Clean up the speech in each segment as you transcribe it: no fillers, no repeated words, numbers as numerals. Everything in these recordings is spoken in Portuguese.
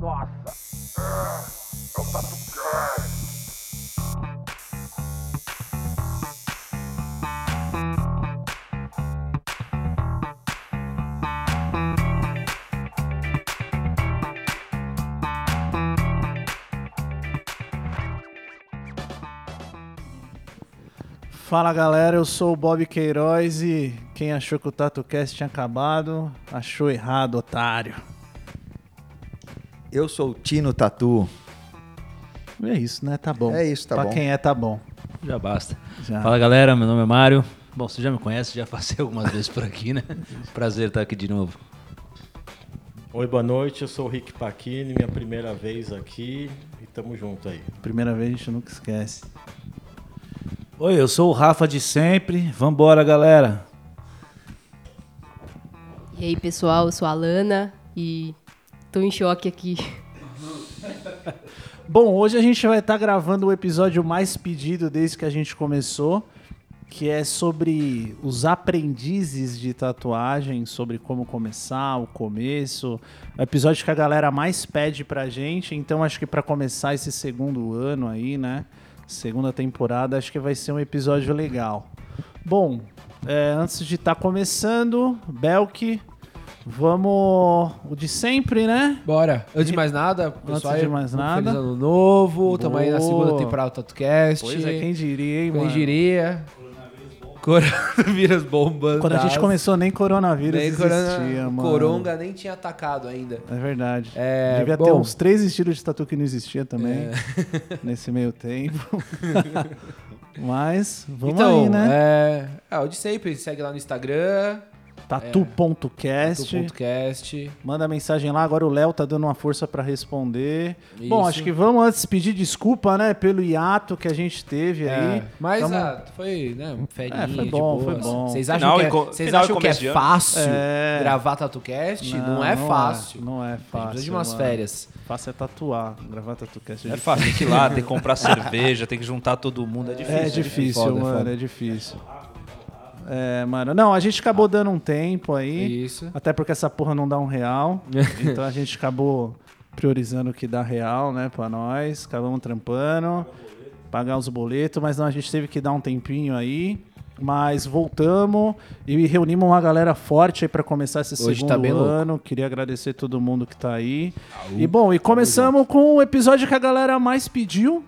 Nossa! É o TatuCast! Fala galera, eu sou o Bob Queiroz e quem achou que o TatuCast tinha acabado, achou errado, otário. Eu sou o Tino Tatu. É isso, né? Tá bom. É isso, tá pra bom. Pra quem é, tá bom. Já basta. Já. Fala galera, meu nome é Mário. Bom, você já me conhece, já passei algumas vezes por aqui, né? Prazer estar aqui de novo. Oi, boa noite, eu sou o Rick Pacchini, minha primeira vez aqui e tamo junto aí. Primeira vez a gente nunca esquece. Oi, eu sou o Rafa de sempre. Vambora, galera. E aí, pessoal, eu sou a Alana e tô em choque aqui. Bom, hoje a gente vai estar gravando o episódio mais pedido desde que a gente começou, que é sobre os aprendizes de tatuagem, sobre como começar, o começo. É o episódio que a galera mais pede pra gente, então acho que pra começar esse segundo ano aí, né? Segunda temporada, acho que vai ser um episódio legal. Bom, antes de estar começando, Belk, vamos o de sempre, né? Bora. Antes de mais nada, pessoal, Antes de mais nada. feliz ano novo. Estamos aí na Boa. segunda temporada do TatuCast. Pois é, quem diria, hein, mano? Quem diria? Coronavírus bombando. Quando a gente começou, nem coronavírus Nem existia, mano. Coronga nem tinha atacado ainda. É verdade. É, Devia bom. ter uns 3 estilos de tatu que não existia também, nesse meio tempo. Mas, vamos então, aí, né? o de sempre, segue lá no Instagram. Tatu.cast. Tatu.cast. Manda mensagem lá, agora o Léo tá dando uma força pra responder. Isso. Bom, acho que vamos antes pedir desculpa, né, pelo hiato que a gente teve aí. Mas Tamo- foi, né, ferinha, foi bom, foi bom. Vocês Final acham que é fácil É. gravar TatuCast? Não é fácil. Não é fácil. Precisa de umas mano. férias. Fácil é tatuar, gravar TatuCast. É fácil, tem que ir lá, tem que comprar cerveja, tem que juntar todo mundo, é difícil. É difícil, foda, mano, foda. é difícil. É, mano, não, a gente acabou dando um tempo aí, Isso. até porque essa porra não dá um real, então a gente acabou priorizando o que dá real, né, pra nós, acabamos trampando, pagar os boletos, mas não, a gente teve que dar um tempinho aí, mas voltamos e reunimos uma galera forte aí pra começar esse Hoje segundo tá bem louco. ano, queria agradecer todo mundo que tá aí, e bom, e começamos com o episódio que a galera mais pediu.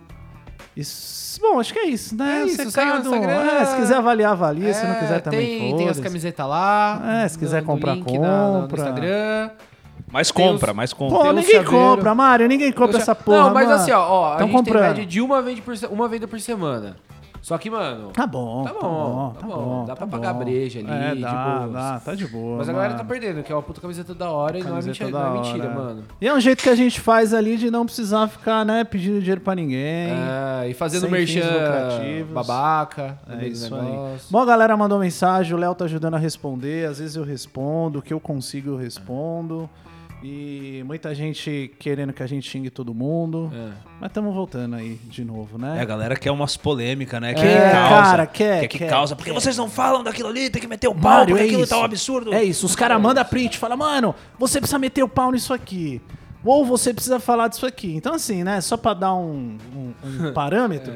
Bom, acho que é isso, né? É isso, Você segue no Instagram. se quiser avaliar, avalia. Se não quiser também, tem foda-se. as camisetas lá. Se quiser no comprar, link no compra. Instagram. Mas Tem compra, os- mas compra. Pô, Tem um ninguém chaveiro. compra, Mário. Ninguém compra essa porra, Não, mas mano. assim, ó, a Tão gente comprando. tem média de uma venda por semana. Só que, mano, Tá bom, Tá bom. Dá pra pagar breja ali, de boas. dá, tá de boa, mas a galera tá mano. perdendo, que é uma puta camiseta da hora e não é Camiseta mentira, da não é mentira, hora. mano. E é um jeito que a gente faz ali de não precisar ficar, né, pedindo dinheiro pra ninguém. E fazendo Sem fins merchan lucrativos. babaca. no É meio do isso aí. negócio. Bom, a galera mandou mensagem, o Léo tá ajudando a responder, às vezes eu respondo, o que eu consigo eu respondo. E muita gente querendo que a gente xingue todo mundo. Mas estamos voltando aí de novo, né? É, a galera quer umas polêmicas, né? cara, quer. causa. Por que vocês não falam daquilo ali? Tem que meter o pau, Mário, porque é aquilo isso. tá um absurdo. É isso, os caras mandam print, fala, mano, você precisa meter o pau nisso aqui. Ou você precisa falar disso aqui. Então assim, né, só pra dar um parâmetro,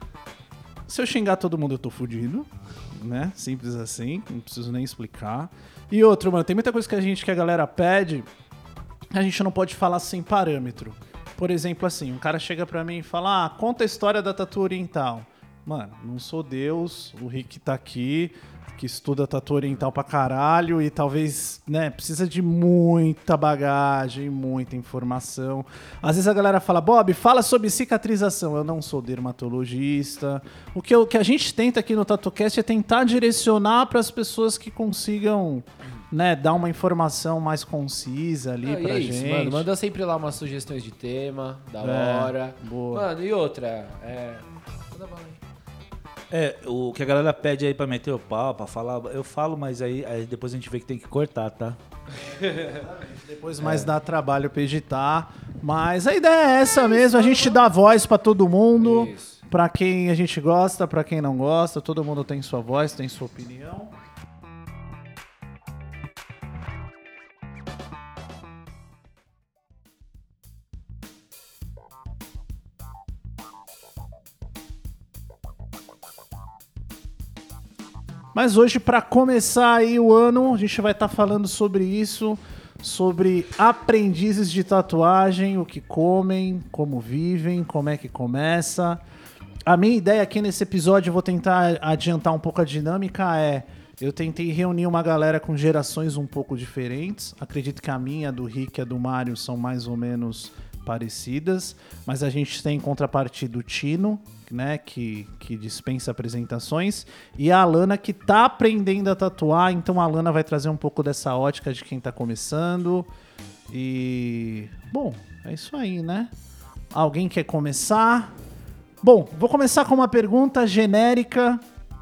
se eu xingar todo mundo eu tô fudido, né, simples assim, não preciso nem explicar. E outro, mano, tem muita coisa que a galera pede, a gente não pode falar sem parâmetro. Por exemplo, assim, um cara chega pra mim e fala, conta a história da tatu oriental. Mano, não sou Deus, o Rick tá aqui, que estuda tatu oriental pra caralho e talvez, né, precisa de muita bagagem, muita informação. Às vezes a galera fala, Bob, fala sobre cicatrização. Eu não sou dermatologista. O que a gente tenta aqui no TatuCast é tentar direcionar para as pessoas que consigam, né, dar uma informação mais concisa ali E pra é gente. isso, mano. Manda sempre lá umas sugestões de tema, da hora. Boa. Mano, e outra? Manda bala aí. O que a galera pede aí pra meter o pau, pra falar, eu falo, mas aí depois a gente vê que tem que cortar, tá? Depois mais dá trabalho pra editar. Mas a ideia é essa mesmo, a gente dá voz pra todo mundo. Isso. Pra quem a gente gosta, pra quem não gosta, todo mundo tem sua voz, tem sua opinião. Mas hoje, para começar aí o ano, a gente vai estar falando sobre isso, sobre aprendizes de tatuagem, o que comem, como vivem, como é que começa. A minha ideia aqui nesse episódio, eu vou tentar adiantar um pouco a dinâmica, eu tentei reunir uma galera com gerações um pouco diferentes. Acredito que a minha, a do Rick e a do Mário são mais ou menos parecidas, mas a gente tem em contrapartida o Tino, né, que dispensa apresentações, e a Alana, que tá aprendendo a tatuar. Então a Alana vai trazer um pouco dessa ótica de quem tá começando. E bom, é isso aí, né? Alguém quer começar? Bom, vou começar com uma pergunta genérica.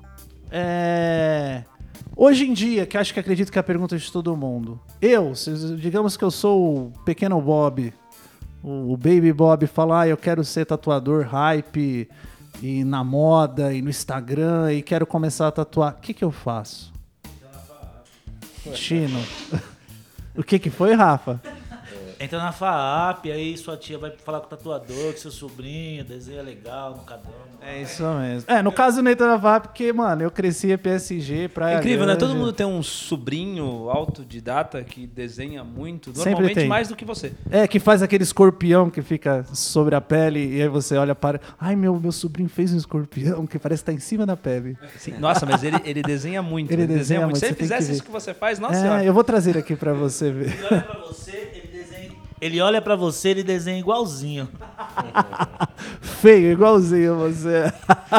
Hoje em dia, que acho que acredito que é a pergunta de todo mundo. Digamos que eu sou o pequeno Bob, o Baby Bob, fala, eu quero ser tatuador hype e na moda e no Instagram e quero começar a tatuar. O que eu faço? Tino. O que foi, Rafa? Entra na FAAP, aí sua tia vai falar com o tatuador, com seu sobrinho, desenha legal no caderno. É isso mesmo. No caso, não entra na FAAP, porque, mano, eu cresci PSG, Praia É incrível, né? Grande. Todo mundo tem um sobrinho autodidata que desenha muito, Sempre normalmente tem. mais do que você. Que faz aquele escorpião que fica sobre a pele e aí você olha para... Ai, meu sobrinho fez um escorpião que parece estar em cima da pele. Sim. Nossa, mas ele desenha muito. Ele desenha muito, Se você ele tem que fizesse ver. isso que você faz, nossa senhora. Eu vou trazer aqui pra você ver. Ele olha pra você, ele olha pra você, ele desenha igualzinho. Feio, igualzinho você.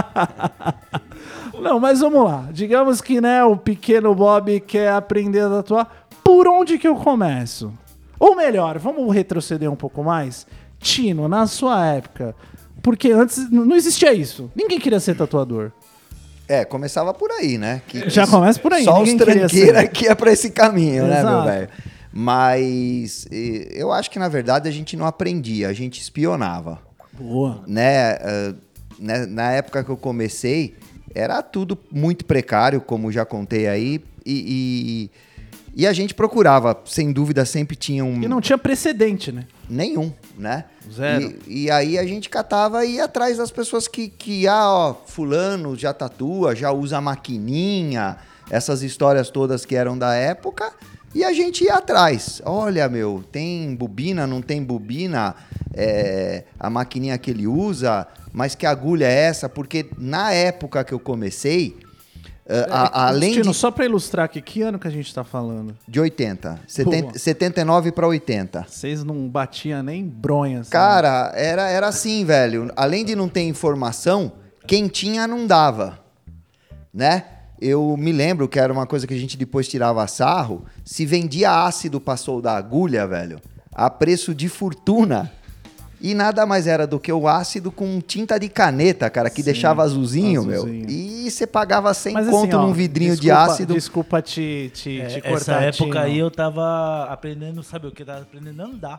Não, mas vamos lá. Digamos que, né, o pequeno Bob quer aprender a tatuar. Por onde que eu começo? Ou melhor, vamos retroceder um pouco mais. Tino, na sua época, porque antes não existia isso. Ninguém queria ser tatuador. Começava por aí, né? Já começa por aí. Só os ninguém queria tranqueira ser. que ia pra esse caminho, né, meu Exato. velho? Mas eu acho que, na verdade, a gente não aprendia, a gente espionava. Boa. Né? Na época que eu comecei, era tudo muito precário, como já contei aí, e a gente procurava, sem dúvida, sempre tinha um... E não tinha precedente, né? Nenhum, né? Zero. E aí a gente catava e ia atrás das pessoas que fulano já tatua, já usa maquininha, essas histórias todas que eram da época, e a gente ia atrás. Olha, tem bobina, não tem bobina, a maquininha que ele usa, mas que agulha é essa? Porque na época que eu comecei, além Tino, de... só pra ilustrar aqui, que ano que a gente tá falando? De 80, Boa. 79 para 80. Vocês não batiam nem bronha. Assim. Cara, era assim, velho. Além de não ter informação, quem tinha não dava, né? Eu me lembro que era uma coisa que a gente depois tirava sarro. Se vendia ácido pra soldar agulha, velho, a preço de fortuna. E nada mais era do que o ácido com tinta de caneta, cara, que deixava azulzinho, meu. E você pagava 100 Mas, conto assim, num vidrinho de ácido. Desculpa te cortar. Essa época Tino. aí eu tava aprendendo, sabe o que? Tava aprendendo a andar.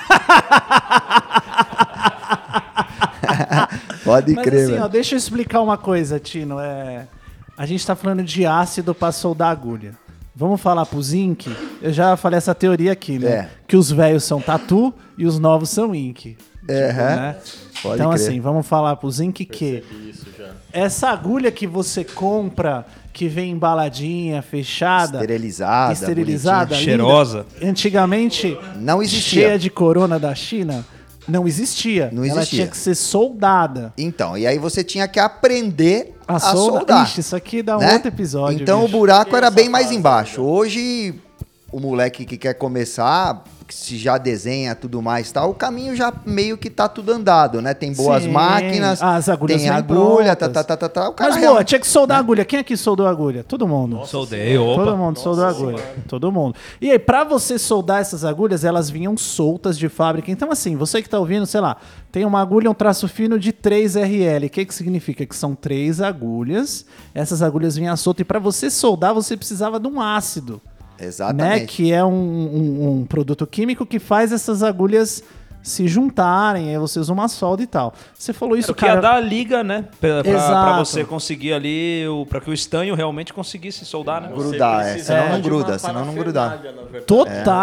Pode Mas crer, assim, velho. deixa eu explicar uma coisa, Tino. A gente tá falando de ácido pra soldar agulha. Vamos falar pro zinc? Eu já falei essa teoria aqui, né? Que os velhos são tatu e os novos são ink. Né? Pode Então, crer. assim, vamos falar pro zinc que essa agulha que você compra, que vem embaladinha, fechada, Esterilizada, linda, cheirosa. Antigamente, Não existia. cheia de corona da China, não existia. Não Ela existia. tinha que ser soldada. Então, e aí você tinha que aprender a soldar. soldar. Ixi, isso aqui dá um né? outro episódio. Então bicho. o buraco era bem mais embaixo. Hoje, o moleque que quer começar, se já desenha tudo mais e tal, o caminho já meio que tá tudo andado, né? Tem boas Sim. máquinas, As agulhas tem vem agulha, prontas. O cara Mas, boa, realmente- tinha que soldar agulha. Quem aqui soldou agulha? Todo mundo. Soldei, opa. Todo mundo soldou agulha. Todo mundo. E aí, pra você soldar essas agulhas, elas vinham soltas de fábrica. Então, assim, você que tá ouvindo, sei lá, tem uma agulha, um traço fino de 3 RL. O que significa? Que são 3 agulhas. Essas agulhas vinham soltas. E pra você soldar, você precisava de um ácido. Né? Exatamente. Que é um produto químico que faz essas agulhas se juntarem, aí você usa uma solda e tal. Você falou isso, O que ia cara. dar a liga, né? Pra Exato. você conseguir ali, pra que o estanho realmente conseguisse soldar, né? Grudar, senão não de gruda, uma senão não grudar. parafernália, na verdade.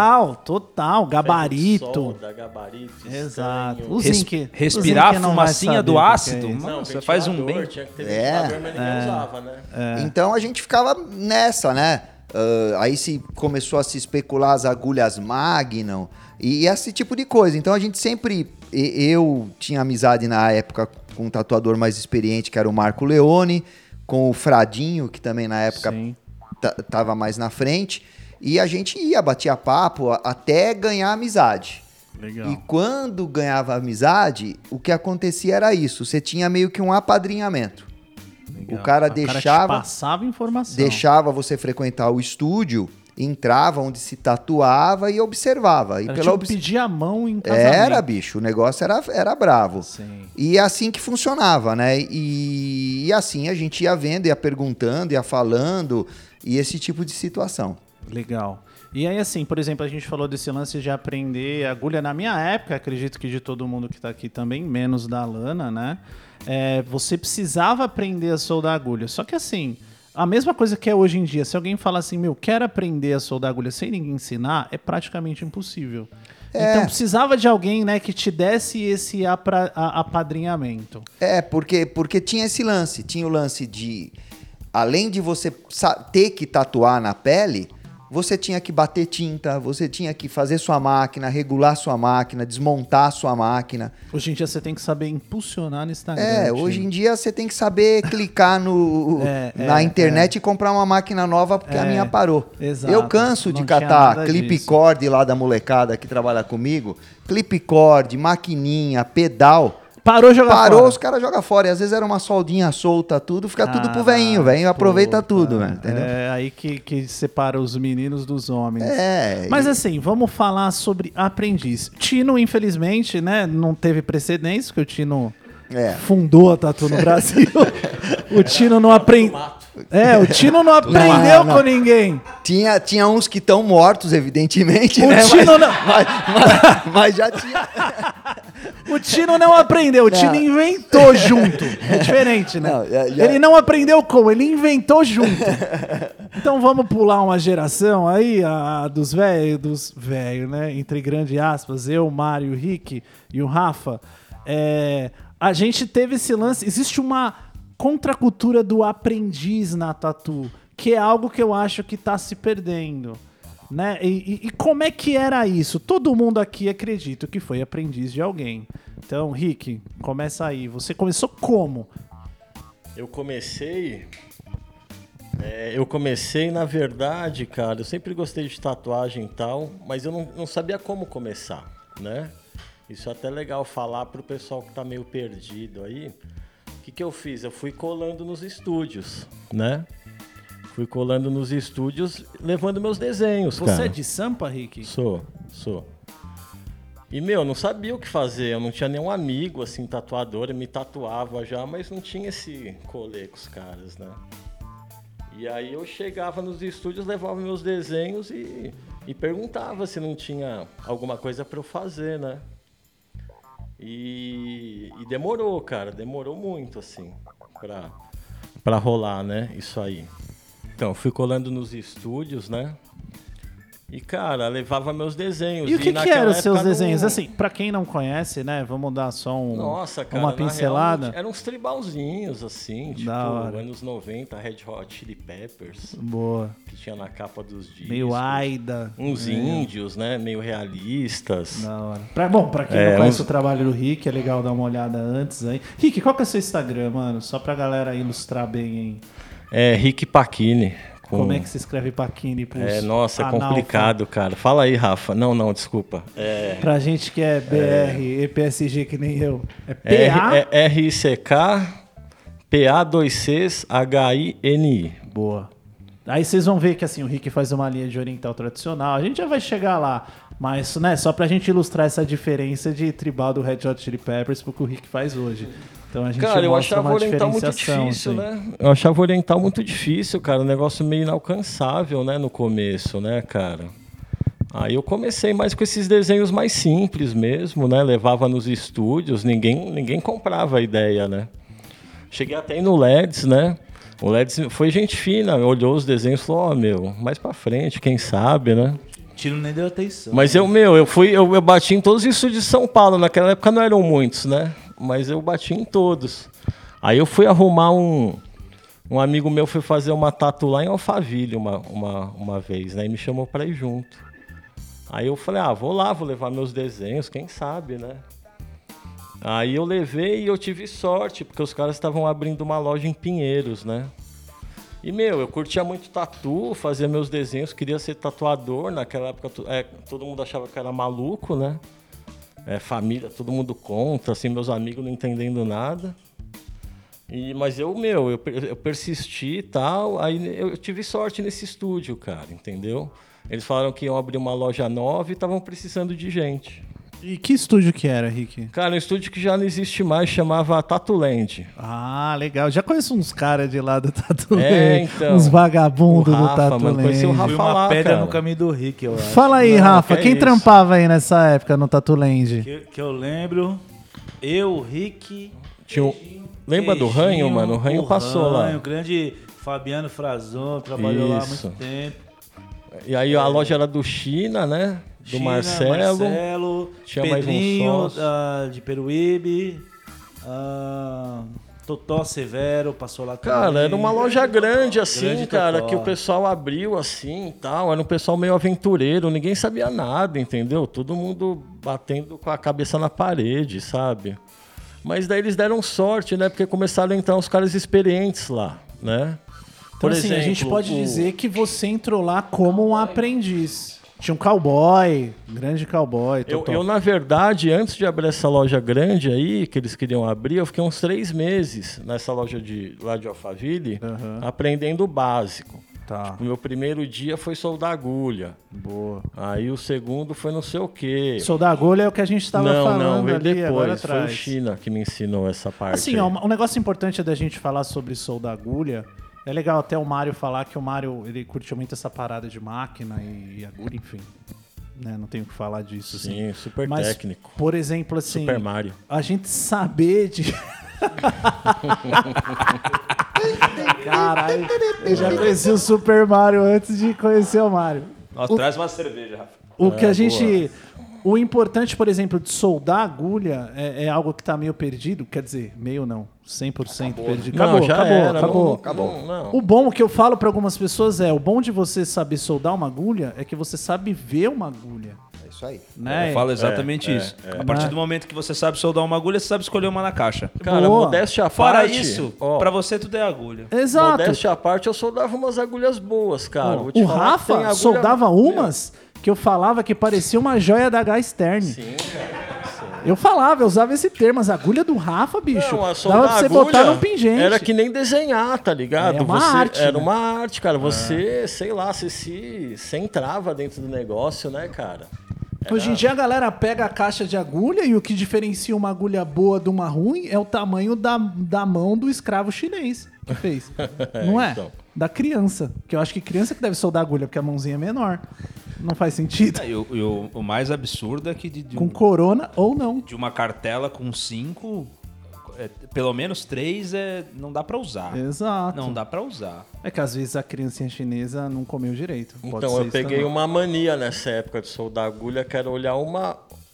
Total, gabarito. Solda, gabarito, Exato. estanho. O zinc. Respirar o zinc a não vai fumacinha saber do o que que é ácido, isso. mano, Não, você faz um ventilador, bem. tinha que ter É. ventilador, mas ninguém usava, né? Então a gente ficava nessa, né? Aí se começou a se especular as agulhas Magnum e esse tipo de coisa. Então a gente sempre... Eu tinha amizade na época com um tatuador mais experiente, que era o Marco Leone, com o Fradinho, que também na época Sim. tava mais na frente. E a gente ia, batia papo até ganhar amizade. Legal. E quando ganhava amizade, o que acontecia era isso. Você tinha meio que um apadrinhamento. Legal. O cara te deixava... passava informação. Deixava você frequentar o estúdio, entrava onde se tatuava e observava. E Era pela tipo obs- pedir a mão em casamento. Era, bicho, o negócio era bravo. Sim. E é assim que funcionava, né? E assim a gente ia vendo, ia perguntando, ia falando, e esse tipo de situação. Legal. E aí, assim, por exemplo, a gente falou desse lance de aprender agulha. Na minha época, acredito que de todo mundo que tá aqui também, menos da Lana, né? Você precisava aprender a soldar agulha. Só que assim, a mesma coisa que é hoje em dia, se alguém fala assim, quero aprender a soldar agulha sem ninguém ensinar, é praticamente impossível. Então precisava de alguém, né, que te desse esse apadrinhamento. Porque tinha esse lance. Tinha o lance de, além de você ter que tatuar na pele, você tinha que bater tinta, você tinha que fazer sua máquina, regular sua máquina, desmontar sua máquina. Hoje em dia você tem que saber impulsionar no Instagram. Hoje em dia você tem que saber clicar na internet e comprar uma máquina nova porque a minha parou. Exato. Eu canso de Não tinha catar nada clip disso. cord lá da molecada que trabalha comigo, clip cord, maquininha, pedal. Parou jogar Parou, fora. os caras jogam fora. E às vezes era uma soldinha solta, tudo, fica tudo pro veinho. Veinho aproveita tudo, velho. Entendeu? É aí que separa os meninos dos homens. É. Mas assim, vamos falar sobre aprendiz. Tino, infelizmente, né, não teve precedentes, porque o Tino fundou a Tatu no Brasil. O Tino não aprendeu. O Tino não aprendeu com ninguém. Tinha uns que estão mortos, evidentemente, O né? Tino não... Mas já tinha. O Tino não aprendeu, o Tino inventou junto. É diferente, né? Não, Ele não aprendeu como, ele inventou junto. Então vamos pular uma geração aí, a dos velhos, né? Entre grandes aspas, eu, o Mário, o Rick e o Rafa. A gente teve esse lance, existe uma contracultura do aprendiz na tatu, que é algo que eu acho que tá se perdendo. Né? E como é que era isso? Todo mundo aqui acredita que foi aprendiz de alguém. Então, Rick, começa aí. Você começou como? Eu comecei, na verdade, cara, eu sempre gostei de tatuagem e tal, mas eu não sabia como começar, né? Isso é até legal falar pro pessoal que tá meio perdido aí. O que eu fiz? Eu fui colando nos estúdios, né? Fui colando nos estúdios, levando meus desenhos, cara. Você é de Sampa, Rick? Sou. E, não sabia o que fazer. Eu não tinha nenhum amigo, assim, tatuador. Eu me tatuava já, mas não tinha esse colê com os caras, né? E aí eu chegava nos estúdios, levava meus desenhos e perguntava se não tinha alguma coisa pra eu fazer, né? E demorou, cara. Demorou muito, assim, pra rolar, né? Isso aí. Então, fui colando nos estúdios, né? E, cara, levava meus desenhos. E o que naquela eram os seus época desenhos? não- Assim, pra quem não conhece, né? Vamos dar só Nossa, cara, uma na pincelada. real, eram uns tribalzinhos, assim, tipo, Da hora. anos 90, Red Hot Chili Peppers, Boa. que tinha na capa dos discos. Meio Aida. Uns índios, né? Meio realistas. Da hora. Pra quem não conhece o trabalho do Rick, é legal dar uma olhada antes aí. Rick, qual que é o seu Instagram, mano? Só pra galera ilustrar bem, hein? É, Rick Pacchini. Como é que se escreve Paquini pros Nossa, é analfa? complicado, cara. Fala aí, Rafa. Não, desculpa. Pra gente que é BR, EPSG que nem eu. É PA? R-I-C-K, P-A-2-Cs, H-I-N-I. Boa. Aí vocês vão ver que assim, o Rick faz uma linha de oriental tradicional. A gente já vai chegar lá. Mas, né, só pra gente ilustrar essa diferença de tribal do Red Hot Chili Peppers pro que o Rick faz hoje. Então a gente Cara, eu mostra achava uma o oriental muito diferenciação, difícil, assim. né? Eu achava o oriental muito difícil, cara. Um negócio meio inalcançável, né? No começo, né, cara? Aí eu comecei mais com esses desenhos mais simples mesmo, né? Levava nos estúdios, ninguém comprava a ideia, né? Cheguei até aí no LEDs, né? O LEDs foi gente fina, olhou os desenhos e falou, mais pra frente, quem sabe, né? Tiro nem deu atenção. Mas eu bati em todos os estúdios de São Paulo. Naquela época não eram muitos, né? Mas eu bati em todos. Aí eu fui arrumar um amigo meu foi fazer uma tatu lá em Alphaville uma vez, né? E me chamou pra ir junto. Aí eu falei, vou levar meus desenhos, quem sabe, né? Aí eu levei e eu tive sorte, porque os caras estavam abrindo uma loja em Pinheiros, né? E, eu curtia muito tatu, fazia meus desenhos, queria ser tatuador. Naquela época, todo mundo achava que era maluco, né? Família, todo mundo contra, assim, meus amigos não entendendo nada. Mas eu persisti e tal, aí eu tive sorte nesse estúdio, cara, entendeu? Eles falaram que iam abrir uma loja nova e estavam precisando de gente. E que estúdio que era, Rick? Cara, um estúdio que já não existe mais, chamava Tatuland. Ah, legal. Já conheço uns caras de lá do Tatuland. Então. Uns vagabundos do Tatuland. Conheci o Rafa Fui uma lá, pedra cara. no caminho do Rick, eu acho. Fala aí, Não, Rafa. que Quem isso. trampava aí nessa época no Tatuland? Que eu lembro, eu, o Rick... Lembra do Ranho, mano? O Ranho passou lá. O grande Fabiano Frazon, trabalhou lá há muito tempo. E aí a loja era do China, né? Do Marcelo. Tinha Pedrinho, mais um sócio. De Peruíbe. Totó Severo passou lá também. Cara, era uma loja grande assim, Grande cara, Totó. que o pessoal abriu assim e tal. Era um pessoal meio aventureiro, ninguém sabia nada, entendeu? Todo mundo batendo com a cabeça na parede, sabe? Mas daí eles deram sorte, né? Porque começaram a entrar uns caras experientes lá, né? Então, assim, a gente pode dizer que você entrou lá como um aprendiz. Tinha um cowboy, grande cowboy. Eu, na verdade, antes de abrir essa loja grande aí, que eles queriam abrir, eu fiquei uns 3 meses nessa loja lá de Alphaville, aprendendo o básico. Tá. O meu primeiro dia foi soldar agulha. Boa. Aí o segundo foi não sei o quê. Soldar agulha é o que a gente estava falando Não, veio ali agora depois. Foi o atrás. China que me ensinou essa parte. Assim, aí. ó, um negócio importante da gente falar sobre soldar agulha. É legal até o Mário falar que o Mário ele curte muito essa parada de máquina e agulha, enfim. Né? Não tenho o que falar disso. Sim, assim. super Mas, técnico. por exemplo, assim. Super Mario. A gente saber de. Caralho, eu já conheci o Super Mario antes de conhecer o Mario. Nossa, traz uma cerveja, Rafa. O que a gente. O importante, por exemplo, de soldar agulha é algo que tá meio perdido. Quer dizer, meio não, 100% perdido. Não, Acabou, já acabou, era, acabou. Não. O bom que eu falo pra algumas pessoas o bom de você saber soldar uma agulha é que você sabe ver uma agulha. É isso aí. Né? Eu falo exatamente isso. A partir do momento que você sabe soldar uma agulha, você sabe escolher uma na caixa. Cara, Boa. modéstia à Fora parte. isso, ó, pra você tudo é agulha. Exato. modéstia à parte, eu soldava umas agulhas boas, cara. Vou te O falar que tem Rafa agulha- soldava umas que eu falava que parecia uma joia da H Stern. Sim, cara. Eu falava, eu usava esse termo, as agulhas do Rafa, bicho. Não, a dava soldar pra você agulha botar num pingente. Era que nem desenhar, tá ligado? É uma arte, Era né? uma arte, cara. Você, sei lá, você entrava dentro do negócio, né, cara? Hoje em dia a galera pega a caixa de agulha e o que diferencia uma agulha boa de uma ruim é o tamanho da mão do escravo chinês que fez. Não é? Então. Da criança. Que eu acho que criança que deve soldar agulha, porque a mãozinha é menor. Não faz sentido. E o mais absurdo é que Com corona ou não. de uma cartela com 5, pelo menos 3 não dá pra usar. Exato. Não dá pra usar. É que às vezes a criancinha chinesa não comeu direito. Pode Então, ser eu isso peguei também. uma mania nessa época de soldar agulha, que era olhar uma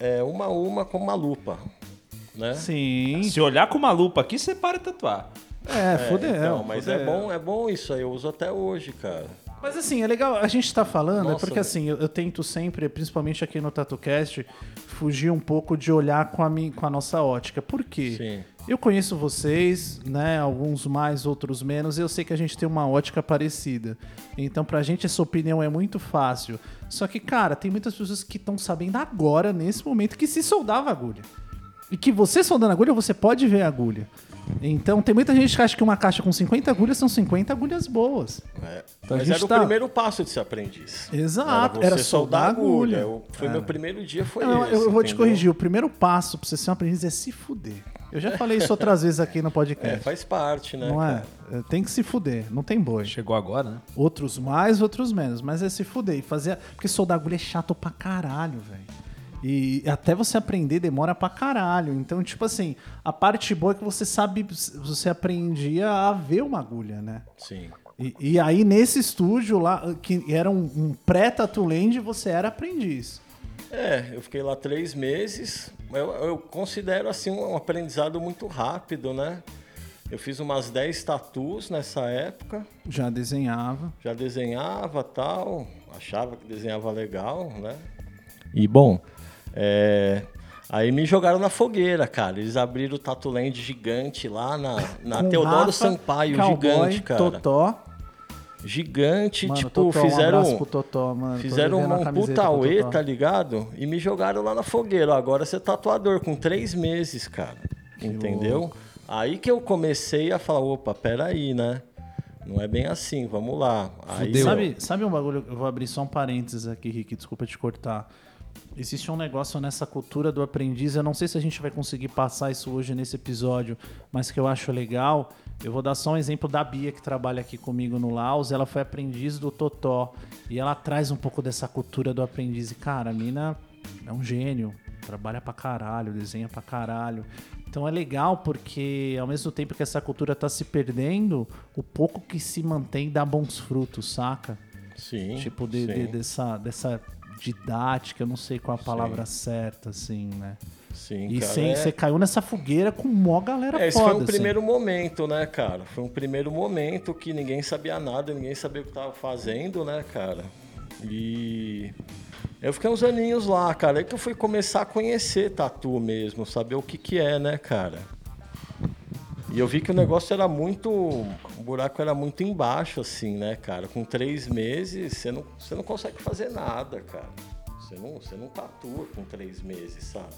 com uma lupa, né? Sim. Se olhar com uma lupa aqui, você para de tatuar. Fudeu. Então, mas fudeu. é bom isso aí, eu uso até hoje, cara. Mas assim, é legal, a gente tá falando, Nossa, porque velho. assim, eu tento sempre, principalmente aqui no TatuCast, fugir um pouco de olhar com a nossa ótica. Por quê? Sim. Eu conheço vocês, né? Alguns mais, outros menos, e eu sei que a gente tem uma ótica parecida. Então, pra gente, essa opinião é muito fácil. Só que, cara, tem muitas pessoas que estão sabendo agora, nesse momento, que se soldava agulha. E que você soldando agulha, você pode ver a agulha. Então, tem muita gente que acha que uma caixa com 50 agulhas são 50 agulhas boas. Então, a Mas gente era o tá- primeiro passo de ser aprendiz. Exato, Era era você soldar a agulha. Foi meu primeiro dia, foi Não, esse. eu vou te entendeu? corrigir. O primeiro passo pra você ser um aprendiz é se fuder. Eu já falei isso outras vezes aqui no podcast. Faz parte, né? Não é? cara? Tem que se fuder, não tem boi. Chegou agora, né? Outros mais, outros menos, mas é se fuder. E fazer... Porque soldar agulha é chato pra caralho, velho. E até você aprender demora pra caralho. Então, tipo assim, a parte boa é que você sabe, você aprendia a ver uma agulha, né? Sim. E aí, nesse estúdio lá, que era um pré-Tatuland, você era aprendiz. Eu fiquei lá 3 meses. Eu considero, assim, um aprendizado muito rápido, né? Eu fiz umas 10 tatus nessa época. Já desenhava. Já desenhava tal, achava que desenhava legal, né? E, bom, aí me jogaram na fogueira, cara. Eles abriram o Tatuland gigante lá na Com Teodoro Rafa, Sampaio, Cowboy, gigante, cara. Totó. Gigante, Mano, tipo, Totó, um fizeram... abraço pro Totó, mano. Tô Fizeram devendo a um camiseta puta pro auê, Totó. tá ligado? E me jogaram lá na fogueira. Agora você é tatuador, com 3 meses, cara. Entendeu? louco. Aí que eu comecei a falar, opa, peraí, né? Não é bem assim, vamos lá. Aí, Sabe um bagulho? Eu vou abrir só um parênteses aqui, Rick, desculpa te cortar. Existe um negócio nessa cultura do aprendiz, eu não sei se a gente vai conseguir passar isso hoje nesse episódio, mas que eu acho legal. Eu vou dar só um exemplo da Bia, que trabalha aqui comigo no Laos. Ela foi aprendiz do Totó e ela traz um pouco dessa cultura do aprendiz. E, cara, a mina é um gênio, trabalha pra caralho, desenha pra caralho. Então é legal porque, ao mesmo tempo que essa cultura tá se perdendo, o pouco que se mantém dá bons frutos, saca? sim, Tipo, sim, dessa didática, eu não sei qual a palavra certa, assim, né? sim, E cara. você caiu nessa fogueira com mó galera Esse foda, foi um assim. primeiro momento, né, cara? Foi um primeiro momento que ninguém sabia nada, ninguém sabia o que tava fazendo, né, cara? E eu fiquei uns aninhos lá, cara. Aí que eu fui começar a conhecer tatu mesmo, saber o que é, né, cara? E eu vi que o negócio era muito... O buraco era muito embaixo, assim, né, cara? Com 3 meses, você não consegue fazer nada, cara. Você não tatua com 3 meses, sabe?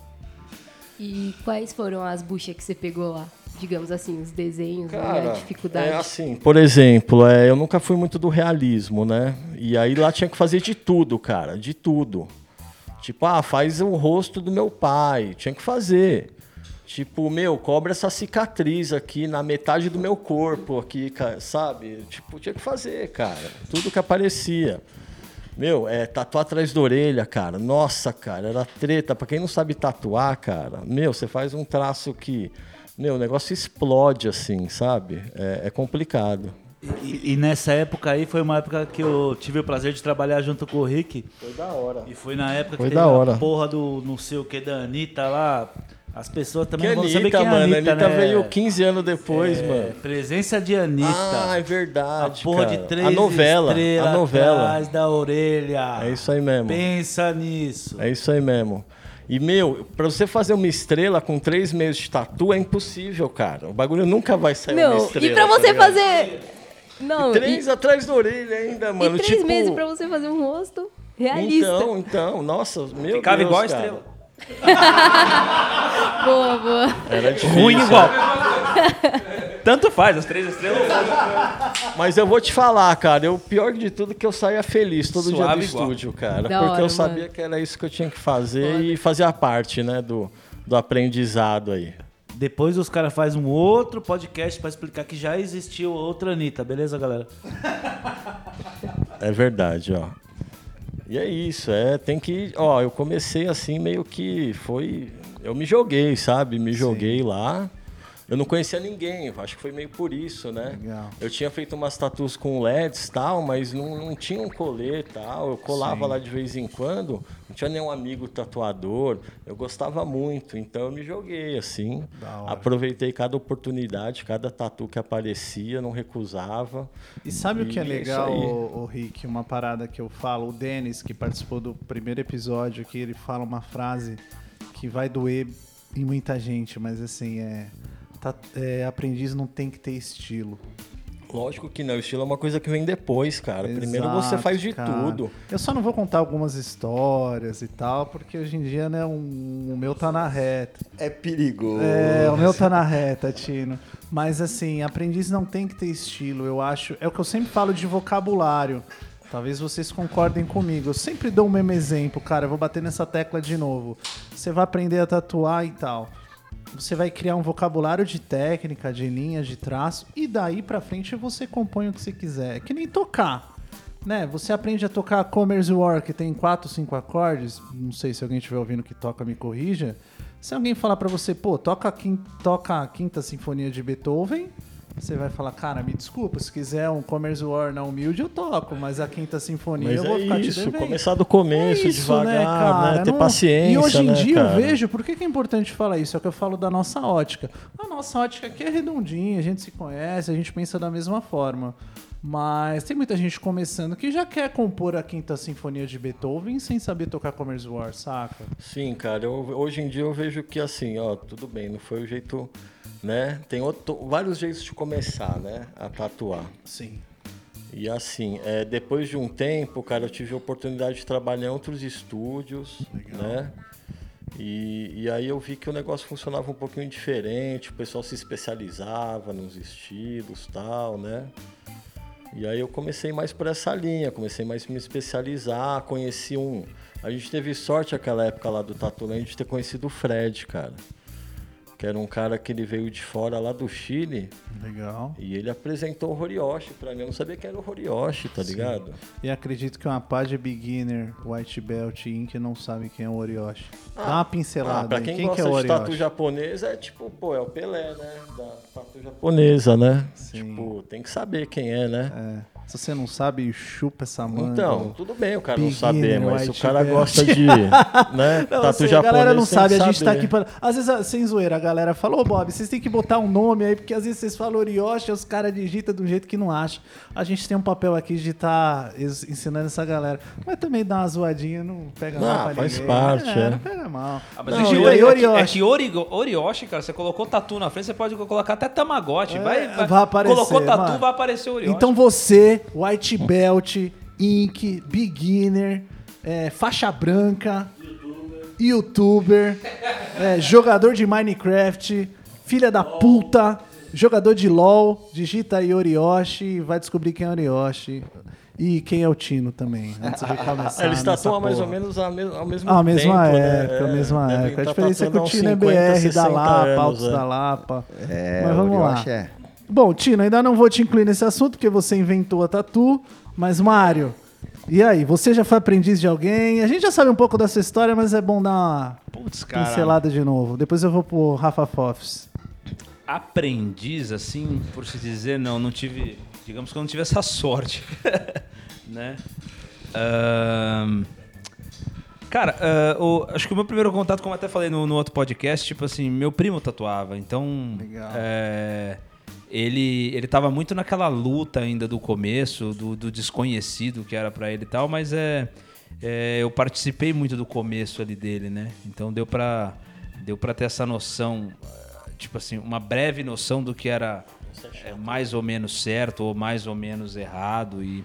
E quais foram as buchas que você pegou lá? Digamos assim, os desenhos, né, Cara, a dificuldade. assim, por exemplo, eu nunca fui muito do realismo, né? E aí lá tinha que fazer de tudo, cara, de tudo. Tipo, faz o rosto do meu pai, tinha que fazer. Tipo, cobre essa cicatriz aqui na metade do meu corpo aqui, sabe? Tipo, tinha que fazer, cara, tudo que aparecia. Tatuar atrás da orelha, cara. Nossa, cara, era treta. Pra quem não sabe tatuar, cara, você faz um traço que... o negócio explode, assim, sabe? É complicado. E nessa época aí, foi uma época que eu tive o prazer de trabalhar junto com o Rick. Foi da hora. E foi na época Foi que da teve hora. a porra do não sei o que da Anitta lá. As pessoas também Que não vão saber Anitta, quem é a mano. Anitta, Anitta né? veio 15 anos depois, mano. Presença de Anitta. É verdade, A porra cara. de 3 a novela. atrás da orelha. É isso aí mesmo. Pensa nisso. É isso aí mesmo. E, pra você fazer uma estrela com 3 meses de tatu é impossível, cara. O bagulho nunca vai sair uma Não, estrela. e pra você tá ligado? fazer... Não, 3 atrás da orelha ainda, mano. e 3 meses pra você fazer um rosto realista. Então, nossa, meu Ficava Deus, igual a cara. estrela. Boa. Era difícil. Ruim igual. Tanto faz, as 3 estrelas. Mas eu vou te falar, cara, o pior de tudo é que eu saía feliz todo dia Suave do igual. estúdio, cara. Da porque hora, eu sabia mano. que era isso que eu tinha que fazer e fazia parte, né, do aprendizado aí. Depois os caras fazem um outro podcast pra explicar que já existiu outra Anitta, beleza, galera? É verdade, ó. E é isso, tem que... Ó, eu comecei assim, meio que foi... Eu me joguei, sabe? Me joguei lá. Eu não conhecia ninguém, acho que foi meio por isso, né? Legal. Eu tinha feito umas tatuas com LEDs e tal, mas não tinha um colê e tal. Eu colava lá de vez em quando, não tinha nenhum amigo tatuador. Eu gostava muito, então eu me joguei assim. Aproveitei cada oportunidade, cada tatu que aparecia, não recusava. E sabe o que é isso legal, aí. o Rick? Uma parada que eu falo, o Denis, que participou do primeiro episódio aqui, ele fala uma frase que vai doer em muita gente, mas assim, aprendiz não tem que ter estilo. Lógico que não, o estilo é uma coisa que vem depois, cara. Primeiro você Exato, faz de cara. tudo. Eu só não vou contar algumas histórias e tal, porque hoje em dia, né, o meu tá na reta. É perigoso. O meu tá na reta, Tino. Mas assim, aprendiz não tem que ter estilo, eu acho. É o que eu sempre falo de vocabulário. Talvez vocês concordem comigo. Eu sempre dou o mesmo exemplo, cara. Eu vou bater nessa tecla de novo. Você vai aprender a tatuar e tal. você vai criar um vocabulário de técnica, de linhas, de traço, e daí pra frente você compõe o que você quiser. É que nem tocar, né? Você aprende a tocar Commerce War, que tem 4, 5 acordes. Não sei se alguém estiver ouvindo que toca, me corrija. Se alguém falar pra você, pô, toca a Quinta Sinfonia de Beethoven, você vai falar, cara, me desculpa, se quiser um Commerce War na humilde, eu toco, mas a Quinta Sinfonia Mas eu vou ficar te isso, devendo. começar do começo, É isso, devagar, né? Ter Não- paciência, E hoje em né, dia cara? eu vejo, por que é importante falar isso? É o que eu falo da nossa ótica. A nossa ótica aqui é redondinha, a gente se conhece, a gente pensa da mesma forma. Mas tem muita gente começando que já quer compor a Quinta Sinfonia de Beethoven sem saber tocar Commerce War, saca? Sim, cara, hoje em dia eu vejo que assim, ó, tudo bem, não foi o jeito, né? Tem vários jeitos de começar, né, a tatuar. Sim. E assim, depois de um tempo, cara, eu tive a oportunidade de trabalhar em outros estúdios, né? E aí eu vi que o negócio funcionava um pouquinho diferente, o pessoal se especializava nos estilos e tal, né? E aí eu comecei mais por essa linha, comecei mais a me especializar, conheci A gente teve sorte naquela época lá do Tatuland de ter conhecido o Fred, cara. Que era um cara que ele veio de fora lá do Chile. Legal. E ele apresentou o Horioshi pra mim. Eu não sabia quem era o Horioshi, tá ligado? E acredito que uma pá de beginner, white belt e ink não sabe quem é o Orioshi. Dá uma pincelada Pra aí. quem Quem que gosta é o de Orioshi? tatu japonesa, é tipo, pô, é o Pelé, né? Da tatu japonesa, né? Sim. Tipo, tem que saber quem é, né? É. Se você não sabe, chupa essa manga. Então, tudo bem o cara não Beginner, saber, mas se o white cara belt. gosta de né, Não, tatu a japonês, galera não tem sabe, que a gente tá saber. aqui para. Às vezes, sem zoeira, a galera fala, ô Bob, vocês têm que botar um nome aí, porque às vezes vocês falam Orioshi, os caras digitam de um jeito que não acham. A gente tem um papel aqui de estar ensinando essa galera. Mas também dá uma zoadinha, não pega mal pra faz ninguém. parte, é. Não pega mal. Ah, mas Não, hoje e é aí, que Orioshi? Orioshi, cara, você colocou tatu na frente, você pode colocar até Tamagotchi. Vai aparecer, colocou tatu, mano. vai aparecer o Orioshi. Então você, white belt, ink, beginner, faixa branca, youtuber, jogador de Minecraft, filha da puta, jogador de LOL, digita aí Orioshi e vai descobrir quem é Orioshi. E quem é o Tino também, antes de começar. Eles nessa tatuam mais porra. ou menos ao mesmo A tempo, mesma né? época, a mesma devem época. A tá diferença é que o tatuando Tino é há 50, BR da 60 Lapa, anos, Altos é. da Lapa. É, Mas vamos o lá. Orioshi é. Bom, Tino, ainda não vou te incluir nesse assunto, porque você inventou a tatu, mas Mário, e aí, você já foi aprendiz de alguém? A gente já sabe um pouco dessa história, mas é bom dar uma Putz, cara. pincelada de novo. Depois eu vou pro Rafa Fofs. Aprendiz, assim, por se dizer, não tive. Digamos que eu não tive essa sorte. Né? Cara, acho que o meu primeiro contato, como eu até falei no outro podcast, tipo assim, meu primo tatuava. Então, Legal. ele tava muito naquela luta ainda do começo, do desconhecido que era pra ele e tal, mas eu participei muito do começo ali dele, né? Então deu pra ter essa noção, tipo assim, uma breve noção do que era mais ou menos certo ou mais ou menos errado. E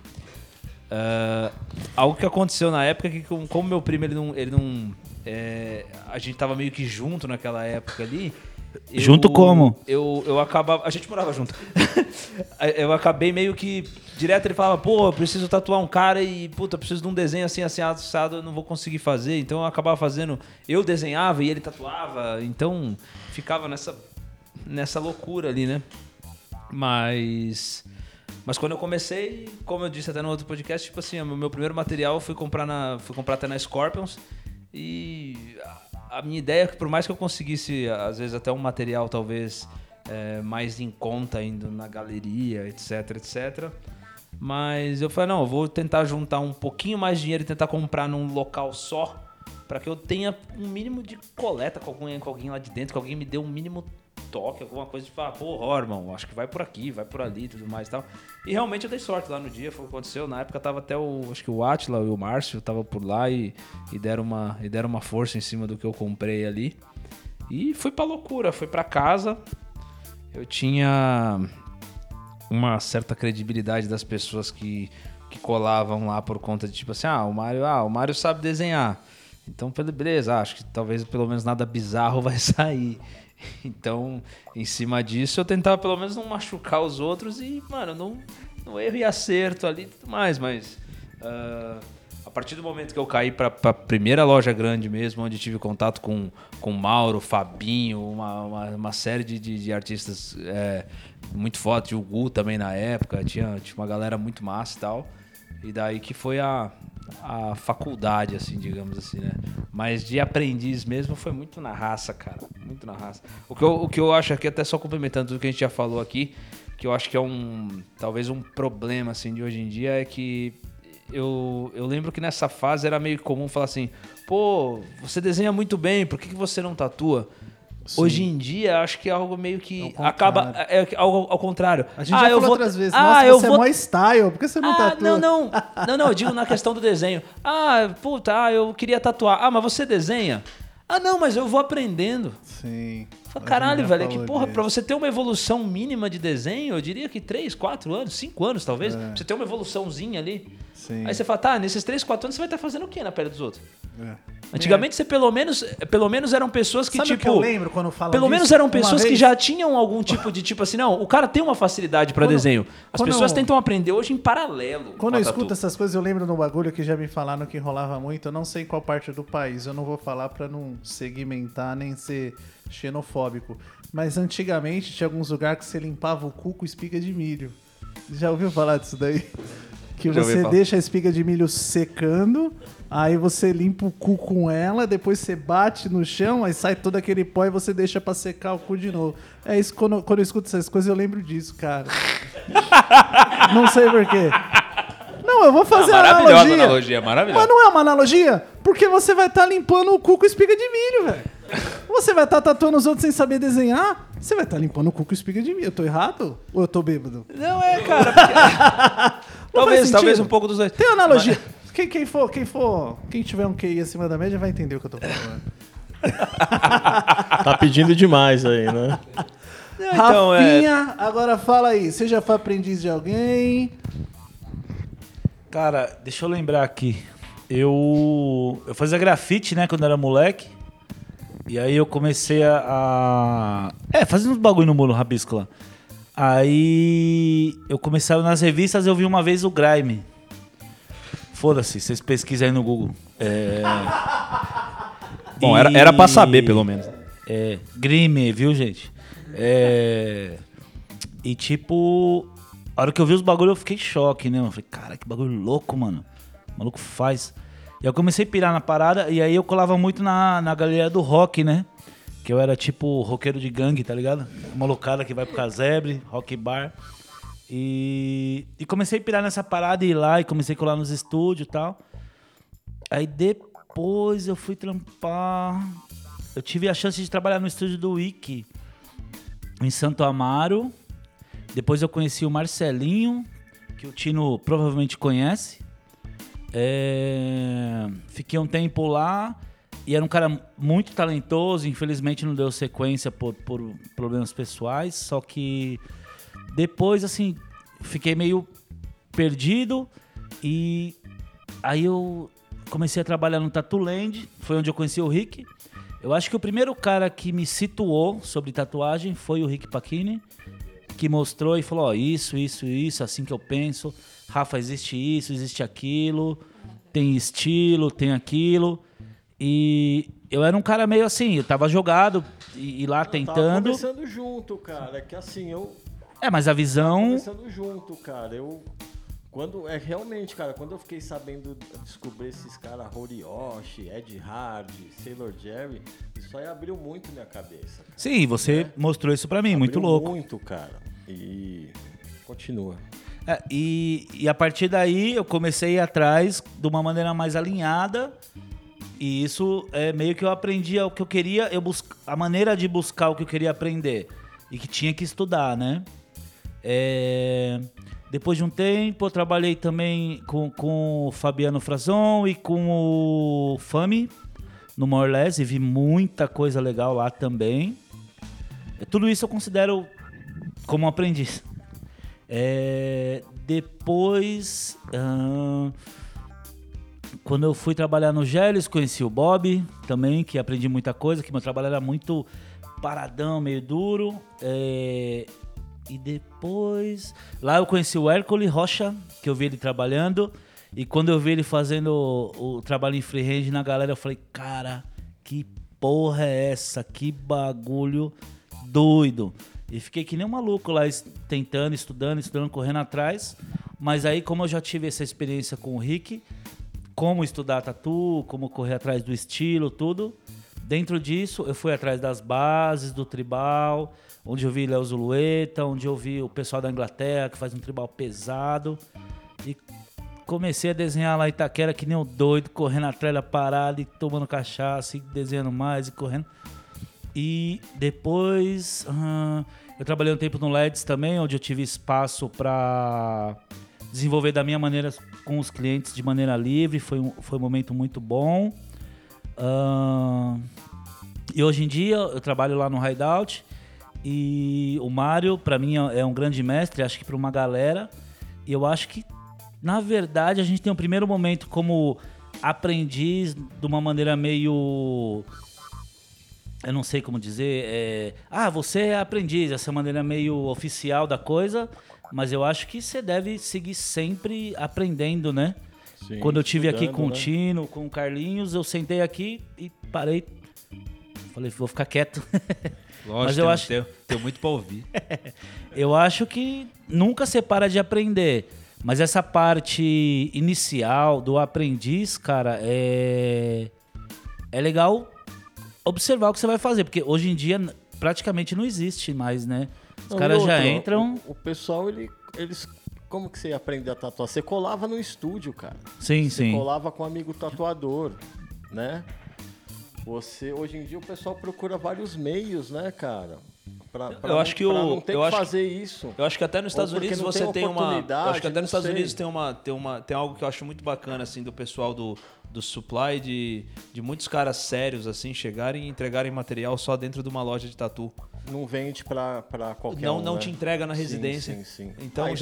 algo que aconteceu na época que, como meu primo ele não a gente tava meio que junto naquela época ali. Junto como? Eu acabava. A gente morava junto. Eu acabei meio que. Direto ele falava, pô, eu preciso tatuar um cara e, puta, eu preciso de um desenho assim, assado, eu não vou conseguir fazer. Então eu acabava fazendo. Eu desenhava e ele tatuava. Então ficava nessa loucura ali, né? Mas quando eu comecei, como eu disse até no outro podcast, tipo assim, o meu primeiro material eu fui comprar até na Scorpions. E a minha ideia é que por mais que eu conseguisse, às vezes, até um material talvez mais em conta indo na galeria, etc. Mas eu falei, não, eu vou tentar juntar um pouquinho mais de dinheiro e tentar comprar num local só, para que eu tenha um mínimo de coleta com alguém lá de dentro, que alguém me dê um mínimo toque, alguma coisa de falar, pô, irmão, acho que vai por aqui, vai por ali e tudo mais e tal. E realmente eu dei sorte lá no dia, foi o que aconteceu. Na época tava até acho que o Atila e o Márcio tava por lá e deram uma força em cima do que eu comprei ali. E fui pra loucura, fui pra casa. Eu tinha uma certa credibilidade das pessoas que colavam lá por conta de tipo assim, o Mário sabe desenhar. Então, beleza, acho que talvez pelo menos nada bizarro vai sair. Então, em cima disso, eu tentava pelo menos não machucar os outros e, mano, no erro e acerto ali e tudo mais, mas partir do momento que eu caí pra primeira loja grande mesmo, onde tive contato com Mauro, Fabinho, uma série de artistas muito fortes, o Gu também na época, tinha uma galera muito massa e tal. E daí que foi a faculdade, assim, digamos assim, né? Mas de aprendiz mesmo foi muito na raça, cara. Muito na raça. O que eu acho aqui, até só complementando tudo que a gente já falou aqui, que eu acho que é talvez um problema, assim, de hoje em dia, é que eu lembro que nessa fase era meio comum falar assim, pô, você desenha muito bem, por que você não tatua? Sim. Hoje em dia, acho que é algo meio que acaba... É algo ao contrário. A gente já falou outras vezes, nossa, você é mó style, por que você não tatua? Não, eu digo na questão do desenho. Eu queria tatuar. Mas você desenha? Não, mas eu vou aprendendo. Sim. Caralho, velho, é que porra, pra você ter uma evolução mínima de desenho, eu diria que 3, 4 anos, 5 anos talvez, pra você ter uma evoluçãozinha ali. Sim. Aí você fala, nesses 3, 4 anos você vai estar fazendo o quê na pele dos outros? Antigamente você pelo menos eram pessoas que, sabe tipo... O que eu lembro quando falo pelo disso? menos eram pessoas que já tinham algum tipo de, tipo assim, não, o cara tem uma facilidade pra desenho. As pessoas tentam aprender hoje em paralelo. Quando eu escuto essas coisas, eu lembro de um bagulho que já me falaram que rolava muito, eu não sei em qual parte do país, eu não vou falar pra não segmentar nem ser xenofóbico, mas antigamente tinha alguns lugares que você limpava o cu com espiga de milho. Já ouviu falar disso daí? Que você deixa a espiga de milho secando, aí você limpa o cu com ela, depois você bate no chão, aí sai todo aquele pó e você deixa pra secar o cu de novo. É isso, quando eu escuto essas coisas eu lembro disso, cara. Não sei porquê. Não, eu vou fazer uma analogia. Maravilhosa. Mas não é uma analogia? Porque você vai estar limpando o cu com espiga de milho, velho. Você vai estar tatuando os outros sem saber desenhar, você vai estar limpando o cu com espiga de milho. Eu tô errado ou eu tô bêbado? Não cara. Porque... talvez um pouco dos dois. Tem analogia. Quem tiver um QI acima da média vai entender o que eu tô falando. Tá pedindo demais aí, né? Então, Rafinha, agora fala aí. Você já foi aprendiz de alguém? Cara, deixa eu lembrar aqui. Eu fazia grafite, né, quando era moleque. E aí eu comecei fazer uns bagulho no muro, rabisco lá. Aí eu comecei nas revistas, eu vi uma vez o Grime. Foda-se, vocês pesquisam aí no Google. Bom, era pra saber, pelo menos. Grime, viu, gente? E tipo, a hora que eu vi os bagulhos eu fiquei em choque, né? Eu falei, cara, que bagulho louco, mano. O maluco faz. E eu comecei a pirar na parada, e aí eu colava muito na galera do rock, né? Que eu era tipo roqueiro de gangue, tá ligado? Uma loucada que vai pro casebre, rock bar. E comecei a pirar nessa parada e ir lá, e comecei a colar nos estúdios e tal. Aí depois eu fui trampar... Eu tive a chance de trabalhar no estúdio do Wiki, em Santo Amaro. Depois eu conheci o Marcelinho, que o Tino provavelmente conhece. Fiquei um tempo lá e era um cara muito talentoso. Infelizmente não deu sequência por problemas pessoais. Só que depois, assim, fiquei meio perdido. E aí eu comecei a trabalhar no Tattoo Land. Foi onde eu conheci o Rick. Eu acho que o primeiro cara que me situou sobre tatuagem foi o Rick Pacchini, que mostrou e falou, isso, assim que eu penso. Rafa, existe isso, existe aquilo, tem estilo, tem aquilo. E eu era um cara meio assim, eu tava jogado e lá tentando. Tava começando junto, cara, que assim, mas a visão... Começando junto, cara, realmente, cara, quando eu fiquei sabendo, descobrir esses caras, Horioshi, Ed Hard, Sailor Jerry, isso aí abriu muito minha cabeça. Cara. Sim, você mostrou isso pra mim, muito louco. Muito, cara, e continua. E a partir daí eu comecei a ir atrás de uma maneira mais alinhada. E isso meio que eu aprendi o que eu queria, a maneira de buscar o que eu queria aprender. E que tinha que estudar, né? Depois de um tempo eu trabalhei também com o Fabiano Frazon e com o Fami no More or Less, e vi muita coisa legal lá também. Tudo isso eu considero como aprendiz. Depois, quando eu fui trabalhar no Gélios, conheci o Bob também, que aprendi muita coisa, que meu trabalho era muito paradão, meio duro. E depois, lá eu conheci o Hércules Rocha, que eu vi ele trabalhando. E quando eu vi ele fazendo o trabalho em freehand na galera, eu falei, cara, que porra é essa? Que bagulho doido. E fiquei que nem um maluco lá, tentando, estudando, correndo atrás. Mas aí, como eu já tive essa experiência com o Rick, como estudar tatu, como correr atrás do estilo, tudo. Dentro disso, eu fui atrás das bases do tribal, onde eu vi Léo Zulueta, onde eu vi o pessoal da Inglaterra, que faz um tribal pesado. E comecei a desenhar lá em Itaquera que nem um doido, correndo atrás da parada e tomando cachaça e desenhando mais e correndo. E depois eu trabalhei um tempo no LEDs também, onde eu tive espaço para desenvolver da minha maneira com os clientes de maneira livre. Foi um momento muito bom. E hoje em dia eu trabalho lá no Hideout. E o Mário, para mim, é um grande mestre, acho que para uma galera. E eu acho que, na verdade, a gente tem um primeiro momento como aprendiz de uma maneira meio... Eu não sei como dizer. Você é aprendiz, essa maneira meio oficial da coisa. Mas eu acho que você deve seguir sempre aprendendo, né? Sim, quando eu estive aqui com o Tino, com o Carlinhos, eu sentei aqui e parei. Falei, vou ficar quieto. Lógico, mas eu acho... tenho muito pra ouvir. Eu acho que nunca você para de aprender. Mas essa parte inicial do aprendiz, cara, é legal observar o que você vai fazer. Porque hoje em dia praticamente não existe mais, né? Os caras já entram... O pessoal, eles... Como que você ia aprender a tatuar? Você colava no estúdio, cara. Sim, você colava com um amigo tatuador, né? Hoje em dia o pessoal procura vários meios, né, cara? Eu acho que não ter que fazer isso. Eu acho que até nos Estados Unidos você tem uma... Eu acho que até nos Estados Unidos tem algo que eu acho muito bacana, assim, do pessoal do supply, de muitos caras sérios, assim, chegarem e entregarem material só dentro de uma loja de tatu. Não vende pra qualquer não né? te entrega na residência. Sim. Então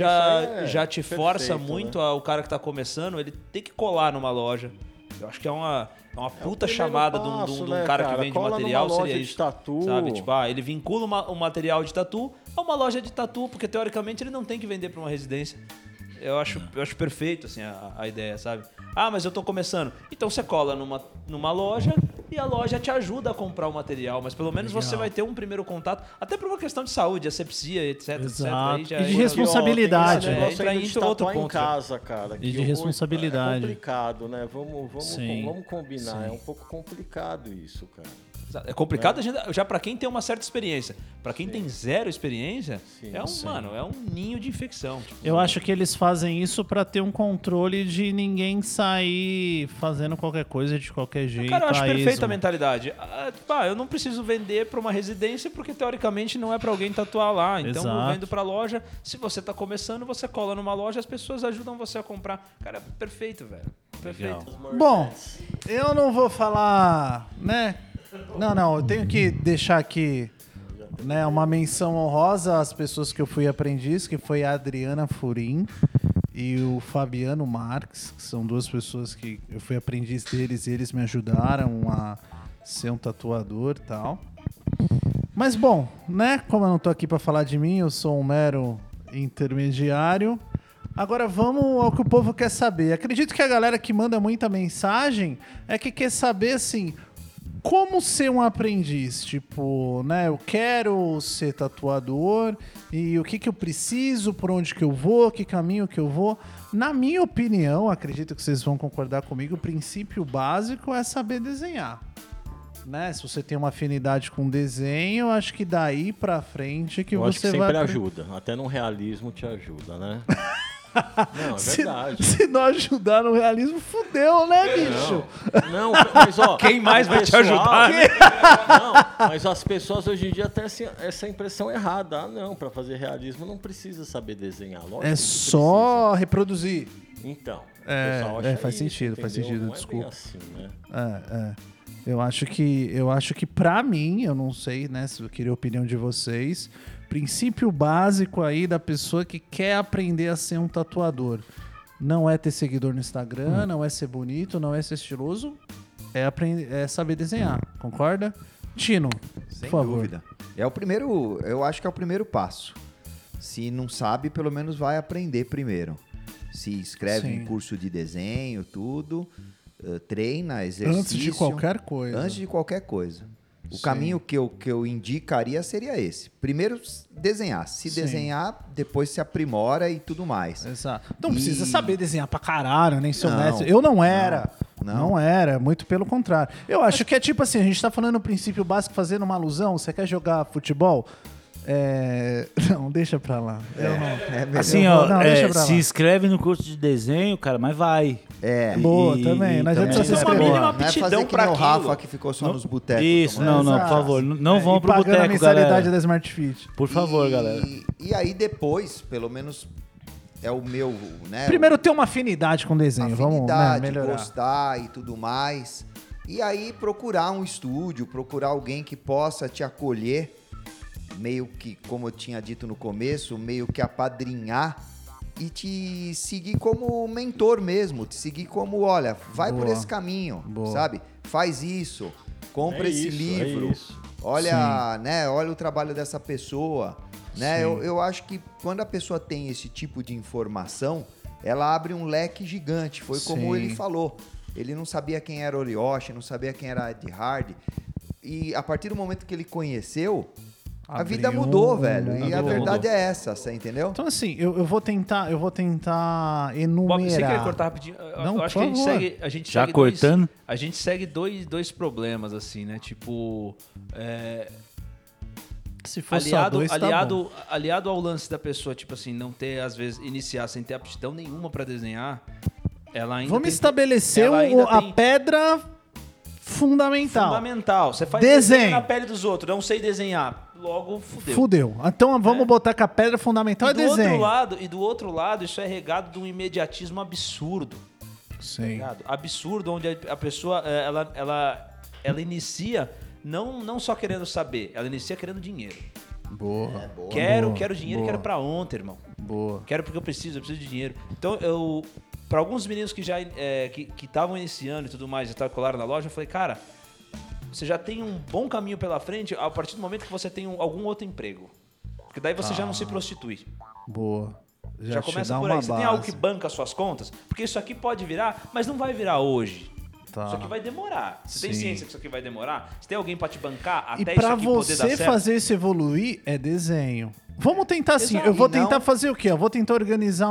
já te força muito, né? O cara que tá começando, ele tem que colar numa loja. Eu acho que é uma puta chamada passo, de um cara que vende cola material, numa loja seria de isso. tatu. Sabe? Tipo, ele vincula um material de tatu a uma loja de tatu, porque teoricamente ele não tem que vender pra uma residência. Eu acho perfeito, assim, a ideia, sabe? Mas eu tô começando. Então você cola numa loja e a loja te ajuda a comprar o material, mas pelo menos você vai ter um primeiro contato, até por uma questão de saúde, asepsia, etc. Exato. Etc. E de responsabilidade, né? Entra outro ponto. Em casa, cara. E de responsabilidade. É complicado, né? Vamos combinar. Sim. É um pouco complicado isso, cara. É complicado já pra quem tem uma certa experiência. Pra quem tem zero experiência, é um ninho de infecção. Tipo, eu acho que eles fazem isso pra ter um controle de ninguém sair fazendo qualquer coisa de qualquer jeito. Cara, eu acho perfeita a mentalidade. Eu não preciso vender pra uma residência porque teoricamente não é pra alguém tatuar lá. Então eu vendo pra loja. Se você tá começando, você cola numa loja, as pessoas ajudam você a comprar. Cara, é perfeito, velho. Perfeito. Bom, eu não vou falar, né? Não, eu tenho que deixar aqui, né, uma menção honrosa às pessoas que eu fui aprendiz, que foi a Adriana Furim e o Fabiano Marques, que são duas pessoas que eu fui aprendiz deles e eles me ajudaram a ser um tatuador e tal. Mas bom, né, como eu não tô aqui para falar de mim, eu sou um mero intermediário. Agora vamos ao que o povo quer saber. Acredito que a galera que manda muita mensagem é que quer saber, assim... Como ser um aprendiz? Tipo, né? Eu quero ser tatuador e o que eu preciso, por onde que eu vou, que caminho que eu vou. Na minha opinião, acredito que vocês vão concordar comigo, o princípio básico é saber desenhar. Né? Se você tem uma afinidade com desenho, acho que daí pra frente que eu você acho que vai... sempre ajuda. Até no realismo te ajuda, né? Não, é verdade. Se não ajudar no realismo, fudeu, né, bicho? Não, mas ó... Quem mais vai te ajudar? Né? Não, mas as pessoas hoje em dia têm essa impressão errada. Não, pra fazer realismo não precisa saber desenhar. Lógico é só reproduzir. Então, faz sentido, não desculpa. É bem assim, né? Eu acho que pra mim, eu não sei, né, se eu queria a opinião de vocês, princípio básico aí da pessoa que quer aprender a ser um tatuador. Não é ter seguidor no Instagram, não é ser bonito, não é ser estiloso, é saber desenhar, concorda? Tino, Sem por favor. dúvida. Eu acho que é o primeiro passo. Se não sabe, pelo menos vai aprender primeiro. se inscreve Sim. em curso de desenho, tudo, treina, exercício. Antes de qualquer coisa. Antes de qualquer coisa. O caminho que eu indicaria seria esse. Primeiro, desenhar. Se Sim. desenhar, depois se aprimora e tudo mais. Exato. Não precisa saber desenhar pra caralho, nem ser Não, mestre. Eu não era. não. Não era, muito pelo contrário. Eu acho que é tipo assim, a gente tá falando o princípio básico, fazendo uma alusão. Você quer jogar futebol? Não, deixa pra lá. Eu não. Assim, ó, não, deixa pra se lá. inscreve no curso de desenho, cara, mas vai. Boa, também. Não adianta também. você se Uma inscrever. mínima Não é fazer aptidão que pra nem o aquilo. Rafa que ficou só nos botecos. Isso, tomando. não, Exato. por favor. Não vão E pro pagando a boteco, mensalidade galera. da Smart Fit. Por favor, galera. E aí depois, pelo menos, é o meu, né? Primeiro ter uma afinidade com o desenho. Vamos afinidade, melhorar. gostar e tudo mais. E aí procurar um estúdio, procurar alguém que possa te acolher, meio que, como eu tinha dito no começo, meio que apadrinhar e te seguir como mentor mesmo, te seguir como, olha, vai por esse caminho, sabe? Faz isso, compra esse livro, olha, né, olha o trabalho dessa pessoa, né? Eu acho que quando a pessoa tem esse tipo de informação, ela abre um leque gigante, foi como ele falou. Ele não sabia quem era Oriyoshi, não sabia quem era Ed Hard, e a partir do momento que ele conheceu, a vida mudou, velho. E a verdade é essa, você entendeu? Então, assim, eu vou tentar enumerar. Bob, você quer cortar rapidinho? Não, Eu acho por que favor. a gente Já segue cortando? A gente segue dois problemas, assim, né? Tipo, Se fosse só dois, tá bom. aliado ao lance da pessoa, tipo assim, não ter, às vezes, iniciar sem ter aptidão nenhuma pra desenhar, ela ainda Vamos estabelecer ela ainda a tem- pedra fundamental. Fundamental. Você faz Desenho. desenho na pele dos outros, não sei desenhar. Logo, fudeu. Fudeu. Então vamos botar que a pedra fundamental é E do outro desenho. lado, outro lado, isso é regado de um imediatismo absurdo. Sim. Ligado? Absurdo, onde a pessoa ela inicia não só querendo saber, ela inicia querendo dinheiro. Boa. Quero dinheiro, boa. quero pra ontem, irmão. Boa. Quero porque eu preciso de dinheiro. Então, para alguns meninos que já que estavam iniciando e tudo mais, já colaram na loja, eu falei, cara, você já tem um bom caminho pela frente a partir do momento que você tem algum outro emprego. Porque daí você já não se prostitui. Boa. Já te começa dá por aí. uma Você tem algo que base. banca as suas contas? Porque isso aqui pode virar, mas não vai virar hoje. Tá. Isso aqui vai demorar. Você tem Sim. ciência que isso aqui vai demorar? Você tem alguém pra te bancar E até isso pra aqui poder dar você certo? fazer isso evoluir, é desenho. Vamos tentar assim, Exato. eu vou E não- tentar fazer o quê? Eu vou tentar organizar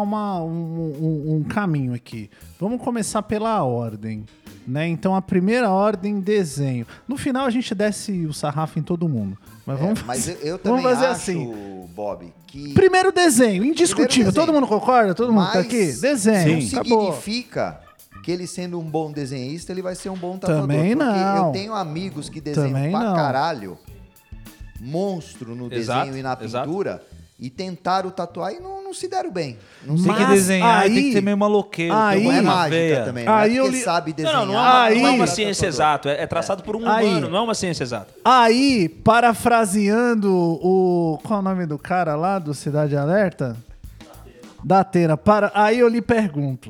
um caminho aqui. Vamos começar pela ordem, né? Então a primeira ordem, desenho. No final a gente desce o sarrafo em todo mundo. Mas vamos Mas fazer, eu também vamos fazer acho, assim. Bob, que Primeiro desenho, indiscutível. Primeiro desenho. Todo mundo concorda? Todo mundo tá Mas aqui? Desenho. não Acabou. significa que ele sendo um bom desenhista, ele vai ser um bom tatuador. Também porque não. eu tenho amigos que desenham Também pra não. caralho, monstro no Exato, desenho e na exato. pintura, e tentaram tatuar e não se deram bem. Não Tem se que Mas desenhar, aí- tem que ter meio maloqueiro. aí- tem não é uma mágica veia. também, não Aí é eu porque li- sabe desenhar. Não é uma Aí- ciência exata. É traçado por um Aí- humano, não é uma ciência exata. Aí, parafraseando o... Qual é o nome do cara lá do Cidade Alerta? Datena. Aí eu lhe pergunto.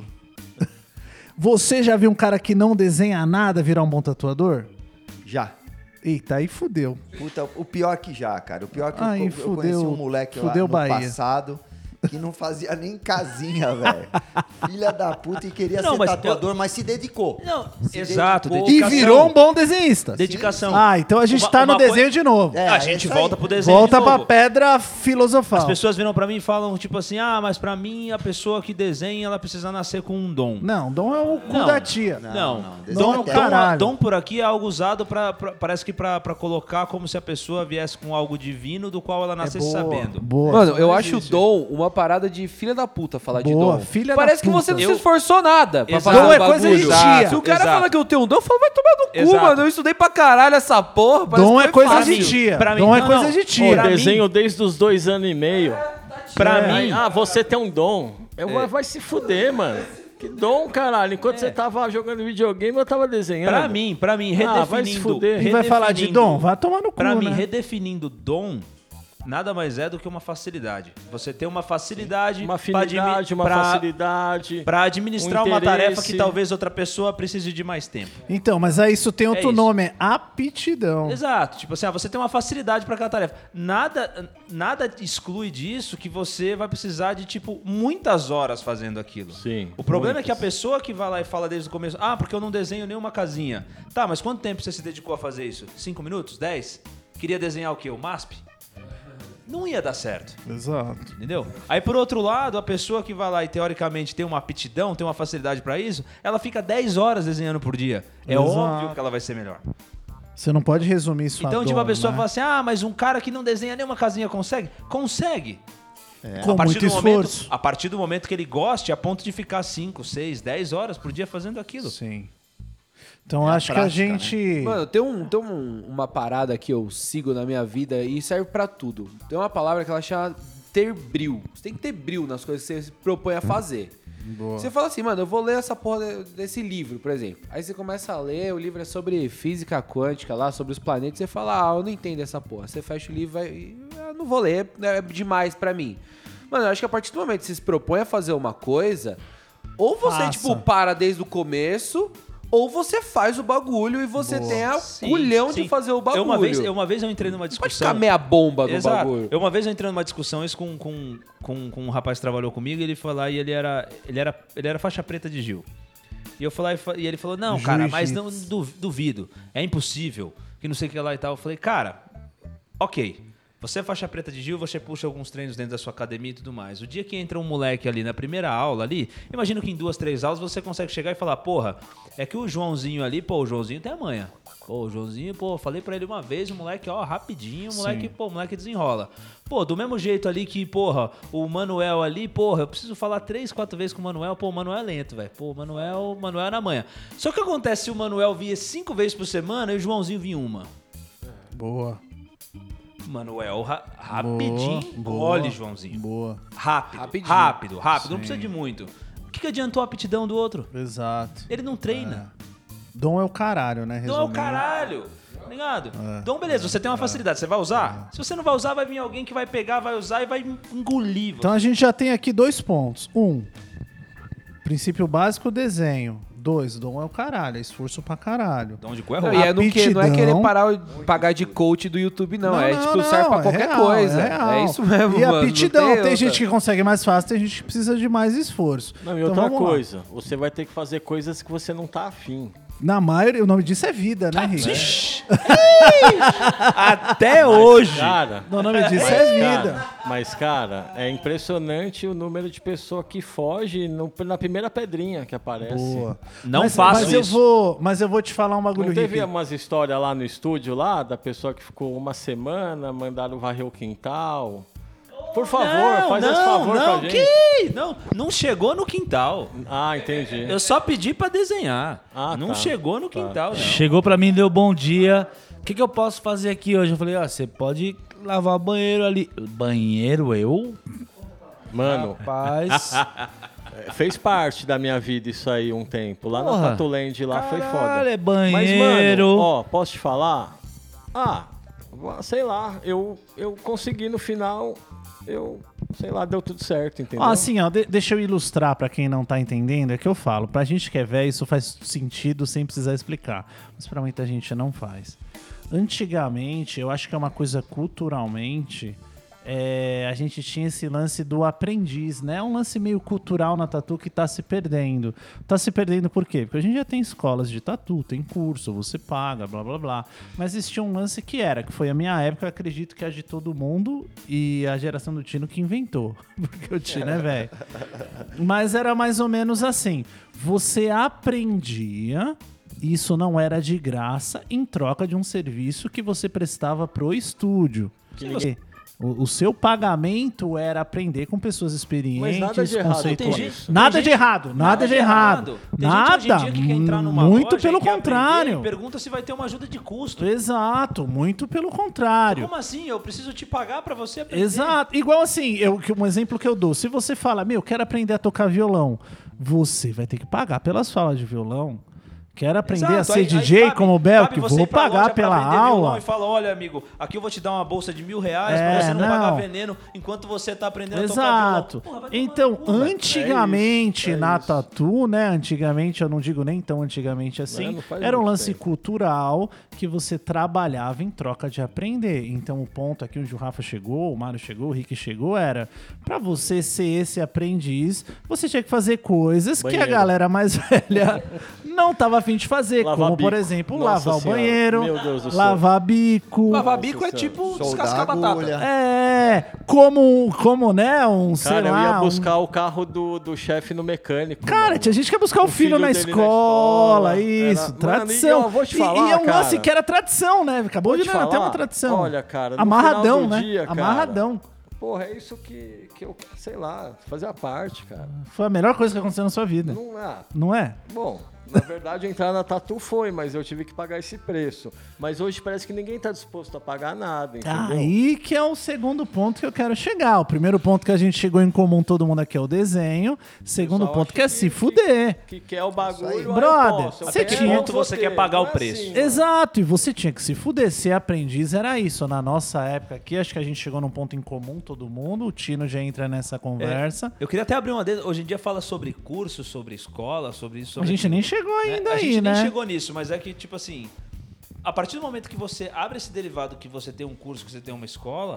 Você já viu um cara que não desenha nada virar um bom tatuador? Já. Eita, aí fudeu. Puta, o pior que já, cara. O pior que Ai, eu conheci fudeu- um moleque lá fudeu no Bahia. passado que não fazia nem casinha, velho. Filha da puta e queria Não, ser mas tatuador, mas se dedicou. Não, Se exato. dedicou. E Dedicação. virou um bom desenhista. Dedicação. Ah, então a gente Uma- tá no uma desenho coisa- de novo. É, a gente isso aí. volta pro desenho Volta de pra novo. pedra filosofal. As pessoas viram pra mim e falam, tipo assim, mas pra mim a pessoa que desenha, ela precisa nascer com um dom. Não, dom é o cu Não. da tia. Não, desenho Dom é o caralho. dom por aqui é algo usado parece que pra colocar como se a pessoa viesse com algo divino do qual ela nascesse sabendo. Boa. Mano, eu Não acho o existe. dom uma parada de filha da puta falar de Boa, dom. filha Parece da que você não puta. se esforçou nada pra Exato. fazer Dom o é coisa bagulho. de tia. Se o cara Exato. fala que eu tenho um dom, eu falo, vai tomar no cu, Exato. mano. Eu estudei pra caralho essa porra. parece Dom que é foi coisa fácil. de tia. Pra mim, Dom é não, coisa não. de Ô, tia. pra Desenho desde os 2 anos e meio. Pra Aí, mim, você tem um dom. Vai se fuder, mano. Que dom, caralho. Enquanto você tava jogando videogame, eu tava desenhando. pra mim, redefinindo. vai se fuder. E vai falar de dom? Vai tomar no cu, Pra mim, né? redefinindo dom nada mais é do que uma facilidade. Você tem uma facilidade... Uma afinidade, uma facilidade. Para administrar um uma tarefa interesse. que talvez outra pessoa precise de mais tempo. Então, mas aí isso tem outro isso. nome, é aptidão. Exato. Tipo assim, você tem uma facilidade para aquela tarefa. Nada exclui disso que você vai precisar de, tipo, muitas horas fazendo aquilo. Sim. O problema é que a pessoa que vai lá e fala desde o começo, porque eu não desenho nenhuma casinha. Tá, mas quanto tempo você se dedicou a fazer isso? 5 minutos? 10? Queria desenhar o quê? O MASP? Não ia dar certo. Exato. Entendeu? Aí, por outro lado, a pessoa que vai lá e teoricamente tem uma aptidão, tem uma facilidade pra isso, ela fica 10 horas desenhando por dia. É Exato. óbvio que ela vai ser melhor. Você não pode resumir isso Então, a tipo, a dom, pessoa né? fala assim, mas um cara que não desenha nenhuma casinha consegue? Consegue. Com A partir muito do momento- esforço. a partir do momento que ele goste, a ponto de ficar 5, 6, 10 horas por dia fazendo aquilo. Sim. Então acho que a prática, gente... Mano, tem uma parada que eu sigo na minha vida e serve pra tudo. Tem uma palavra que ela chama ter bril. Você tem que ter bril nas coisas que você se propõe a fazer. Boa. Você fala assim, mano, eu vou ler essa porra desse livro, por exemplo. Aí você começa a ler, o livro é sobre física quântica lá, sobre os planetas. Você fala, eu não entendo essa porra. Você fecha o livro e eu não vou ler, é demais pra mim. Mano, eu acho que a partir do momento que você se propõe a fazer uma coisa, ou você, Faça. tipo, para desde o começo, ou você faz o bagulho e você tem a culhão de fazer o bagulho. Uma vez eu entrei numa Pode discussão... ficar meia bomba do Exato. bagulho. Uma vez eu entrei numa discussão isso com um rapaz que trabalhou comigo, e ele foi lá e ele era faixa preta de Gil. E eu fui lá e ele falou, não, cara, mas não duvido, é impossível, que não sei o que lá e tal. Eu falei, cara, ok, você é faixa preta de Gil, você puxa alguns treinos dentro da sua academia e tudo mais. O dia que entra um moleque ali na primeira aula ali, imagino que em 2, 3 aulas você consegue chegar e falar, porra, é que o Joãozinho ali, o Joãozinho tem a manha. O Joãozinho, falei pra ele uma vez, o moleque, rapidinho, o moleque desenrola. Do mesmo jeito ali que, o Manuel ali, eu preciso falar 3, 4 vezes com o Manuel, o Manuel é lento, velho. O Manuel é na manha. Só que acontece se o Manuel via 5 vezes por semana e o Joãozinho vinha uma. Boa. Manuel, rapidinho, olhe, Joãozinho. Boa. Rápido. Não precisa de muito. O que adiantou a aptidão do outro? Exato. Ele não treina. Dom é o caralho, né? Dom é o caralho. Ligado? Dom, beleza, você tem uma facilidade, você vai usar? Se você não vai usar, vai vir alguém que vai pegar, vai usar e vai engolir você. Então a gente já tem aqui 2 pontos. 1, princípio básico, desenho. 2, dom é o caralho, é esforço pra caralho. Dom de cu é Não, roubo. e não é querer pagar de coach do YouTube, não. Serve pra qualquer real, coisa. real. É isso mesmo, E mano. aptidão, tem gente que consegue mais fácil, tem gente que precisa de mais esforço. Não, e Então, outra vamos lá. coisa, você vai ter que fazer coisas que você não tá afim. Na maioria, o nome disso é vida, né, Rick? Até hoje. Cara, O nome disso é vida. Mas, cara, é impressionante o número de pessoa que foge na primeira pedrinha que aparece. Boa. Não faço isso. Mas eu vou te falar um bagulho, Não teve Rick. umas histórias lá no estúdio, lá, da pessoa que ficou uma semana, mandaram varrer o quintal? Por favor, faz esse favor pra gente. Não chegou no quintal. Ah, entendi. Eu só pedi pra desenhar. Ah, não tá. chegou no quintal, não. Chegou pra mim, deu bom dia. O que eu posso fazer aqui hoje? Eu falei, você pode lavar o banheiro ali. Banheiro, eu? Mano, Rapaz. fez parte da minha vida isso aí um tempo. Lá Porra. na Tatuland, lá foi foda. Caralho, é Mas, banheiro. mano, ó, posso te falar? Sei lá, eu consegui no final, sei lá, deu tudo certo, entendeu? Assim, deixa eu ilustrar pra quem não tá entendendo, é que eu falo, pra gente que é velho, isso faz sentido sem precisar explicar, mas pra muita gente não faz. Antigamente, eu acho que é uma coisa culturalmente, a gente tinha esse lance do aprendiz, né? Um lance meio cultural na tatu que tá se perdendo. Tá se perdendo por quê? Porque a gente já tem escolas de tatu, tem curso, você paga, blá blá blá. Mas existia um lance que foi a minha época, eu acredito que a de todo mundo e a geração do Tino que inventou. Porque o Tino é velho. Mas era mais ou menos assim. Você aprendia, isso não era de graça, em troca de um serviço que você prestava pro estúdio. O seu pagamento era aprender com pessoas experientes, Mas nada de errado conceituais. com isso. Nada de errado, nada de errado. Tem gente hoje em Nada, dia que quer entrar numa muito loja pelo e quer contrário. aprender e pergunta se vai ter uma ajuda de custo. Exato, muito pelo contrário. Como assim? Eu preciso te pagar pra você aprender. Exato, igual assim, um exemplo que eu dou, se você fala, quero aprender a tocar violão, você vai ter que pagar pelas falas de violão Quero aprender Exato, a ser aí DJ cabe- como o Bel, cabe que você vou ir pra pagar loja pra pela aprender violão aula. E fala, olha, amigo, aqui eu vou te dar uma bolsa de R$1.000 pra É, você não não. pagar veneno enquanto você tá aprendendo a tocar Exato. violão. Porra, vai tomar Então, no cu, velho. antigamente na Tatu, né? Antigamente, eu não digo nem tão antigamente assim, Não faz era um muito lance tempo. cultural que você trabalhava em troca de aprender. Então, o ponto aqui onde o Rafa chegou, o Mário chegou, o Rick chegou, era pra você ser esse aprendiz, você tinha que fazer coisas que a Banheiro. galera mais velha não tava afim de fazer, Lavar como, por bico. exemplo, Nossa lavar o Senhora. banheiro, Meu Deus do céu. lavar bico. Lavar bico é Senhora. tipo Soldar descascar batata. agulha. É, como, né, um, sei Cara, eu lá... ia um- buscar o carro do chefe no mecânico. Cara, mano. tinha gente que ia buscar o filho na dele na escola, escola. isso, Era- tradição. Mano, e eu vou te E falar, é um lance cara. que era tradição, né? Acabou Vou de te dar até falar, uma tradição. olha, cara, no Amarradão, final do né? dia, cara, Amarradão. Porra, é isso que eu, sei lá, fazia parte, cara. Foi a melhor coisa que aconteceu na sua vida. Não é. Não é? Bom, na verdade entrar na Tatu foi, mas eu tive que pagar esse preço. Mas hoje parece que ninguém tá disposto a pagar nada, entendeu? Aí que é o segundo ponto que eu quero chegar. O primeiro ponto que a gente chegou em comum, todo mundo aqui, é o desenho. Segundo pessoal ponto acha que é se fuder. Que quer o bagulho, aí eu Brother, posso. Eu você quero, tinha- eu Ponto vou você ter. quer pagar Não o é preço. assim, mano. Exato, e você tinha que se fuder. Ser aprendiz era isso. Na nossa época aqui, acho que a gente chegou num ponto em comum, todo mundo. O Tino já entra nessa conversa. Eu queria até abrir uma dedo. Hoje em dia fala sobre curso, sobre escola, sobre isso. A Sobre gente aquilo. nem chegou ainda A aí, gente né? nem chegou nisso, mas é que, tipo assim, a partir do momento que você abre esse derivado, que você tem um curso, que você tem uma escola,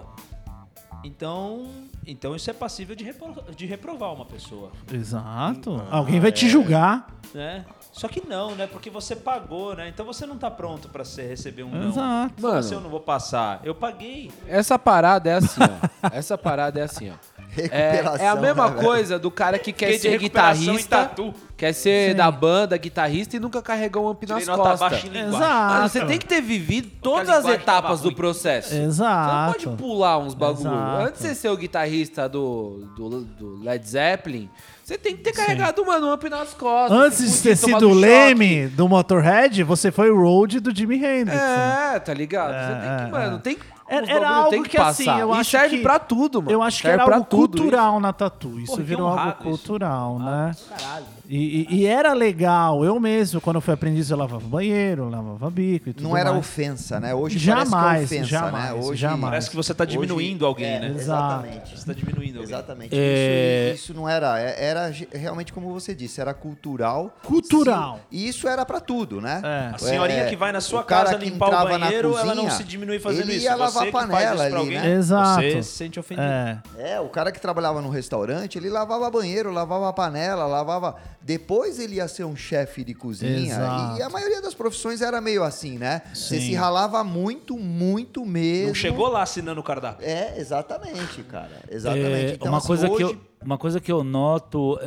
então isso é passível de reprovar uma pessoa, Exato. Alguém vai te julgar. né? Só que não, né? Porque você pagou, né? Então você não tá pronto pra receber um não. Exato. Como Mano. assim eu não vou passar? Eu paguei. Essa parada é assim, ó. Essa parada é assim, ó. Recuperação, É a mesma né, velho? coisa do cara que quer Fiquei de ser recuperação em guitarrista, tatu. quer ser Sim. da banda, guitarrista e nunca carregou um amp nas Tirei nota costas. baixa em linguagem. Exato. Mano, você tem que ter vivido todas a as linguagem etapas tava do ruim. processo. Exato. Você não pode pular uns bagulho. Exato. Antes de você ser o guitarrista do Led Zeppelin, você tem que ter carregado um amp nas costas. Antes de ter tomado sido o choque. Leme do Motorhead, você foi o Road do Jimi Hendrix. né? É, tá ligado? Você tem que, mano, tem que... Era- os era bagulho algo tem que, assim, passar. eu E acho serve que- pra tudo, mano. Eu acho que Serve era pra algo tudo cultural na Tatu. Isso Porra, que virou algo honrado isso. cultural, né? E era legal. Eu mesmo, quando eu fui aprendiz, eu lavava banheiro, eu lavava bico e tudo Não era mais. ofensa, né? Hoje Jamais, parece que é ofensa, jamais, né? Hoje, jamais. Parece que você tá diminuindo alguém, né? Exatamente. Você tá diminuindo alguém. Exatamente. É. Isso não era. Era realmente como você disse, era cultural. Cultural. Sim, e isso era pra tudo, né? É. A senhorinha que vai na sua o cara casa que limpar o entrava na banheiro, ela não cozinha, se diminui fazendo ele isso. ia Você lavar que a faz panela isso pra ali, alguém, né? Exato. você se sente ofendido. É. O cara que trabalhava no restaurante, ele lavava banheiro, lavava panela, lavava. Depois ele ia ser um chefe de cozinha. Exato. E a maioria das profissões era meio assim, né? Você Sim. se ralava muito, muito mesmo. Não chegou lá assinando o cardápio. É, exatamente, cara. Exatamente. Então, uma, assim, coisa hoje, uma coisa que eu noto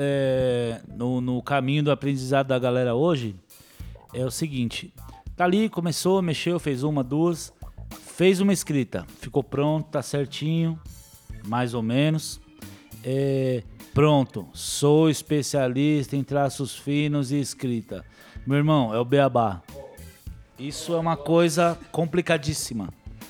no caminho do aprendizado da galera hoje é o seguinte: tá ali, começou, mexeu, fez uma, duas, fez uma escrita, ficou pronto, tá certinho, mais ou menos. Pronto, sou especialista em traços finos e escrita. Meu irmão, é o beabá. Isso é uma coisa complicadíssima.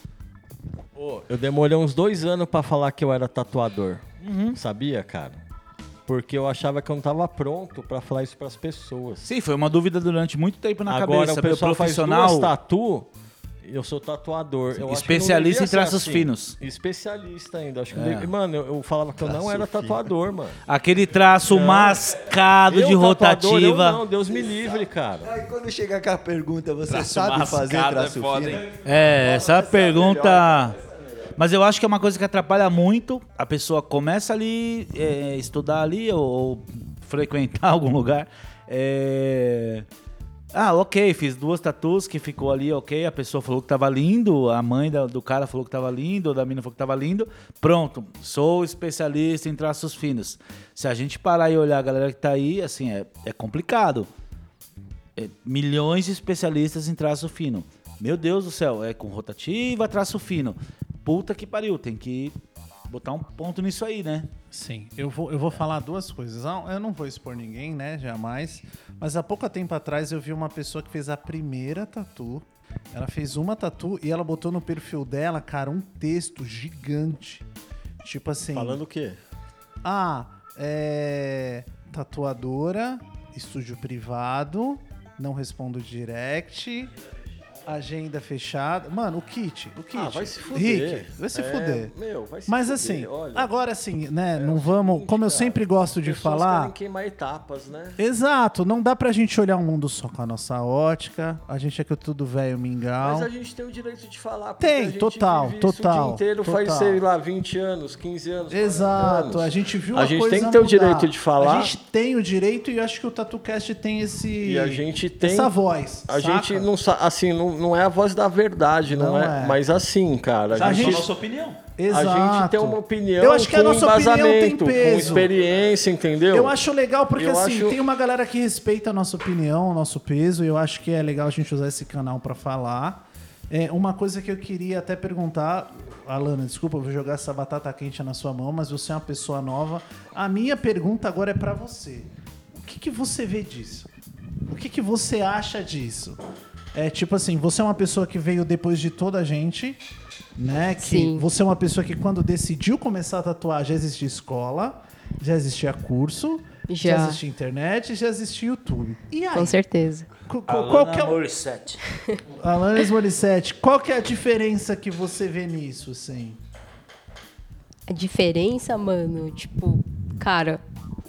Eu demorei uns 2 anos pra falar que eu era tatuador. Sabia, cara? Porque eu achava que eu não tava pronto pra falar isso pras pessoas. Sim, foi uma dúvida durante muito tempo na Agora cabeça. o pessoal faz profissional. duas tatu, eu sou tatuador. Eu acho que não Especialista devia em ser traços assim. finos. Especialista ainda. Acho que mano, eu falava que eu não era tatuador, mano. Aquele traço mascado de tatuador, rotativa. eu não, Deus me livre, cara. Aí quando chega aquela pergunta, você Traço sabe fazer mascado é traço foda, fino? hein? Essa pergunta. Mas eu acho que é uma coisa que atrapalha muito. A pessoa começa ali, estudar ali ou frequentar algum lugar. Ok, fiz 2 tatus que ficou ali, ok. A pessoa falou que tava lindo, a mãe do cara falou que tava lindo, ou da mina falou que tava lindo. Pronto, sou especialista em traços finos. Se a gente parar e olhar a galera que tá aí, assim, é complicado. Milhões de especialistas em traço fino. Meu Deus do céu, é com rotativa, traço fino. Puta que pariu, tem que botar um ponto nisso aí, né? Sim, eu vou falar duas coisas. Eu não vou expor ninguém, né? Jamais. Mas há pouco tempo atrás eu vi uma pessoa que fez a primeira tatu. Ela fez uma tatu e ela botou no perfil dela, cara, um texto gigante. Tipo assim... Falando o quê? Tatuadora, estúdio privado, não respondo direct. Agenda fechada. Mano, o kit. Ah, vai se fuder. Rick, vai se fuder. Meu, vai se Mas fuder, assim, olha. agora assim, né? Não vamos. Como eu sempre gosto de Pessoas falar. querem queimar etapas, né? Exato, não dá pra gente olhar o mundo só com a nossa ótica. A gente é que é tudo velho mingau. Mas a gente tem o direito de falar. porque Tem, a gente total, vive isso total, o dia inteiro total. faz, sei lá, 20 anos, 15 anos. 40 Exato, anos. a gente viu A a gente coisa tem que ter o mudar. direito de falar. A gente tem o direito e eu acho que o TatuCast tem esse E a gente tem essa voz. A saca? gente não assim, não é a voz da verdade, não é. Mas assim, cara, A a gente... gente, nossa opinião. Exato. a gente tem uma opinião Eu acho que a com nossa opinião tem embasamento, com peso. experiência, entendeu? Eu acho legal porque Eu assim, acho- tem uma galera que respeita a nossa opinião, o nosso peso, e eu acho que é legal a gente usar esse canal pra falar. Uma coisa que eu queria até perguntar, Alana, desculpa, eu vou jogar essa batata quente na sua mão, mas você é uma pessoa nova. A minha pergunta agora é pra você. O que você vê disso? O que você acha disso? Tipo assim, você é uma pessoa que veio depois de toda a gente, né? Que Sim. você é uma pessoa que quando decidiu começar a tatuar, já existia escola, já existia curso, já Já. existia internet, já existia YouTube. E aí? Com certeza. Qual que é o... Morissette. Alanis Morissette, qual que é a diferença que você vê nisso, assim? A diferença, mano, tipo, cara.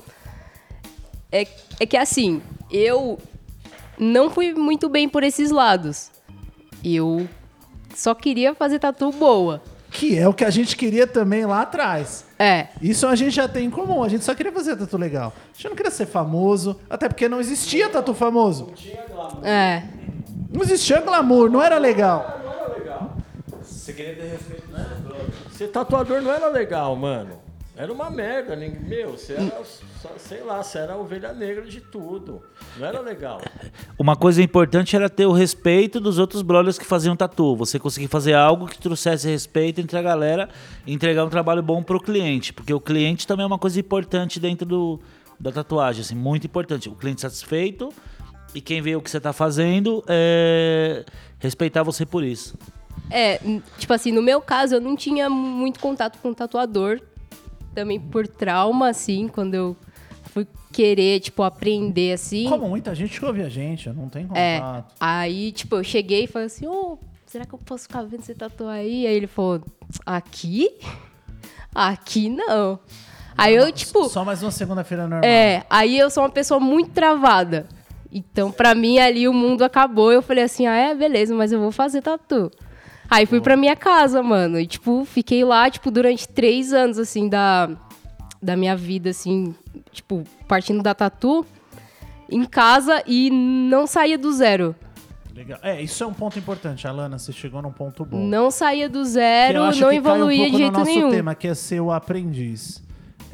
É que assim, eu não fui muito bem por esses lados. Eu só queria fazer tatu boa. Que é o que a gente queria também lá atrás. É. Isso a gente já tem em comum. A gente só queria fazer tatu legal. A gente não queria ser famoso, até porque não existia tatu famoso. É. Não existia glamour, não era legal. Você queria ter respeito, Ser tatuador não era legal, mano. Era uma merda. Meu, você era, sei lá, você era a ovelha negra de tudo. Não era legal. Uma coisa importante era ter o respeito dos outros brothers que faziam tatu. Você conseguir fazer algo que trouxesse respeito entre a galera e entregar um trabalho bom pro cliente. Porque o cliente também é uma coisa importante dentro da tatuagem, assim, muito importante. O cliente satisfeito e quem vê o que você tá fazendo, respeitar você por isso. Tipo assim, no meu caso, eu não tinha muito contato com o tatuador. Também por trauma, assim, quando eu fui querer, tipo, aprender, assim. Como muita gente que ouve a gente, não tem contato. Aí, tipo, eu cheguei e falei assim, será que eu posso ficar vendo você tatuar aí? Aí ele falou, aqui? Aqui não. Aí eu, tipo... Só mais uma segunda-feira normal. Aí eu sou uma pessoa muito travada. Então, pra mim, ali o mundo acabou. Eu falei assim, beleza, mas eu vou fazer tatu. Aí fui pra minha casa, mano. E, tipo, fiquei lá, tipo, durante 3 anos, assim, da minha vida, assim, tipo, partindo da tatu, em casa e não saía do zero. Legal. Isso é um ponto importante, Alana. Você chegou num ponto bom. Não saía do Que eu zero, acho não que cai evoluía um pouco de jeito no nosso nenhum. tema, que é ser o aprendiz.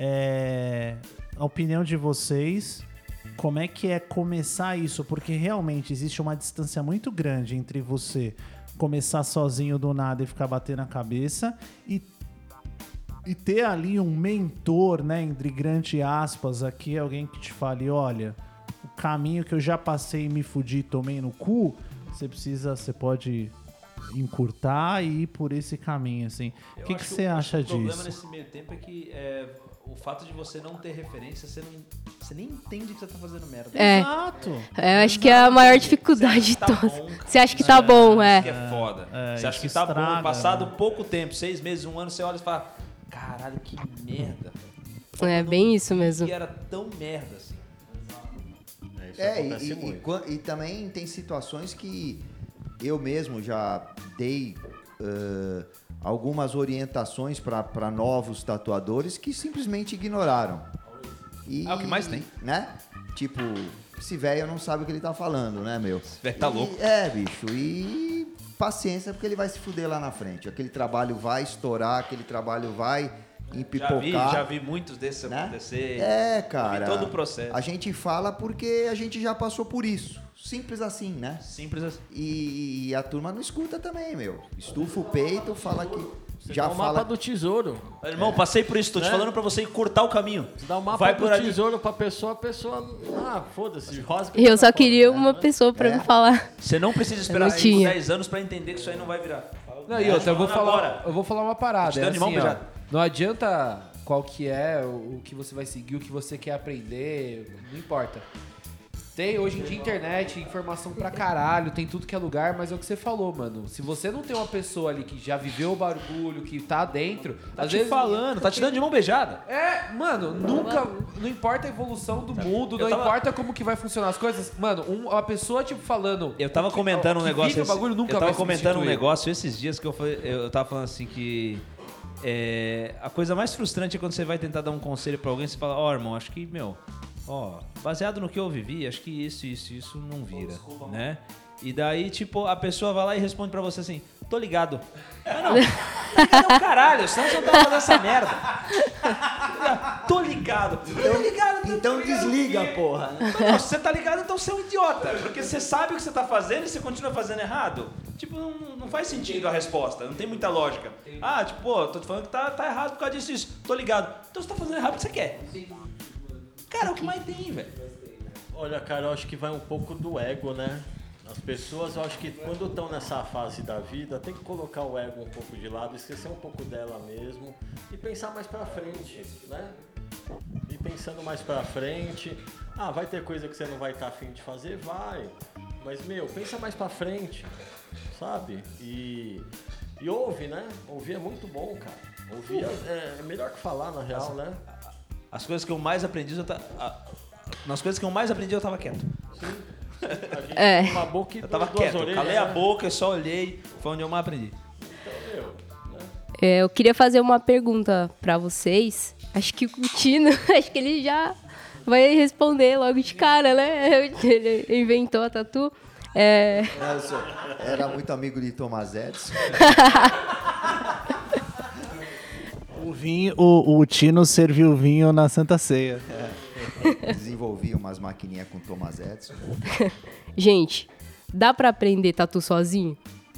A opinião de vocês, como é que é começar isso? Porque realmente existe uma distância muito grande entre você começar sozinho do nada e ficar batendo a cabeça e ter ali um mentor, né, entre grandes aspas aqui, alguém que te fale, olha, o caminho que eu já passei e me fudi e tomei no cu, você pode encurtar e ir por esse caminho, assim. O que você acha disso? O problema nesse meio tempo é que o fato de você não ter referência, você nem entende que você tá fazendo merda. Exato. Eu acho que é a maior dificuldade de todas. Você acha que tá bom, Isso que é foda. Você acha isso que tá estraga, bom. Passado né? pouco tempo, 6 meses, 1 ano, você olha e fala, caralho, que merda. É bem isso mesmo. Que era tão merda, assim. Isso acontece muito. E também tem situações que eu mesmo já dei algumas orientações para novos tatuadores que simplesmente ignoraram. É o que mais tem. Né? Tipo, esse velho não sabe o que ele tá falando, né, meu? Esse velho tá louco. Bicho, e paciência, porque ele vai se fuder lá na frente. Aquele trabalho vai estourar, aquele trabalho vai empipocar. Já vi muitos desses acontecer. Cara. Vi todo o processo. A gente fala porque a gente já passou por isso. Simples assim, né? Simples assim. E a turma não escuta também, meu. Estufa o peito, fala que... Você já dá o fala... mapa do tesouro. Irmão, passei por isso, tô te falando pra você encurtar o caminho. Você dá o mapa Vai do por ali. tesouro pra pessoa, foda-se, rasga. Eu só queria uma pessoa pra me falar. Você não precisa esperar Eu não tinha. 10 anos pra entender que isso aí não vai virar. Não, e outra, eu vou Agora. falar uma parada. Te dando de mão assim, ó, beijada. não adianta qual que é o que você vai seguir, o que você quer aprender, não importa. Tem hoje em dia internet, informação pra caralho, tem tudo que é lugar, mas é o que você falou, mano. Se você não tem uma pessoa ali que já viveu o bagulho, que tá dentro, Tá às te vezes falando, tá te dando de mão beijada. É, mano, nunca. Não importa a evolução do mundo, não importa como que vai funcionar as coisas. Mano, uma pessoa, tipo, falando. Eu tava comentando um que negócio. vive o bagulho nunca eu vai tava comentando um substituir. negócio esses dias que eu tava falando assim que. A coisa mais frustrante é quando você vai tentar dar um conselho pra alguém e você fala, ó, irmão, acho que, baseado no que eu vivi, acho que isso não vira, né? E daí, tipo, a pessoa vai lá e responde pra você assim, tô ligado. Mas não, tô ligado é o caralho, senão você não tava fazendo essa merda. Tô ligado. Então desliga, porra. Né? Não, se você tá ligado, então você é um idiota. Porque você sabe o que você tá fazendo e você continua fazendo errado. Tipo, não faz sentido a resposta, não tem muita lógica. Ah, tipo, pô, tô te falando que tá errado por causa disso. Tô ligado. Então você tá fazendo errado porque você quer. Cara, é o que mais tem, velho. Olha, cara, eu acho que vai um pouco do ego, né? As pessoas, eu acho que quando estão nessa fase da vida, tem que colocar o ego um pouco de lado, esquecer um pouco dela mesmo e pensar mais pra frente, né? E pensando mais pra frente, vai ter coisa que você não vai estar afim de fazer? Vai. Mas, pensa mais pra frente, sabe? E ouve, né? Ouvir é muito bom, cara. Ouvir é melhor que falar, na real, né? As coisas que eu mais aprendi, nas coisas que eu mais aprendi, eu tava quieto. Sim. A gente tem uma boca e eu tava duas quieto, orelhas, eu calei né? a boca, eu só olhei, foi onde eu mais aprendi. Eu queria fazer uma pergunta pra vocês. Acho que o Tino, acho que ele já vai responder logo de cara, né? Ele inventou a tatu. Eu era muito amigo de Thomas Edison. O Tino serviu vinho na Santa Ceia. Desenvolvi umas maquininhas com Thomas Edison. Gente, dá pra aprender tatu sozinho?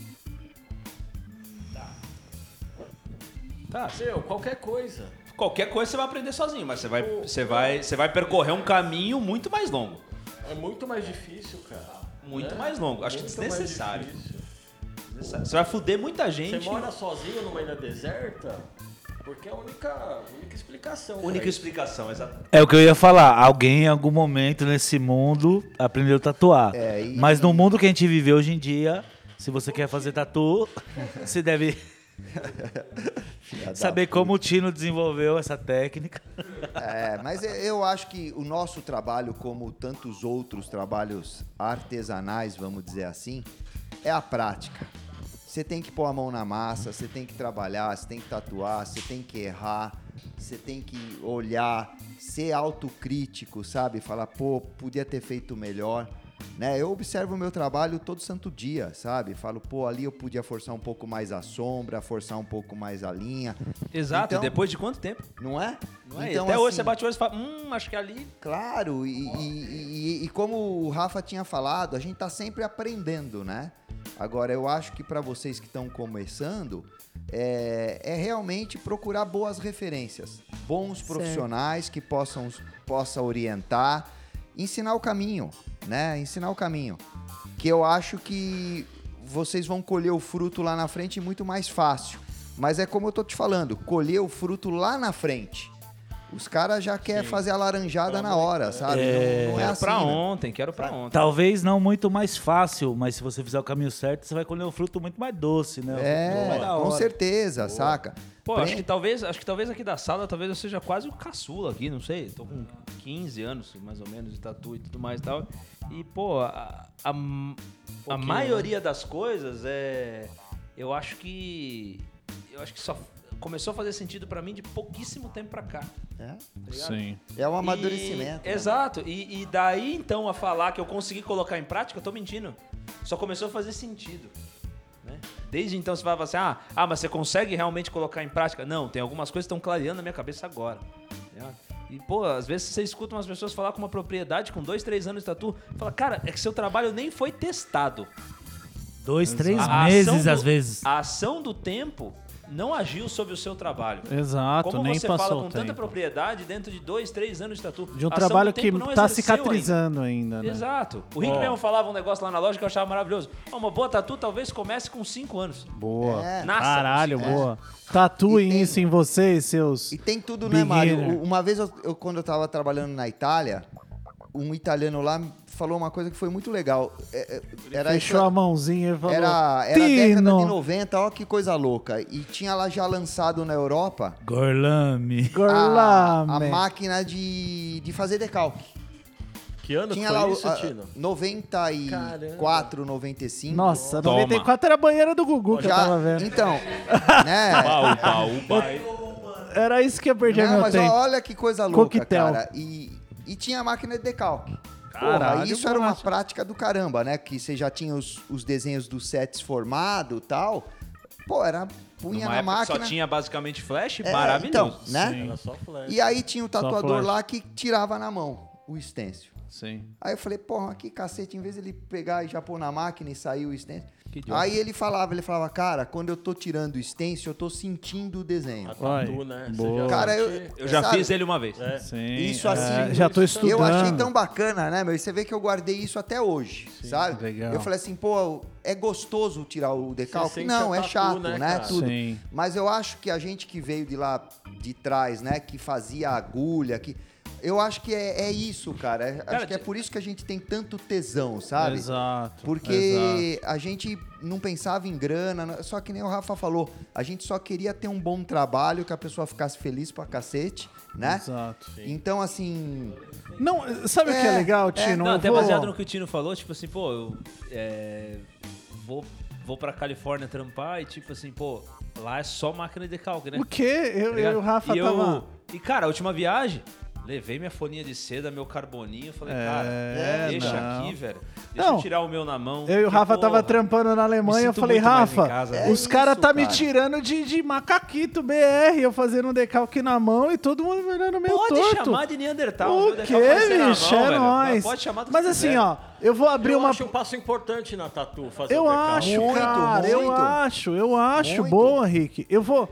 Tá, Qualquer coisa. qualquer coisa você vai aprender sozinho, mas você vai percorrer um caminho muito mais longo. É muito mais difícil, cara. Muito mais longo. Acho que Muito desnecessário. mais difícil. Você vai fuder muita gente. Você mora sozinho numa ilha deserta? Porque é a única explicação. Única pra isso. explicação, exato. É o que eu ia falar. Alguém em algum momento nesse mundo aprendeu a tatuar. Mas no mundo que a gente vive hoje em dia, se você quer fazer tatu, você deve saber como o Tino desenvolveu essa técnica. Mas eu acho que o nosso trabalho, como tantos outros trabalhos artesanais, vamos dizer assim, é a prática. Você tem que pôr a mão na massa, você tem que trabalhar, você tem que tatuar, você tem que errar, você tem que olhar, ser autocrítico, sabe? Falar, pô, podia ter feito melhor. Né? Eu observo o meu trabalho todo santo dia, sabe? Falo, pô, ali eu podia forçar um pouco mais a sombra, forçar um pouco mais a linha. Exato, Então, e depois de quanto tempo? não é? Não é? Então, Até assim, hoje você bate o olho e fala, acho que ali... Claro, e como o Rafa tinha falado, a gente tá sempre aprendendo, né? Agora, eu acho que para vocês que estão começando, é realmente procurar boas referências, bons profissionais que possam orientar, ensinar o caminho, né? Ensinar o caminho. Que eu acho que vocês vão colher o fruto lá na frente muito mais fácil. Mas é como eu tô te falando, colher o fruto lá na frente. Os caras já querem fazer a laranjada na hora, sabe? Não é Quero assim, pra né? ontem, quero pra ontem. Talvez não muito mais fácil, mas se você fizer o caminho certo, você vai colher um fruto muito mais doce, né? Mais da Com hora. certeza, saca? Pô, acho que talvez aqui da sala, talvez eu seja quase o caçula aqui, não sei. Tô com 15 anos, mais ou menos, de tatu e tudo mais e tal. E, pô, a maioria das coisas eu acho que só começou a fazer sentido pra mim de pouquíssimo tempo pra cá. Tá ligado? Sim. É um amadurecimento. né? Exato. E daí, então, a falar que eu consegui colocar em prática, eu tô mentindo. Só começou a fazer sentido. Né? Desde então, você falava assim, mas você consegue realmente colocar em prática? Não, tem algumas coisas que estão clareando na minha cabeça agora. Tá? E, pô, às vezes você escuta umas pessoas falar com uma propriedade com 2, 3 anos de tatu, fala, cara, é que seu trabalho nem foi testado. 2, 3 A meses, ação às vezes. A ação do tempo não agiu sobre o seu trabalho. Exato, Como nem você passou fala com o tanta tempo. propriedade dentro de 2, 3 anos de tatu. De um a ação trabalho do que tempo não tá exerceu cicatrizando ainda, né? Exato. O Rick mesmo falava um negócio lá na loja que eu achava maravilhoso. Uma boa tatu talvez comece com 5 anos. Boa. Nasça. Caralho, boa. Tatuem isso em vocês, seus... E tem tudo, né, Mário? beginner. Uma vez, quando eu tava trabalhando na Itália, um italiano lá falou uma coisa que foi muito legal. Era Fechou a mãozinha e falou... Era década de Tino. 90, ó que coisa louca. E tinha lá já lançado na Europa Gorlame. a Gorlame. máquina de fazer decalque. Que ano Tinha que lá foi o isso, Tino? 94, 95. Nossa, 94 era a banheira do Gugu que eu já, tava vendo. então, né? Era isso que eu perdi Não, meu mas tempo. olha que coisa louca, Coquetel. cara. E tinha a máquina de decalque. Caralho, Porra, isso era uma borracha. prática do caramba, né? Que você já tinha os desenhos dos sets formados e tal. Pô, era punha Numa na época que máquina. só tinha basicamente flash, É, maravilhoso. Então, né? Era só flash. E aí tinha o tatuador flash. lá que tirava na mão o stencil. Sim. Aí eu falei, porra, que cacete, em vez de ele pegar e já pôr na máquina e sair o stencil. Que idiota. Aí ele falava, cara, quando eu tô tirando o stencil, eu tô sentindo o desenho. A tatu, né? Você boa. já Cara, sente- Eu já sabe, fiz ele uma vez. Sim. Isso assim, já tô estudando. eu achei tão bacana, né, meu? E você vê que eu guardei isso até hoje, sabe? legal. Eu falei assim, pô, é gostoso tirar o decalque? sente Não, a é tatu, chato, né, né? cara? Tudo. Sim. Mas eu acho que a gente que veio de lá de trás, né, que fazia agulha, eu acho que é isso, cara. Acho que é por isso que a gente tem tanto tesão, sabe? Exato. Porque a gente não pensava em grana, só que nem o Rafa falou, a gente só queria ter um bom trabalho, que a pessoa ficasse feliz pra cacete, né? Exato. Então, assim, Não, sabe o que é legal, Tino? Não, Eu até vou- baseado no que o Tino falou, tipo assim, pô, eu vou pra Califórnia trampar e tipo assim, pô, lá é só máquina de decalque, né? O quê? Eu e o Rafa e tava... E, cara, a última viagem, levei minha folhinha de seda, meu carboninho, falei, cara, deixa não. aqui, velho. Deixa Não. eu tirar o meu na mão. Eu e o porque, Rafa tava porra, trampando na Alemanha, eu sinto falei, muito mais em Rafa, casa, É os isso, caras tá me cara. tirando de macaquito BR, eu fazendo um decalque na mão e todo mundo me olhando meio Pode torto. chamar de Neandertal. O viu? quê, Deixar aparecer na bicho? mão, É velho. nóis. Pode chamar do que Mas assim, quiser. ó, eu vou abrir Eu uma... acho um passo importante na tatu, fazer Eu o decalque. acho, Muito, cara, eu muito. acho. Muito. Boa, Rick. Eu vou...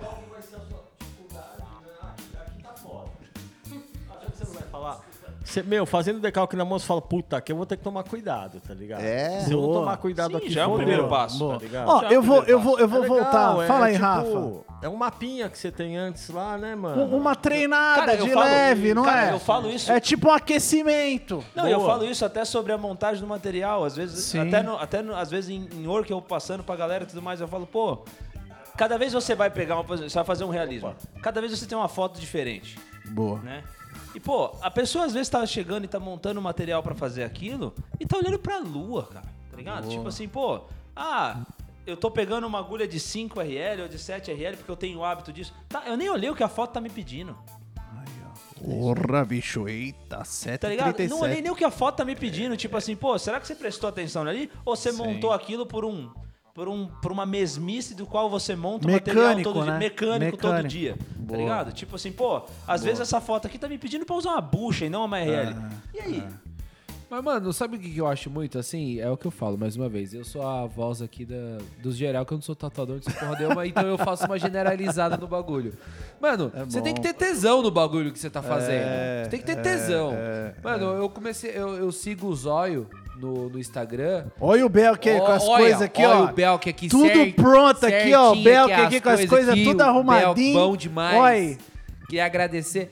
Fazendo decalque na mão, você fala, puta, aqui eu vou ter que tomar cuidado, tá ligado? É. Se eu não Boa. tomar cuidado Sim, aqui, já é o fodeu, primeiro passo. Tá ligado? Ó, Já eu vou É legal, voltar. Fala aí, tipo, Rafa. É um mapinha que você tem antes lá, né, mano? Uma treinada Cara, eu de falo- leve, não cara, é? eu falo isso- É tipo um aquecimento. Não, eu falo isso até sobre a montagem do material. Às vezes, Sim. às vezes em work eu passando pra galera e tudo mais, eu falo, pô, cada vez você vai pegar você vai fazer um realismo. Cada vez você tem uma foto diferente, Boa. né? E, pô, a pessoa às vezes tá chegando e tá montando material pra fazer aquilo e tá olhando pra lua, cara, tá ligado? Tipo assim, pô, eu tô pegando uma agulha de 5 RL ou de 7 RL porque eu tenho o hábito disso. Tá, eu nem olhei o que a foto tá me pedindo. Porra, bicho, eita, Tá ligado? 7,37. Não olhei nem o que a foto tá me pedindo. Tipo assim, pô, será que você prestou atenção ali? Ou você montou aquilo por uma mesmice do qual você monta o material Mecânico, todo dia? né? Mecânico todo Mecânico. dia. Tá Boa. ligado? Tipo assim, pô, às vezes essa foto aqui tá me pedindo pra usar uma bucha e não uma RL. E aí? Mas, mano, sabe o que eu acho muito, assim? É o que eu falo, mais uma vez. Eu sou a voz aqui dos geral, que eu não sou tatuador dessa porra nenhuma, então eu faço uma generalizada no bagulho. Mano, você tem que ter tesão no bagulho que você tá fazendo. Você tem que ter tesão. Mano, eu comecei... Eu sigo o Zóio no Instagram. Olha o Belk com as coisas aqui, olha ó. o Belk aqui, Tudo pronto aqui, ó. O certinho Belk aqui, aqui com as coisas aqui, tudo o arrumadinho. Belk bom demais. Olha. Queria agradecer.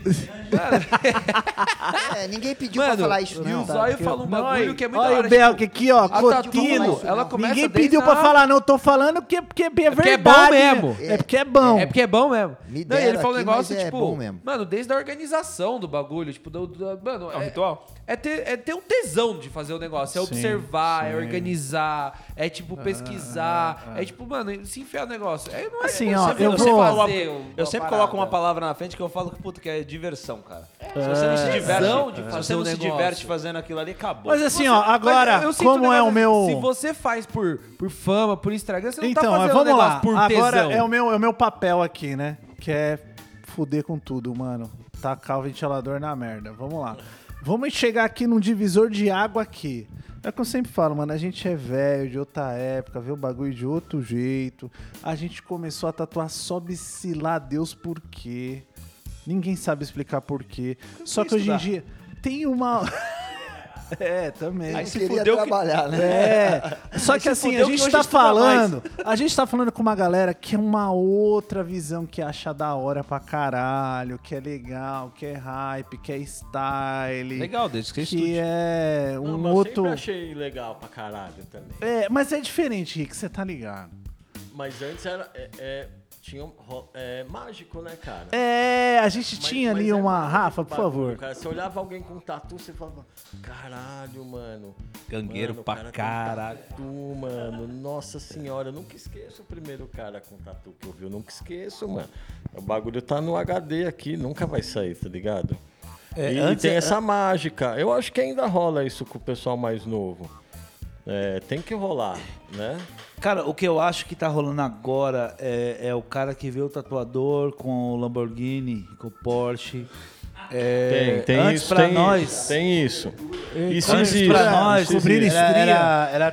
Ninguém pediu Mano, pra falar isso, e não. o Zóio falou um bagulho que é muito da Olha hora. o Belk tipo, aqui, ó. a tatu, Cotino. ela começa Ninguém desde pediu pra a- falar, não. Tô falando porque é verdade. porque é bom mesmo. É porque é bom. É porque é bom mesmo. Me Não, e ele deram falou um aqui, negócio, mas é tipo, bom mesmo. mano, desde a organização do bagulho, tipo, mano, É um ritual? É ter um tesão de fazer o negócio, é Sim, observar, é sim. organizar, é tipo pesquisar, é tipo, mano, se enfiar no negócio. É, não é Assim, você ó, fazer eu vou- Eu sempre coloco uma palavra na frente que eu falo que, puta, que é diversão, cara. Se você não se diverte, Tesão de se fazer você não o se negócio. diverte fazendo aquilo ali, acabou. Mas assim, ó, agora, Mas eu sinto um como é negócio o assim, meu... Se você faz por fama, por Instagram, você não tá Então, fazendo vamos um negócio lá. por Agora tesão. é o meu papel aqui, né? Que é fuder com tudo, mano. Tacar o ventilador na merda. Vamos lá. Vamos chegar aqui num divisor de água aqui. É o que eu sempre falo, mano. A gente é velho, de outra época, vê o bagulho de outro jeito. A gente começou a tatuar, sobe-se lá Deus por quê. Ninguém sabe explicar por quê. Só que hoje em dia tem uma... É, também. Aí se queria trabalhar, né? É. Só que assim, a gente tá falando. A gente tá falando com uma galera que é uma outra visão, que acha da hora pra caralho, que é legal, que é hype, que é style. Legal, desde que que é um Não, mas eu outro. sempre achei legal pra caralho também. É, mas é diferente, Rick, você tá ligado? Mas antes era... tinha mágico, né, cara? É, a gente Mas- tinha mas ali é uma. mágico Rafa, o por bagulho, favor. Cara. Você olhava alguém com tatu, você falava, caralho, mano. Gangueiro Mano, o pra cara tem caralho. Tatu, mano. Nossa senhora, eu nunca esqueço o primeiro cara com tatu que eu vi. Eu nunca esqueço, mano. O bagulho tá no HD aqui, nunca vai sair, tá ligado? E antes tem é- essa mágica. Eu acho que ainda rola isso com o pessoal mais novo. Tem que rolar, né? Cara, o que eu acho que tá rolando agora é o cara que vê o tatuador com o Lamborghini, com o Porsche. Tem antes isso, pra tem nós, isso, tem isso. Isso antes existe. pra nós, isso cobrir existe. era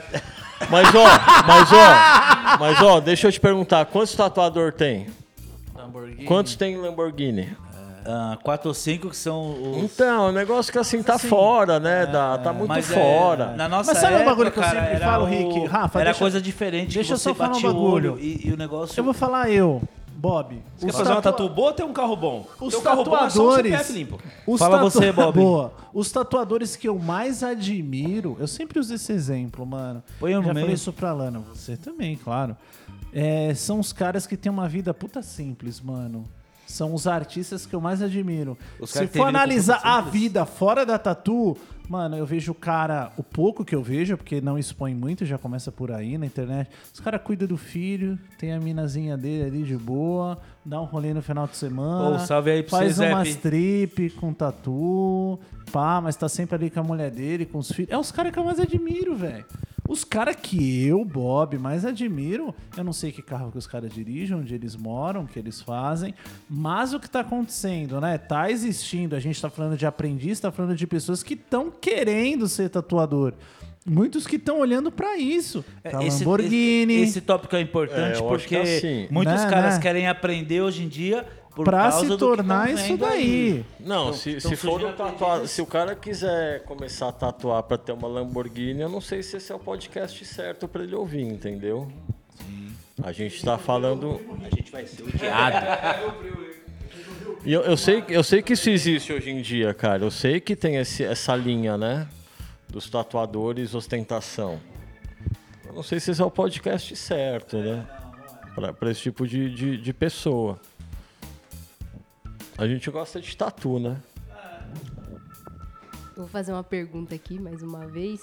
Mas ó, deixa eu te perguntar, quantos tatuador tem? Lamborghini. Quantos tem Lamborghini? 4 ou 5 que são os... Então, o negócio que assim tá fora, né? Tá muito Mas fora. na nossa Mas sabe um época, bagulho que eu cara, sempre era falo, Rick? Rafa, era deixa- coisa diferente. deixa eu que você só falar um batia o bagulho. olho e o negócio... Eu vou falar Bob. Você quer fazer uma tatu boa ou ter um carro bom? Os Ter um carro bom é só um tatuadores. CPF limpo. Fala você, Bob. Boa. Os tatuadores que eu mais admiro, eu sempre uso esse exemplo, mano. Põe eu no Já meio. falei isso pra Lana, você também, claro. São os caras que têm uma vida puta simples, mano. São os artistas que eu mais admiro. Os Se caras que for têm vida analisar puta a simples. vida fora da tatu, mano, eu vejo o cara, o pouco que eu vejo, porque não expõe muito, já começa por aí na internet. Os caras cuidam do filho, tem a minazinha dele ali de boa, dá um rolê no final de semana. Ô, salve aí pra faz você, umas Zep. trip com tatu, pá, mas tá sempre ali com a mulher dele, com os filhos. É os caras que eu mais admiro, velho. Os caras que eu, Bob, mais admiro, eu não sei que carro que os caras dirigem, onde eles moram, o que eles fazem, mas o que tá acontecendo, né? Tá existindo, a gente tá falando de aprendiz, tá falando de pessoas que estão querendo ser tatuador. Muitos que estão olhando pra isso. Pra Lamborghini. Esse tópico é importante eu acho que porque assim, muitos né, caras né? querem aprender hoje em dia por pra causa se do que tornar tão isso vendo daí. aí. Não, Então, se então for surgiu um tatuado, se o cara quiser começar a tatuar pra ter uma Lamborghini, eu não sei se esse é o podcast certo pra ele ouvir, entendeu? A gente tá falando. A gente vai ser odiado. E eu sei que isso existe hoje em dia, cara. Eu sei que tem essa linha, né? Dos tatuadores ostentação. Eu não sei se esse é o podcast certo, né? Pra esse tipo de pessoa. A gente gosta de tatu, né? Eu vou fazer uma pergunta aqui mais uma vez.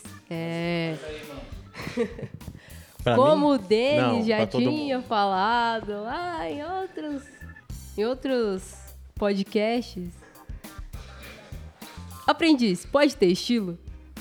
Pra Como mim? o Denis Não, já pra todo tinha falado lá em outros podcasts. Aprendiz, pode ter estilo?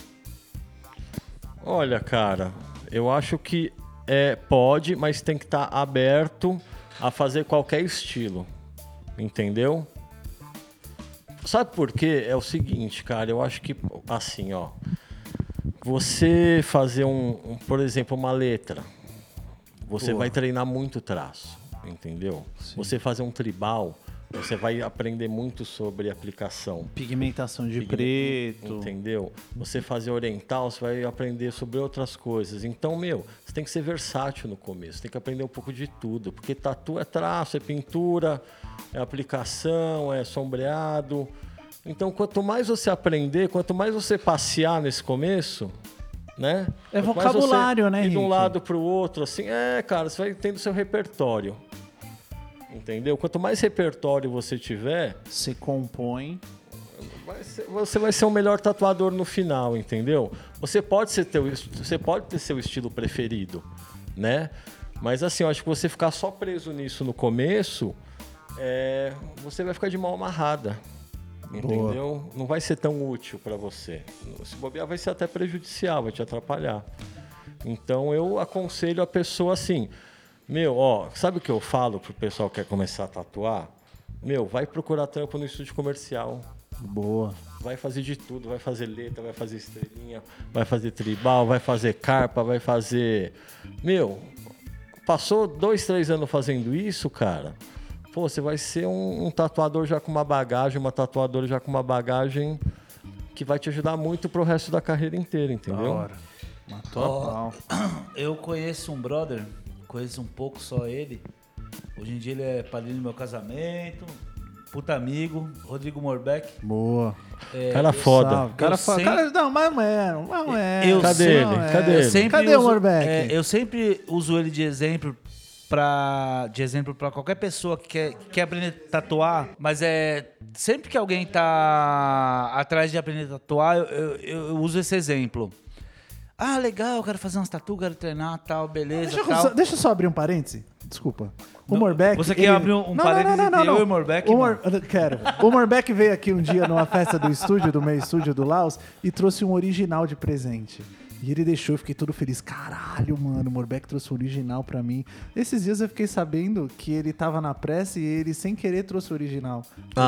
Olha, cara, eu acho que pode, mas tem que estar aberto a fazer qualquer estilo. Entendeu? Sabe por quê? É o seguinte, cara, eu acho que, assim, ó. Você fazer por exemplo, uma letra, você vai treinar muito traço, entendeu? Você fazer um tribal, você vai aprender muito sobre aplicação. Pigmentação de preto. Entendeu? Você fazer oriental, você vai aprender sobre outras coisas. Então, você tem que ser versátil no começo. Tem que aprender um pouco de tudo. Porque tatu é traço, é pintura, é aplicação, é sombreado. Então, quanto mais você aprender, quanto mais você passear nesse começo, né? É Quanto mais vocabulário, você né, ir de um Rick? lado para o outro, assim, cara, você vai tendo seu repertório. Entendeu? Quanto mais repertório você tiver, Se compõe. você vai ser o melhor tatuador no final, entendeu? Você pode ter seu estilo preferido, né? Mas assim, eu acho que você ficar só preso nisso no começo, você vai ficar de mão amarrada, entendeu? Não vai ser tão útil para você. Se bobear, vai ser até prejudicial, vai te atrapalhar. Então eu aconselho a pessoa assim, sabe o que eu falo pro pessoal que quer começar a tatuar? Vai procurar trampo no estúdio comercial. Boa. Vai fazer de tudo, vai fazer letra, vai fazer estrelinha, vai fazer tribal, vai fazer carpa, vai fazer... Passou 2, 3 anos fazendo isso, cara, você vai ser um tatuador já com uma bagagem, uma tatuadora já com uma bagagem que vai te ajudar muito pro resto da carreira inteira, entendeu? Matou a pau. Eu conheço um brother, conheço um pouco só ele. Hoje em dia ele é padrinho do meu casamento, puta amigo, Rodrigo Morbeck. Boa. Cara foda. Salve. Cara, sempre- cara, não, mais ou menos. Cadê ele? Cadê Eu ele? sempre Cadê o uso- Morbeck? eu sempre uso ele de exemplo pra qualquer pessoa que quer aprender a tatuar, mas sempre que alguém tá atrás de aprender a tatuar, eu uso esse exemplo. Ah, legal, quero fazer umas tatu, quero treinar, tal, beleza, tal. Deixa eu só abrir um parênteses. Desculpa. O Morbeck... Você quer abrir um parênteses entre eu e o Morbeck, Quero. O Morbeck veio aqui um dia numa festa do estúdio, do meu estúdio do Laos, e trouxe um original de presente. E ele deixou, eu fiquei todo feliz. Caralho, mano, o Morbeck trouxe o original pra mim. Esses dias eu fiquei sabendo que ele tava na pressa e ele, sem querer, trouxe o original.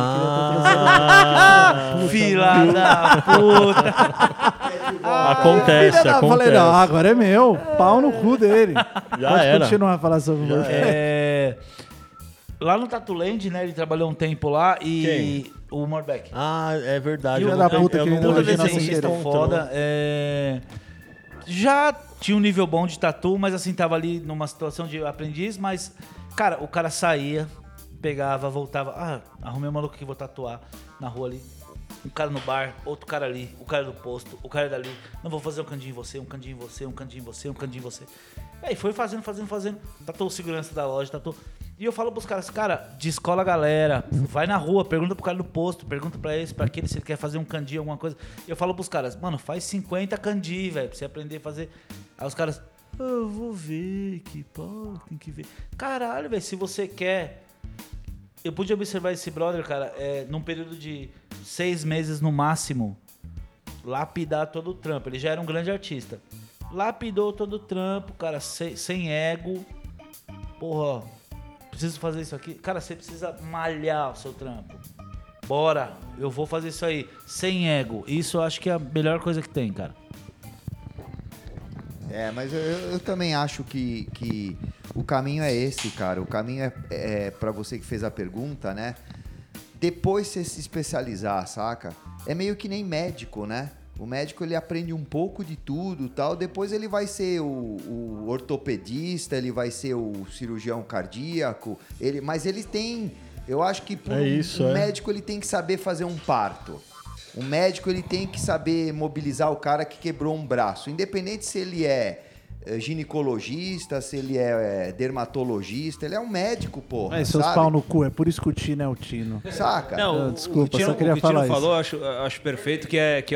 Fila da puta! Acontece, Eu falei, não, agora é meu. Pau no cu dele. Já Pode era. continuar a falar sobre o Morbeck. Lá no Tatuland, né, ele trabalhou um tempo lá e... O Morbeck. Ah, é verdade. Filho eu da não- puta eu que não- ele não Puta original desenhista sem querer. foda. Já tinha um nível bom de tatu, mas assim, tava ali numa situação de aprendiz, mas, cara, o cara saía, pegava, voltava. Ah, arrumei um maluco que vou tatuar na rua ali. Um cara no bar, outro cara ali, o cara do posto, o cara dali. Não, vou fazer um cantinho em você, um cantinho em você, um cantinho em você, um cantinho em você. Aí foi fazendo. Tatuou o segurança da loja, tatuou. E eu falo pros caras, cara, descola a galera, vai na rua, pergunta pro cara do posto, pergunta pra esse, pra aquele, se ele quer fazer um candi, alguma coisa. E eu falo pros caras, mano, faz 50 candi, velho, pra você aprender a fazer. Aí os caras, eu vou ver, tem que ver. Caralho, velho, se você quer... Eu pude observar esse brother, cara, num período de 6 meses no máximo, lapidar todo o trampo. Ele já era um grande artista. Lapidou todo o trampo, cara, sem ego. Porra, preciso fazer isso aqui. Cara, você precisa malhar o seu trampo. Bora, eu vou fazer isso aí, sem ego. Isso eu acho que é a melhor coisa que tem, cara. Mas eu também acho que o caminho é esse, cara. O caminho é para você que fez a pergunta, né? Depois você se especializar, saca? É meio que nem médico, né? O médico, ele aprende um pouco de tudo, tal. Depois ele vai ser o ortopedista, ele vai ser o cirurgião cardíaco. Mas ele tem... Eu acho que um médico, ele tem que saber fazer um parto. O médico, ele tem que saber mobilizar o cara que quebrou um braço. Independente se ele é ginecologista, se ele é dermatologista, ele é um médico, porra, Seus sabe? pau no cu, é por isso que o Tino é o Tino. Saca? Não, Desculpa, o Tino, só queria o que o Tino falar isso. falou, acho perfeito,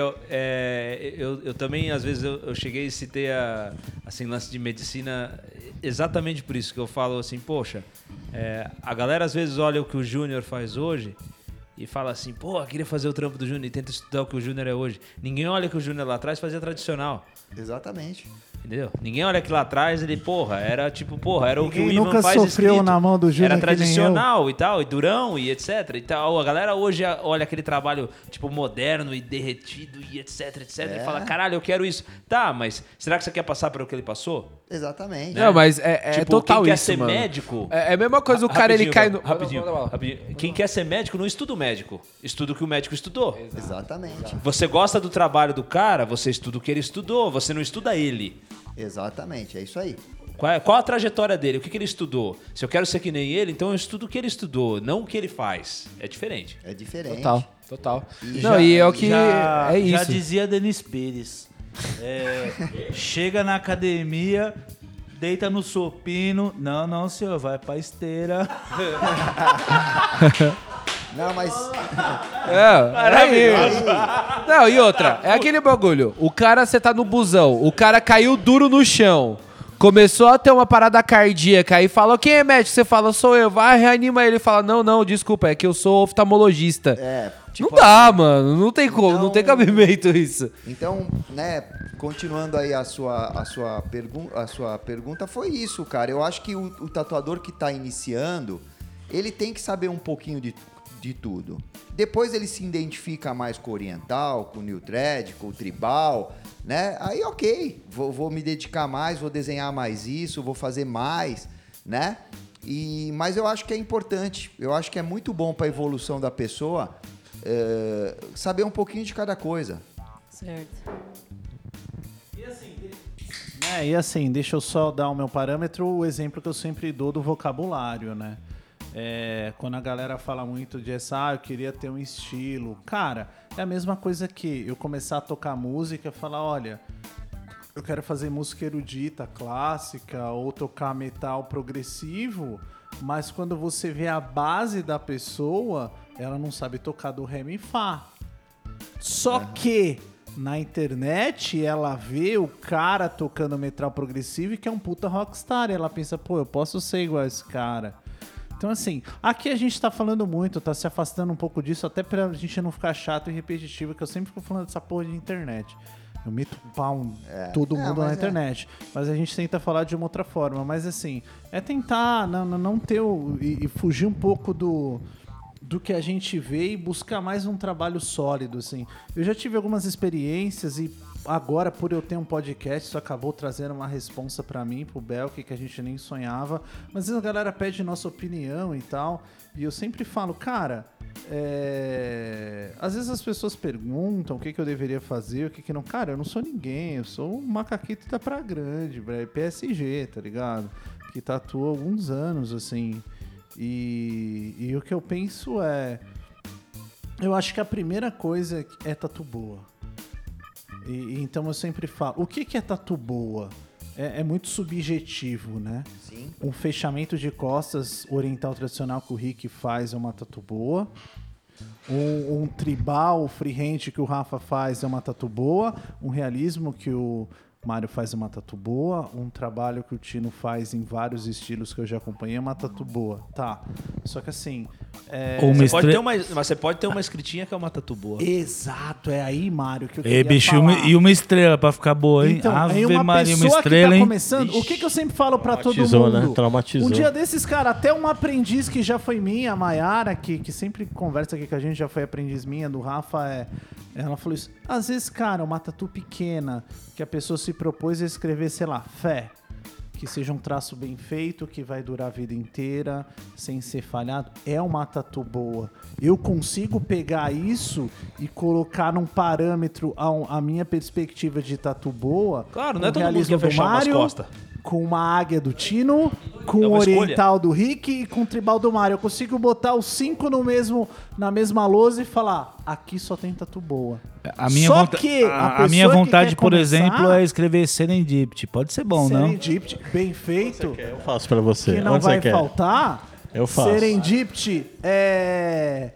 eu também, às vezes, eu cheguei e citei assim, lance de medicina exatamente por isso que eu falo assim, poxa, a galera às vezes olha o que o Júnior faz hoje e fala assim, pô, eu queria fazer o trampo do Júnior e tenta estudar o que o Júnior é hoje. Ninguém olha que o Júnior lá atrás fazia tradicional. Exatamente. Entendeu? Ninguém olha que lá atrás ele, era o que o Ninguém Ivan nunca faz sofreu escrito. na mão do Júnior Era que nem tradicional e tal, e durão e etc e tal. A galera hoje olha aquele trabalho, tipo, moderno e derretido e etc, e fala, caralho, eu quero isso. Tá, mas será que você quer passar pelo que ele passou? Exatamente. Não, mas é Tipo, total quem isso, quer ser mano. médico... É a mesma coisa, o cara, ele cai no... Rapidinho. Quem quer ser médico não estuda o médico. Estuda o que o médico estudou. Exatamente. Você gosta do trabalho do cara, você estuda o que ele estudou, você não estuda ele. Exatamente, é isso aí. Qual a trajetória dele? O que ele estudou? Se eu quero ser que nem ele, então eu estudo o que ele estudou, não o que ele faz. É diferente. É diferente. Total. E Não, e é o que... Já é isso. dizia Denis Pires. Chega na academia, deita no supino. Não, senhor, vai pra esteira. Não, mas... Não, e outra, é aquele bagulho. O cara, você tá no busão, o cara caiu duro no chão. Começou a ter uma parada cardíaca, aí fala, quem é médico? Você fala, sou eu. Vai, reanima ele. Fala, não, desculpa, é que eu sou oftalmologista. Tipo não dá, mano, não tem como, não tem cabimento isso. Então, né, continuando aí a sua pergunta, foi isso, cara. Eu acho que o tatuador que tá iniciando, ele tem que saber um pouquinho de tudo. Depois ele se identifica mais com o oriental, com o new thread, com o tribal, né? Aí, ok, vou me dedicar mais, vou desenhar mais isso, vou fazer mais, né? Mas eu acho que é importante, eu acho que é muito bom para a evolução da pessoa saber um pouquinho de cada coisa. Certo. E assim, deixa eu só dar o meu parâmetro, o exemplo que eu sempre dou do vocabulário, né? Quando a galera fala muito de eu queria ter um estilo. Cara, é a mesma coisa que eu começar a tocar música e falar, olha, eu quero fazer música erudita, clássica, ou tocar metal progressivo, mas quando você vê a base da pessoa, ela não sabe tocar do ré, mi, fá. Só que na internet ela vê o cara tocando metal progressivo e que é um puta rockstar. E ela pensa, pô, eu posso ser igual a esse cara. Então, assim, aqui a gente tá falando muito, tá se afastando um pouco disso, até pra gente não ficar chato e repetitivo, que eu sempre fico falando dessa porra de internet. Eu meto pau em todo mundo na internet. Mas a gente tenta falar de uma outra forma. Mas, assim, é tentar não ter e fugir um pouco do que a gente vê e buscar mais um trabalho sólido, assim. Eu já tive algumas experiências e agora, por eu ter um podcast, isso acabou trazendo uma responsa pra mim, pro Belk, que a gente nem sonhava. Mas às vezes a galera pede nossa opinião e tal, e eu sempre falo, cara, às vezes as pessoas perguntam o que eu deveria fazer, o que não. Cara, eu não sou ninguém, eu sou um macaquito da Praia Grande, PSG, tá ligado? Que tatua há alguns anos, assim. E o que eu penso eu acho que a primeira coisa é tatu boa. Então eu sempre falo, o que é tatu boa? É muito subjetivo, né? Sim. Um fechamento de costas oriental tradicional que o Rick faz é uma tatu boa. Um tribal freehand que o Rafa faz é uma tatu boa. Um realismo que o Mário faz uma tatu boa, um trabalho que o Tino faz em vários estilos que eu já acompanhei é uma tatu boa, tá? Só que assim... Você pode ter uma escritinha que é uma tatu boa. Exato, é aí, Mário, que eu queria bicho, falar. e uma estrela pra ficar boa, hein? Então, Ave uma Maria, pessoa uma estrela, que tá hein? começando, o que eu sempre falo pra todo Traumatizou, mundo? né? Traumatizou. Um dia desses, cara, até um aprendiz que já foi minha, a Mayara, que sempre conversa aqui com a gente, já foi aprendiz minha, do Rafa, ela falou isso. Às vezes, cara, uma tatu pequena, que a pessoa se propôs a escrever, sei lá, fé. Que seja um traço bem feito, que vai durar a vida inteira, sem ser falhado. É uma tatu boa. Eu consigo pegar isso e colocar num parâmetro a minha perspectiva de tatu boa. Claro, não é com todo mundo que realismo ia fechar do umas Mário, costas. com uma águia do Tino, com É o uma oriental do Rick e com o tribal do Mário. Eu consigo botar os 5 na mesma lousa e falar, aqui só tem tatu boa. A minha, a minha vontade, por exemplo, é escrever Serendipity. Pode ser bom, não? Serendipity, bem feito. Eu faço pra você. Que não Onde vai você quer? faltar. Eu faço. Serendipity é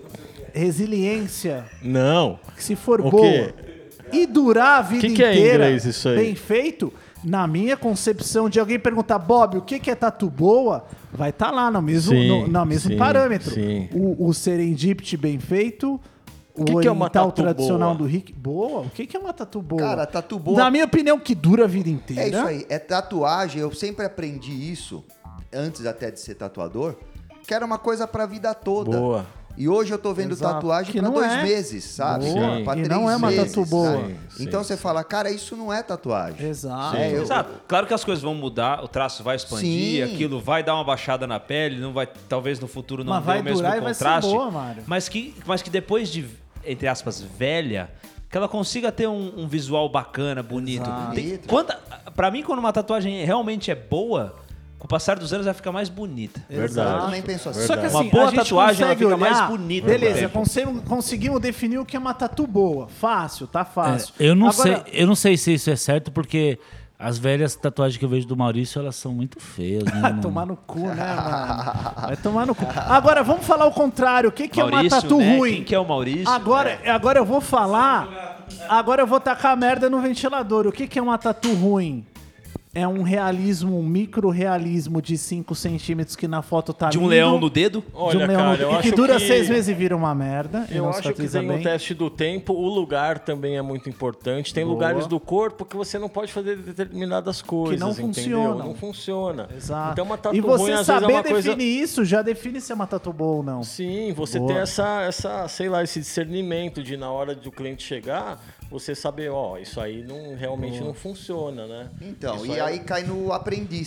resiliência. Não. Que se for O boa quê? e durar a vida Que é em inteira, inglês isso aí? bem feito, na minha concepção de alguém perguntar, Bob, o que é tatu boa? Vai estar lá no mesmo, Sim, no mesmo sim, parâmetro. sim. O Serendipity bem feito, o que é uma oriental tatu tradicional boa? do Rick. Boa? O que é uma tatu boa? Cara, tatu boa... Na minha opinião, que dura a vida inteira. É isso aí. É tatuagem, eu sempre aprendi isso, antes até de ser tatuador, que era uma coisa pra vida toda. Boa. E hoje eu tô vendo Exato. tatuagem Que pra não 2 é. meses, sabe? Boa. Pra E 3 não é uma meses, tatu boa. sabe? Sim, Então sim, você fala, cara, isso não é tatuagem. Exato. Exato. Claro que as coisas vão mudar, o traço vai expandir, Sim. aquilo vai dar uma baixada na pele, não vai, talvez no futuro não Mas dê vai o mesmo durar e vai ser contraste. boa, Mário. Mas que depois de, entre aspas, velha, que ela consiga ter um visual bacana, bonito. Exato. Pra mim, quando uma tatuagem realmente é boa, com o passar dos anos vai ficar mais bonita. Verdade. Eu também penso assim. Só que assim, Uma boa a gente tatuagem, ela consegue fica mais olhar, bonita Beleza, com o tempo. conseguimos definir o que é uma tatu boa. Fácil, tá fácil. Eu não Agora, sei se isso é certo, porque as velhas tatuagens que eu vejo do Maurício, elas são muito feias, né? Vai mano? tomar no cu, né, mano? Vai tomar no cu. Agora, vamos falar o contrário. O que é uma Maurício, tatu né? ruim? Quem que é o Maurício? Agora eu vou falar... Agora eu vou tacar a merda no ventilador. O que é uma tatu ruim? É um realismo, um micro-realismo de 5 centímetros que na foto tá De um lindo. leão no dedo? De um Olha, leão cara, no dedo. eu E que acho dura que- 6 meses e vira uma merda. e Eu não acho que cicatriza tem bem. um teste do tempo, o lugar também é muito importante. Tem lugares do corpo que você não pode fazer determinadas coisas, não entendeu? funcionam. Não funciona. Exato. Então uma tatu e ruim você às vezes é saber uma definir coisa... isso já define se é uma tatu boa ou não. Sim, você Boa. tem essa, sei lá, esse discernimento de na hora do cliente chegar, você saber, ó, isso aí realmente não funciona, né? Então, Isso e aí cai no aprendiz.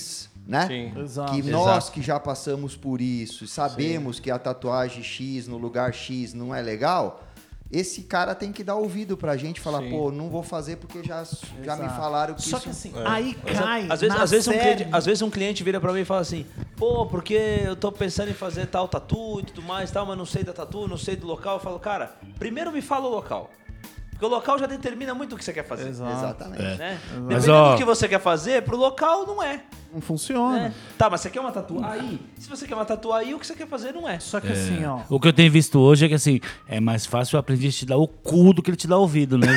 né? Sim. Exato. Que nós que já passamos por isso, sabemos que a tatuagem X no lugar X não é legal, esse cara tem que dar ouvido pra gente e falar, pô, não vou fazer porque já me falaram que Só isso... que assim, aí cai Às vezes um cliente vira pra mim e fala assim, pô, porque eu tô pensando em fazer tal tatu e tudo mais, tal, mas não sei da tatu, não sei do local. Eu falo, cara, primeiro me fala o local. Porque o local já determina muito o que você quer fazer. Exatamente. Né? Mas, Dependendo ó, do que você quer fazer, pro local não é. não funciona. Né? Tá, mas você quer uma tatu aí? Se você quer uma tatu aí, o que você quer fazer não é. Só que assim, ó. O que eu tenho visto hoje é que assim, é mais fácil o aprendiz te dar o cu do que ele te dá o ouvido, né?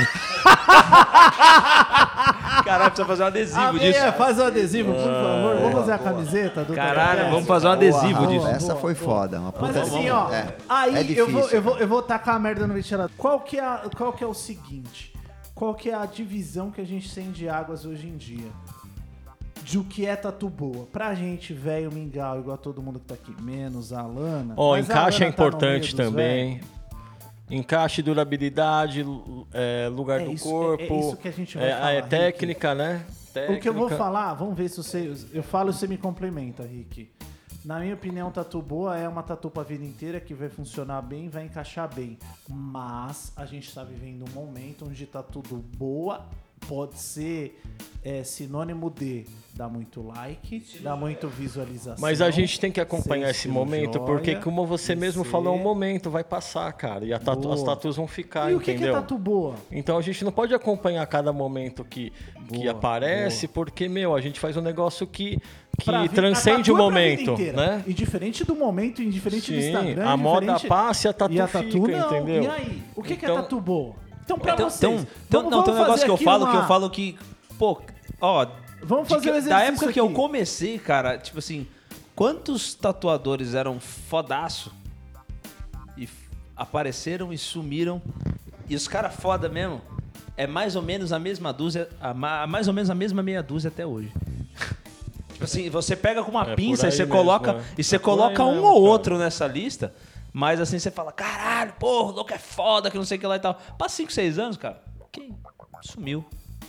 Caralho, precisa fazer um adesivo disso. Faz o adesivo, por favor. Vamos fazer a camiseta do Caralho, Tapcast? vamos fazer um adesivo Boa, disso. Essa foi foda. Uma puta Mas assim, ó, é aí difícil. eu vou tacar a merda no ventilador. Qual que é o seguinte? Qual que é a divisão que a gente tem de águas hoje em dia? De o que é tatu boa? Pra gente, velho, mingau, igual todo mundo que tá aqui, menos a Alana. Ó, mas a encaixe é Alana tá no importante meio dos também. Encaixe, durabilidade, lugar É do isso- corpo. é isso que a gente vai falar, Rick. técnica, né? O que eu vou Técnica. falar, vamos ver se você... Eu falo e você me complementa, Rick. Na minha opinião, tatu boa é uma tatu pra vida inteira que vai funcionar bem, vai encaixar bem. Mas a gente tá vivendo um momento onde tatu boa pode ser sinônimo de dar muito like, dar muito visualização. Mas a gente tem que acompanhar ser esse estilo momento, joia, porque como você mesmo ser- falou, é um momento, vai passar, cara. E Boa. as tatus vão ficar, E o que é entendeu? tatu boa? Então a gente não pode acompanhar cada momento que aparece, porque, a gente faz um negócio que Pra transcende a o tatu é pra vida momento, inteira. né? E diferente do momento, indiferente do Sim, Instagram. a moda indiferente- passa e a tatu tatu fica, não. entendeu? E aí? O que é Então- tatu boa? Então, pra Então, vocês. tem um negócio fazer que eu aqui falo que, pô, ó, Vamos fazer o exercício da época que eu aqui. comecei, cara, tipo assim, quantos tatuadores eram fodaço e apareceram e sumiram, e os caras foda mesmo, é mais ou menos a mesma dúzia, mais ou menos a mesma meia dúzia até hoje. Tipo assim, você pega com uma É pinça por e aí você mesmo, coloca, né? e você É por coloca aí um mesmo, ou cara. outro nessa lista, mas assim você fala, caralho, porra, o louco é foda, que não sei o que lá e tal. Passa 5, 6 anos, cara, sumiu.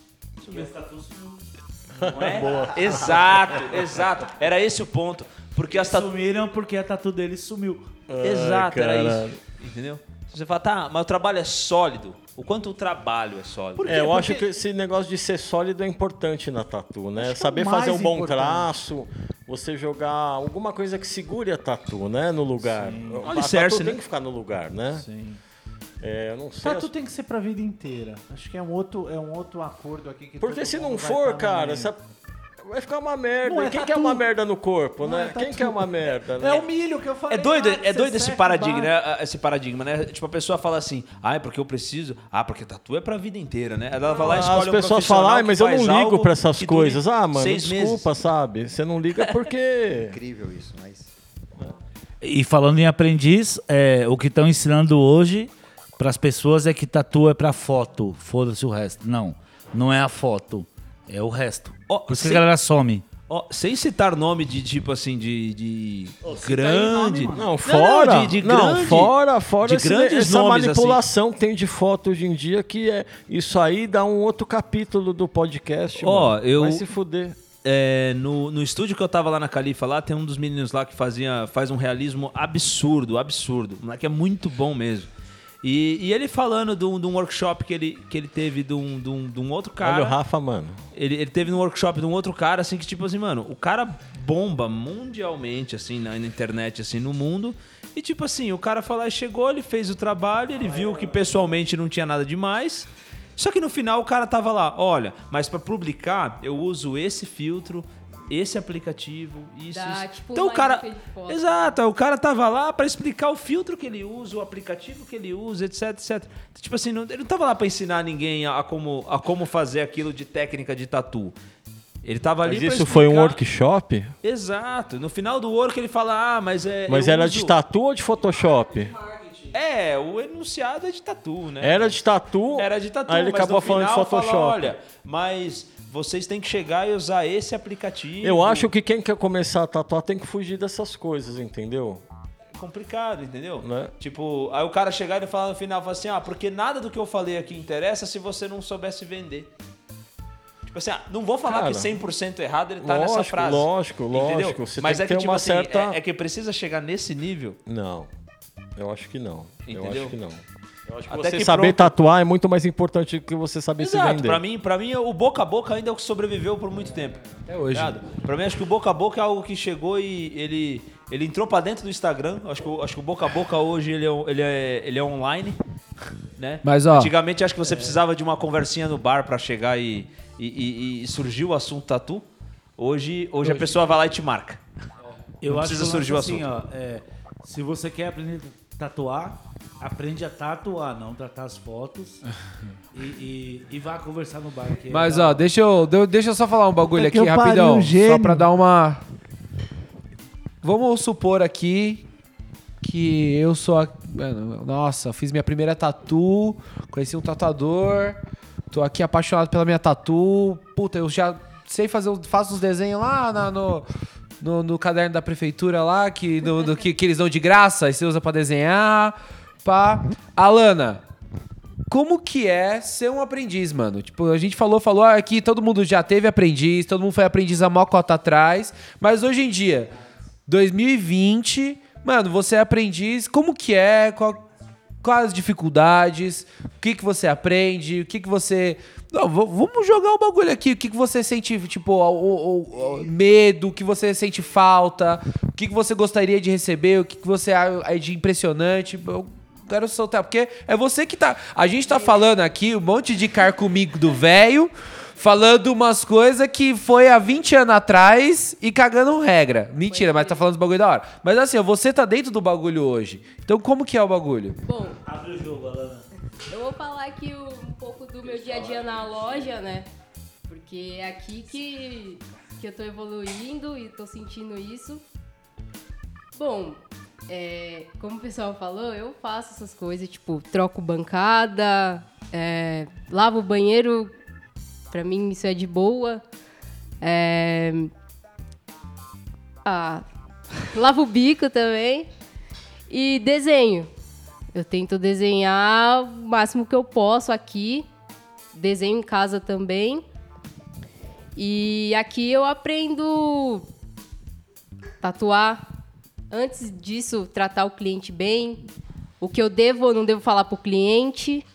Não é? Exato. Era esse o ponto. Porque as tatu... Sumiram porque a tatu dele sumiu. Exato, era caralho. isso. Entendeu? Você fala, tá, mas o trabalho é sólido. O quanto o trabalho é sólido. Por quê? Eu acho Porque- que esse negócio de ser sólido é importante na tatu, né? Acho que é Saber o fazer mais um bom importante. traço, você jogar alguma coisa que segure a tatu, né? No lugar. A Alicerce, tatu né? tem que ficar no lugar, né? Sim. Eu não sei. Tatu tem que ser pra vida inteira. Acho que é um outro acordo aqui que Porque todo se mundo não vai for, tá no cara, meio. vai ficar uma merda. Não é Quem tatu. quer uma merda no corpo, Não né? é Quem tatu. quer uma merda, né? É o milho que eu falei. É doido, lá, que você esse seca, paradigma, bate. né? Esse paradigma, né? Tipo, a pessoa fala assim, é porque eu preciso. Porque tatu é pra vida inteira, né? Ela vai lá e escolhe As um pessoas profissional falam, que mas eu faz não ligo algo pra essas que dure coisas. Mano, 6 desculpa, meses. sabe? Você não liga porque... Incrível isso, mas... E falando em aprendiz, o que estão ensinando hoje para as pessoas é que tatu é para foto, foda-se o resto. Não é a foto, é o resto. Ó, Por isso que sem- a galera some. Ó, sem citar nome de tipo assim, de grande. Não, fora. de não, grande. fora de esse- grandes essa nomes, manipulação que tem de foto hoje em dia, que é isso aí dá um outro capítulo do podcast. Ó, mano. eu- Vai se fuder. No estúdio que eu tava lá na Califa, lá tem um dos meninos lá que faz um realismo absurdo. O moleque é muito bom mesmo. E ele falando de um workshop que ele teve de um outro cara. Olha o Rafa, mano. Ele teve num workshop de um outro cara, assim, que tipo assim, mano, o cara bomba mundialmente, assim, na internet, assim, no mundo. E tipo assim, o cara foi lá e chegou, ele fez o trabalho, ele viu que pessoalmente não tinha nada demais. Só que no final o cara tava lá, olha, mas pra publicar eu uso esse filtro, esse aplicativo, isso. Tipo, Então o uma cara... dica de foto. Exato, o cara tava lá pra explicar o filtro que ele usa, o aplicativo que ele usa, etc, etc. Tipo assim, ele não tava lá pra ensinar ninguém a como fazer aquilo de técnica de tatu. Ele tava ali Mas pra isso explicar... foi um workshop? Exato. No final do work ele fala, mas Mas eu era uso... de tatu ou de Photoshop? O enunciado é de tatu, né? Era de tatu? Era de tatu, Aí ele mas acabou no falando de final Photoshop. Fala, olha, mas vocês têm que chegar e usar esse aplicativo. Eu acho que quem quer começar a tatuar tem que fugir dessas coisas, entendeu? É complicado, entendeu? Né? Tipo, aí o cara chegar e falar no final, fala assim, porque nada do que eu falei aqui interessa se você não soubesse vender. Tipo assim, não vou falar Cara, que 100% errado ele tá nessa frase. Lógico. Entendeu? Você Mas tem é que que, ter tipo uma assim, certa... é que precisa chegar nesse nível. Não, eu acho que não. Entendeu? Eu acho que não. Eu acho que Até você que saber pronto. tatuar é muito mais importante do que você saber se Exato, vender. pra mim, o boca a boca ainda é o que sobreviveu por muito tempo. Até hoje. Ligado? Pra mim, acho que o boca a boca é algo que chegou e ele entrou pra dentro do Instagram. Acho que o boca a boca hoje ele é online, né? Mas, ó... Antigamente, acho que você precisava de uma conversinha no bar pra chegar e surgiu o assunto tatu. Hoje a pessoa vai lá e te marca. Eu Não acho precisa que surgir o assim, assunto. ó, se você quer aprender a tatuar, aprende a tatuar, não tratar as fotos e vá conversar no bar. Que Mas, ó, deixa eu só falar um bagulho Puta aqui que eu pariu, rapidão. gênio. Só pra dar uma... Vamos supor aqui que eu sou... Mano, nossa, eu fiz minha primeira tatu, conheci um tatuador, tô aqui apaixonado pela minha tatu. Puta, eu já sei faço uns desenhos lá no caderno da prefeitura lá, que eles dão de graça, e você usa pra desenhar. Pá. Alana, como que é ser um aprendiz, mano? Tipo, a gente falou aqui, todo mundo já teve aprendiz, todo mundo foi aprendiz há mó cota atrás, mas hoje em dia, 2020, mano, você é aprendiz, como que é? Quais as dificuldades? O que você aprende? O que você... Não, vamos jogar o bagulho aqui. O que você sente, tipo, o medo? O que você sente falta? O que você gostaria de receber? O que você é de impressionante? Eu quero soltar, porque é você que tá... A gente tá falando aqui um monte de carcomigo do velho, falando umas coisas que foi há 20 anos atrás e cagando regra. Mentira, mas tá falando dos bagulho da hora. Mas assim, você tá dentro do bagulho hoje. Então como que é o bagulho? Bom, Abre o jogo, Alana. eu vou falar aqui um pouco do meu dia a dia na loja, né? Porque é aqui que eu tô evoluindo e tô sentindo isso. Bom, como o pessoal falou, eu faço essas coisas, tipo, troco bancada, lavo o banheiro, pra mim isso é de boa. Lavo o bico também. E desenho. Eu tento desenhar o máximo que eu posso aqui. Desenho em casa também. E aqui eu aprendo tatuar. Antes disso, tratar o cliente bem. O que eu devo ou não devo falar pro cliente.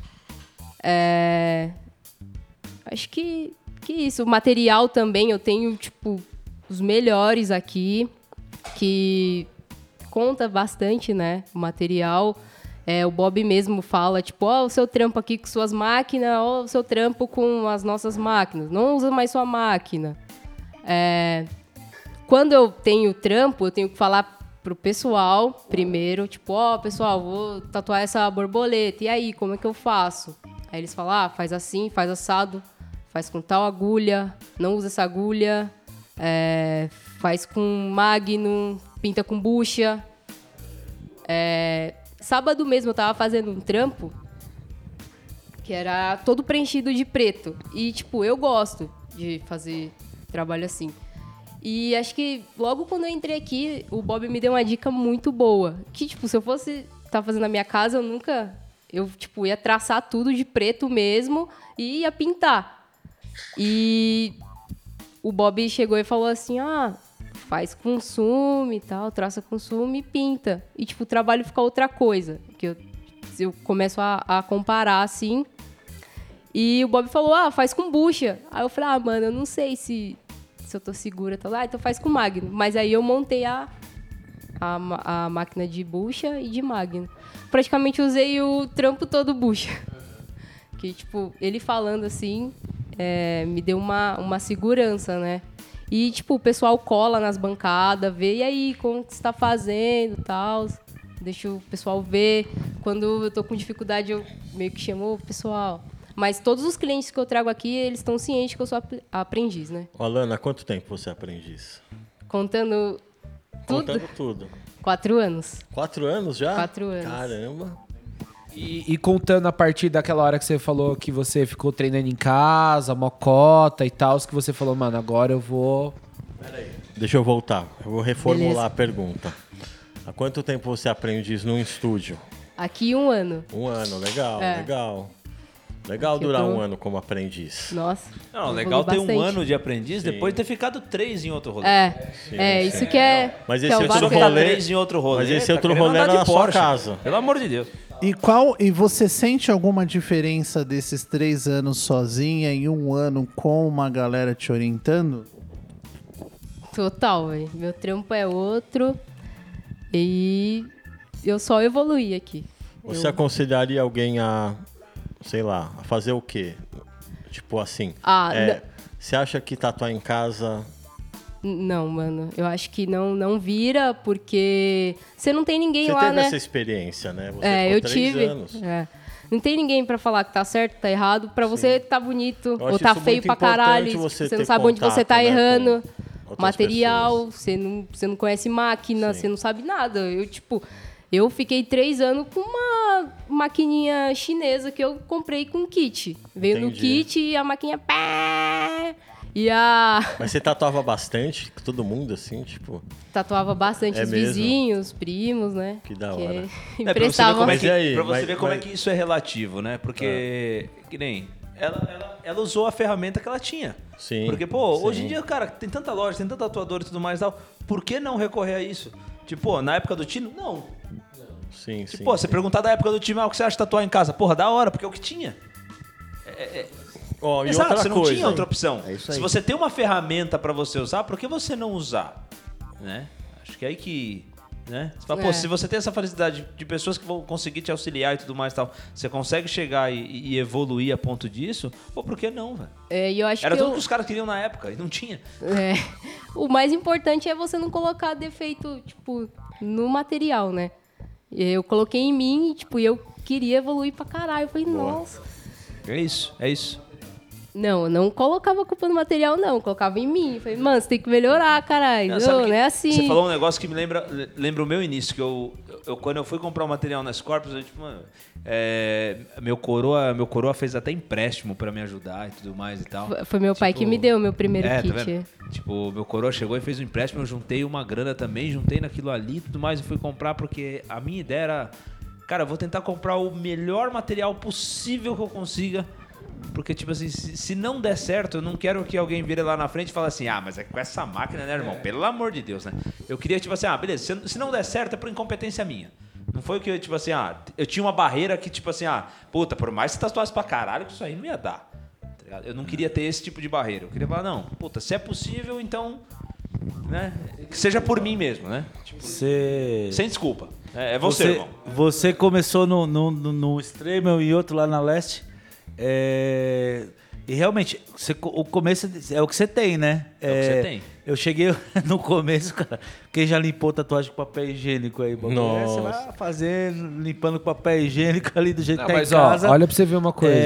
Acho que isso. O material também, eu tenho, tipo, os melhores aqui. Que conta bastante, né? O material. O Bob mesmo fala, tipo, o seu trampo aqui com suas máquinas, o seu trampo com as nossas máquinas. Não usa mais sua máquina. Quando eu tenho trampo, eu tenho que falar pro pessoal primeiro, tipo, pessoal, vou tatuar essa borboleta. E aí, como é que eu faço? Aí eles falam, faz assim, faz assado, faz com tal agulha, não usa essa agulha, faz com magno, pinta com bucha. Sábado mesmo eu tava fazendo um trampo que era todo preenchido de preto. E, tipo, eu gosto de fazer trabalho assim. E acho que logo quando eu entrei aqui, o Bob me deu uma dica muito boa. Que, tipo, se eu fosse estar fazendo na minha casa, eu, tipo, ia traçar tudo de preto mesmo e ia pintar. E o Bob chegou e falou assim, faz consumo e tal, traça consumo e pinta. E, tipo, o trabalho fica outra coisa. Que eu começo a comparar, assim. E o Bob falou, faz com bucha. Aí eu falei, mano, eu não sei se eu tô segura. Então faz com magno. Mas aí eu montei a máquina de bucha e de magno. Praticamente usei o trampo todo bucha. Que, tipo, ele falando assim, me deu uma segurança, né? E, tipo, o pessoal cola nas bancadas, vê, e aí, como que você tá fazendo e tal. Deixa o pessoal ver. Quando eu tô com dificuldade, eu meio que chamo o pessoal. Mas todos os clientes que eu trago aqui, eles estão cientes que eu sou aprendiz, né? Alana, há quanto tempo você é aprendiz? Contando tudo? Contando tudo. 4 anos. 4 anos já? 4 anos. Caramba. E contando a partir daquela hora que você falou que você ficou treinando em casa, mocota e tal, que você falou, mano, agora eu vou... Peraí. Deixa eu voltar. Eu vou reformular Beleza. a pergunta. Há quanto tempo você aprende num estúdio? Aqui 1 ano. 1 ano, legal, legal. Legal Que eu durar tô- um ano como aprendiz. Nossa. Não, evolui legal ter um bastante. ano de aprendiz, depois ter ficado 3 em outro rolê. Isso que é. Mas que esse é o outro Só que bacana. tá rolê- 3 em outro rolê. Mas esse tá outro querendo rolê andar era de na sua Porsche. casa. Pelo amor de Deus. E você sente alguma diferença desses 3 anos sozinha e um ano com uma galera te orientando? Total, velho. Meu trampo é outro. E eu só evoluí aqui. Você aconselharia alguém a, sei lá, a fazer o quê? Tipo assim, você acha que tatuar em casa... Não, mano. Eu acho que não vira, porque você não tem ninguém Você lá, teve né? essa experiência, né? Você É, ficou eu 3 tive. anos. É. Não tem ninguém pra falar que tá certo, tá errado. Pra você tá bonito Eu ou acho tá isso feio muito pra caralho. importante você Você ter não sabe onde você contato, tá né, errando. com outras Material, pessoas. você não conhece máquina, Sim. você não sabe nada. Eu fiquei 3 anos com uma maquininha chinesa que eu comprei com kit. Veio no Entendi. kit e a maquininha... Pá, e a... Mas você tatuava bastante? Com todo mundo, assim, tipo... Tatuava bastante É os mesmo? vizinhos, primos, né? Que da hora. Pra você ver Emprestavam. como é Mas que, e aí? pra você Mas- ver como é mas- que isso é relativo, né? Porque, que nem, ela usou a ferramenta que ela tinha. Sim, Porque, pô, sim. hoje em dia, cara, tem tanta loja, tem tanta tatuadora e tudo mais e tal. Por que não recorrer a isso? Tipo, pô, na época do Tino, não. Sim, Tipo, sim. pô, você perguntar da época do time, o que você acha de tatuar em casa? Porra, da hora, porque é o que tinha. Ó, e Exato, outra você não coisa, tinha outra opção. É isso aí. Se você tem uma ferramenta pra você usar, por que você não usar? Né? Acho que é aí que... Né? Você fala, pô, se você tem essa felicidade de pessoas que vão conseguir te auxiliar e tudo mais e tal, você consegue chegar e evoluir a ponto disso, pô, por que não, velho? E eu acho Era que tudo que os caras queriam na época e não tinha. O mais importante é você não colocar defeito, tipo, no material, né? Eu coloquei em mim e, tipo, eu queria evoluir pra caralho. Eu falei, nossa. É isso, é isso. Não, eu não colocava a culpa no material, não. Eu colocava em mim. Eu falei, mano, você tem que melhorar, caralho. sabe Não, que não é assim. Você falou um negócio que me lembra o meu início, que eu quando eu fui comprar um material na Scorpius, eu, tipo, mano, meu coroa fez até empréstimo pra me ajudar e tudo mais e tal. Foi meu pai que me deu meu primeiro Tá kit. vendo? Tipo, meu coroa chegou e fez um empréstimo, eu juntei uma grana também, juntei naquilo ali e tudo mais e fui comprar porque a minha ideia era, cara, eu vou tentar comprar o melhor material possível que eu consiga. Porque, tipo assim, se não der certo, eu não quero que alguém vire lá na frente e fale assim, mas é com essa máquina, né, irmão? Pelo amor de Deus, né? Eu queria, tipo assim, beleza, se não der certo é por incompetência minha. Não foi o que eu, tipo assim, eu tinha uma barreira que, tipo assim, puta, por mais que você tatuasse pra caralho, que isso aí não ia dar. Tá ligado? Eu não queria ter esse tipo de barreira. Eu queria falar, não, puta, se é possível, então, né, que seja por mim mesmo, né? Tipo, sem desculpa. É você, irmão. Você começou no Extremo e outro lá na Leste. E realmente, o começo é o que você tem, né? É o que você tem. Eu cheguei no começo, cara. Quem já limpou tatuagem com papel higiênico aí? Nossa. Você vai fazendo, limpando com papel higiênico ali do jeito Não, que tá mas em casa. olha pra você ver uma coisa.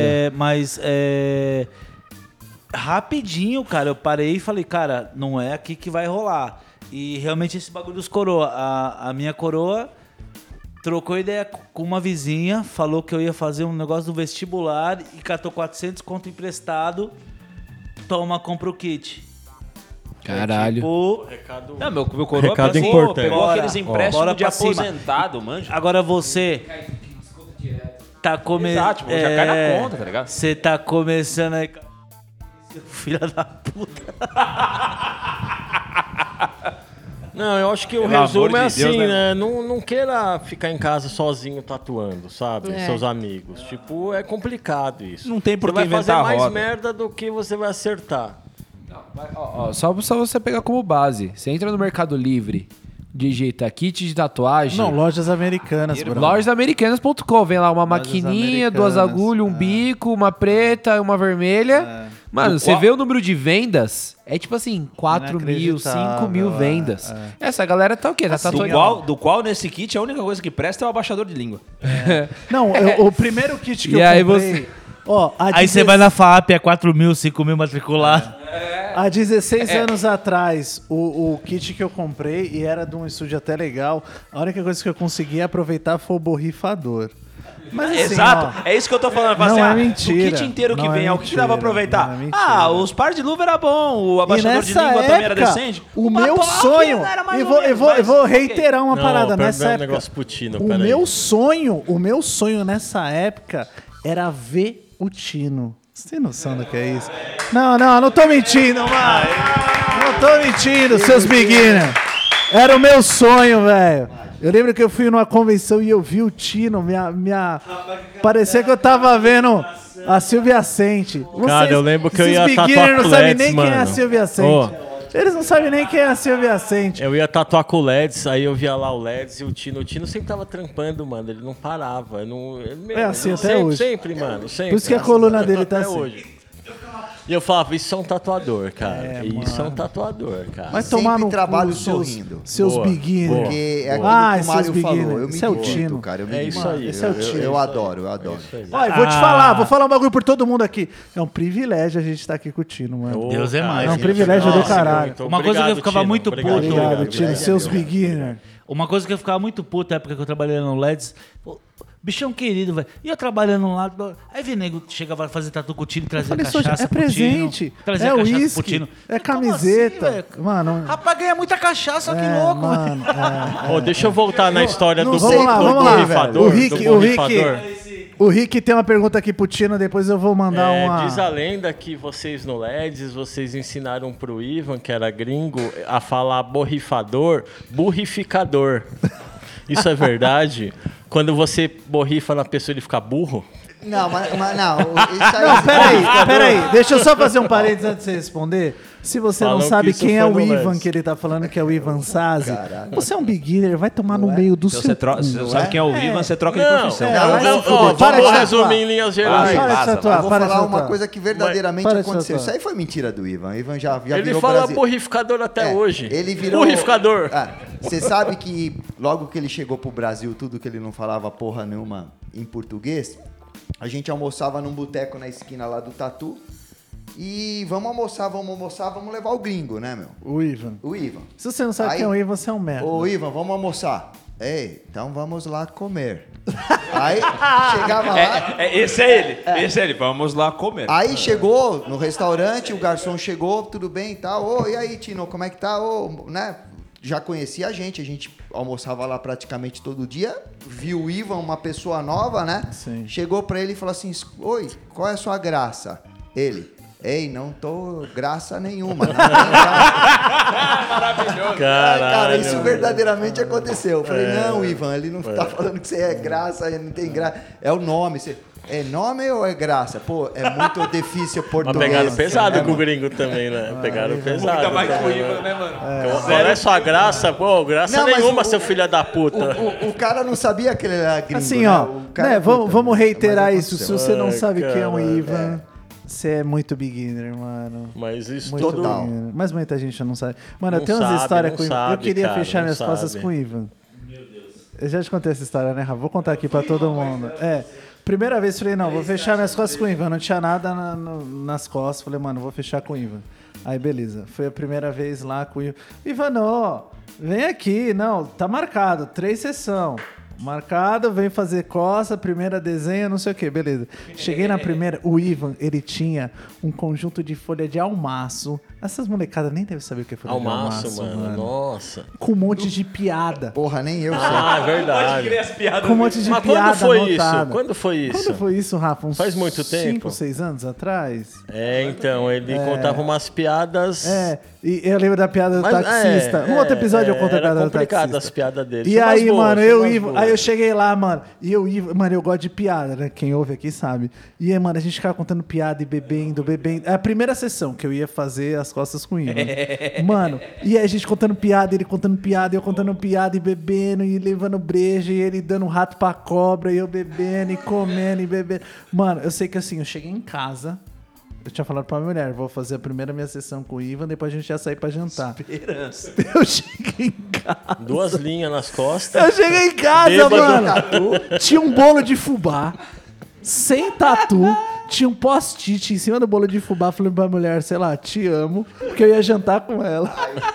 Rapidinho, cara, eu parei e falei, cara, não é aqui que vai rolar. E realmente esse bagulho dos coroa. A minha coroa trocou ideia com uma vizinha, falou que eu ia fazer um negócio do vestibular e catou 400 conto emprestado. Toma, compra o kit. Caralho. Tipo, Não, meu coroa Recado pegou importante. pegou Bora. aqueles empréstimos Bora de pra cima. aposentado, manja. agora você tá começando. Exato, tipo, já cai na conta, tá ligado? Você tá começando aí. Seu filho da puta. Não, eu acho que o Pelo resumo amor é de Deus, assim, né, né? Não queira ficar em casa sozinho tatuando, sabe? Seus amigos. Tipo, é complicado isso. Não tem por que Você vai fazer inventar a mais roda. merda do que você vai acertar. Só você pegar como base. Você entra no Mercado Livre, digita kit de tatuagem. Não, lojas americanas, bro. Lojasamericanas.com, vem lá uma Lojas maquininha, 2 americanas, agulhas, um bico, uma preta, uma vermelha. Mano, você vê o número de vendas, é tipo assim, 4 mil, 5 mil vendas. Essa galera tá o quê? Tá tatuando. Do qual nesse kit a única coisa que presta é o abaixador de língua. Não, o primeiro kit que E eu aí comprei... você- Ó, Aí você vai na FAP, é 4 mil, 5 mil matriculado. Há 16 anos atrás, o kit que eu comprei, e era de um estúdio até legal, a única coisa que eu consegui aproveitar foi o borrifador. Mas assim, Exato, ó, é isso que eu tô falando. não é O mentira, kit inteiro que não vem, é o que dá pra mentira, aproveitar? não é mentira. Os par de luva era bom, o e abaixador de nessa língua também era época, decente. o Mas, meu pô, sonho, aqui era mais eu ou vou, menos, eu vou, mas eu vou ok. reiterar uma parada, nessa um época, negócio putino, o peraí. meu sonho nessa época era ver o Tino. Você tem noção do que é isso? Não tô mentindo, mano. Não tô mentindo, seus beginners. Era o meu sonho, velho. Eu lembro que eu fui numa convenção e eu vi o Tino, parecia que eu tava vendo a Silvia Sente. Cara, eu lembro que eu ia tatuar beginners com não sabem LEDs, nem quem é a mano. Silvia Sente. Eles não sabem nem quem é a Silvia Sente. Eu ia tatuar com o LEDs, aí eu via lá o LEDs e o Tino sempre tava trampando, mano. Ele não parava. É assim até sempre, hoje. Sempre, mano. Sempre. Por isso que a coluna dele tá Até assim. hoje. E eu falava, isso é um tatuador, cara. Isso é um tatuador, cara. Vai tomar Sempre no trabalho cu, sorrindo. seus Boa, beginners. boa. Porque é aquilo Ah, que o Mário seus falou. beginners. Eu me Esse é o divirto, Tino. cara. Eu me É isso divirto. aí. Esse é o Tino. Eu adoro, eu adoro. Olha, vou falar um bagulho por todo mundo aqui. É um privilégio a gente estar aqui com o Tino, mano. Deus é mais. É um privilégio do Nossa, caralho. muito Uma coisa que eu ficava Tino. muito Obrigado, puto. Obrigado, Tino. obrigado. Seus beginners. Uma coisa que eu ficava muito puto na época que eu trabalhei no LEDs. Bichão querido, velho. E eu trabalhando lá. Aí vem nego, chegava a fazer tatu com o Tino, trazia Falei, cachaça é pro Tino, presente, trazia é cachaça pro uísque, Tino. é Como camiseta. assim, velho? Mano, Rapaz, ganha muita cachaça, que louco, velho. mano, Deixa eu voltar na história do Vamos lá, borrifador. O Rick, do borrifador. o Rick tem uma pergunta aqui pro Tino, depois eu vou mandar uma... Diz a lenda que vocês no LEDs, vocês ensinaram pro Ivan, que era gringo, a falar borrifador, burrificador. Isso é verdade? Quando você borrifa na pessoa, ele fica burro? Não, mas não. Isso aí. Não, peraí. Deixa eu só fazer um parênteses antes de você responder. Se você Falam não que sabe isso quem é foi o no Ivan, Leds. que ele tá falando que é o Ivan Sazi, você é um beginner, vai tomar no meio do Se seu você, cu. se você sabe quem é o Ivan, você troca de Não, profissão. Para de vamos tatuar. resumir em linhas gerais. Para de tatuar, Eu vou para de falar uma tatuar. coisa que verdadeiramente Para de aconteceu. tatuar. Isso aí foi mentira do Ivan. O Ivan já Ele virou fala Brasil. borrificador até hoje. Ele virou... Borrificador. Você sabe que logo que ele chegou pro Brasil, tudo que ele não falava porra nenhuma em português, a gente almoçava num boteco na esquina lá do Tatu. E vamos almoçar, vamos levar o gringo, né, meu? O Ivan. O Ivan. Se você não sabe Aí- quem é o Ivan, você é um merda. Ô, Ivan, vamos almoçar. Ei, então vamos lá comer. Aí chegava lá... Esse é ele. Esse é ele. Vamos lá comer. Aí chegou no restaurante, o garçom chegou, tudo bem e tal. Ô, e aí, Tino, como é que tá? Ô, né? Já conhecia a gente almoçava lá praticamente todo dia. Viu o Ivan, uma pessoa nova, né? Sim. Chegou pra ele e falou assim: oi, qual é a sua graça? Ele: ei, não tô graça nenhuma. Não tem graça. Cara, isso verdadeiramente aconteceu. Eu falei: não, Ivan, ele não tá falando que você é graça, ele não tem graça. É o nome. Você... É nome ou é graça? Pô, é muito difícil Mas português. pegaram pesado com o mano? gringo também, né? Pegaram pesado. Ainda mais com o também, Ivan, né, mano? Qual é sua graça? Pô, graça Não, mas nenhuma, o- seu filho da puta. O cara não sabia que ele era gringo, Assim, né? ó, O cara né, é puta, vamos reiterar mas isso. Se aconteceu. você não sabe quem é um caralho. Ivan, você é muito beginner, mano. Mas isso Muito todo... Total. beginner. Mas muita gente não sabe. Mano, eu Não tenho umas sabe, histórias não com o Ivan. Eu sabe, queria cara, fechar não minhas costas sabe. com o Ivan. Eu já te contei essa história, né, Rafa? Vou contar aqui pra todo mundo. Primeira vez falei, não, vou fechar minhas costas com o Ivan. Não tinha nada nas costas. Falei, mano, vou fechar com o Ivan. Aí, beleza. Foi a primeira vez lá com o Ivan. Ivan, não, vem aqui. Não, tá marcado. 3 sessões. Marcado, vem fazer costa, primeira desenho, não sei o que, beleza. Cheguei na primeira, o Ivan, ele tinha um conjunto de folha de almaço. Essas molecadas nem devem saber o que é folha Almaço, de almaço, mano. Nossa. Com um monte de piada. Porra, nem eu sei. Ah, é verdade. as piadas. Com um monte de Mas piada quando foi anotada. isso? Quando foi isso? Quando foi isso, Rafa? Uns Faz muito tempo? 5, 6 anos atrás? É, então, ele contava umas piadas... E eu lembro da piada do Mas, taxista. No outro episódio eu conto a era piada do complicado taxista. as piadas dele. E São umas aí, boas, mano, são eu umas Ivan, boas. aí eu cheguei lá, mano, e eu Ivan, mano, eu gosto de piada, né? Quem ouve aqui sabe. E aí, mano, a gente ficava contando piada e bebendo. É a primeira sessão que eu ia fazer as costas com o Ivan. Mano, e aí a gente contando piada, ele contando piada, eu contando piada e bebendo e levando breja, e ele dando rato pra cobra, e eu bebendo e comendo e bebendo. Mano, eu sei que assim, eu cheguei em casa. Eu tinha falado pra minha mulher, vou fazer a primeira minha sessão com o Ivan, depois a gente ia sair pra jantar. Esperança. Eu cheguei em casa. 2 linhas nas costas. Eu cheguei em casa, Bêbado. mano. Tinha um bolo de fubá, sem tatu. Tinha um post-it em cima do bolo de fubá. Falei pra mulher, sei lá, te amo. Porque eu ia jantar com ela.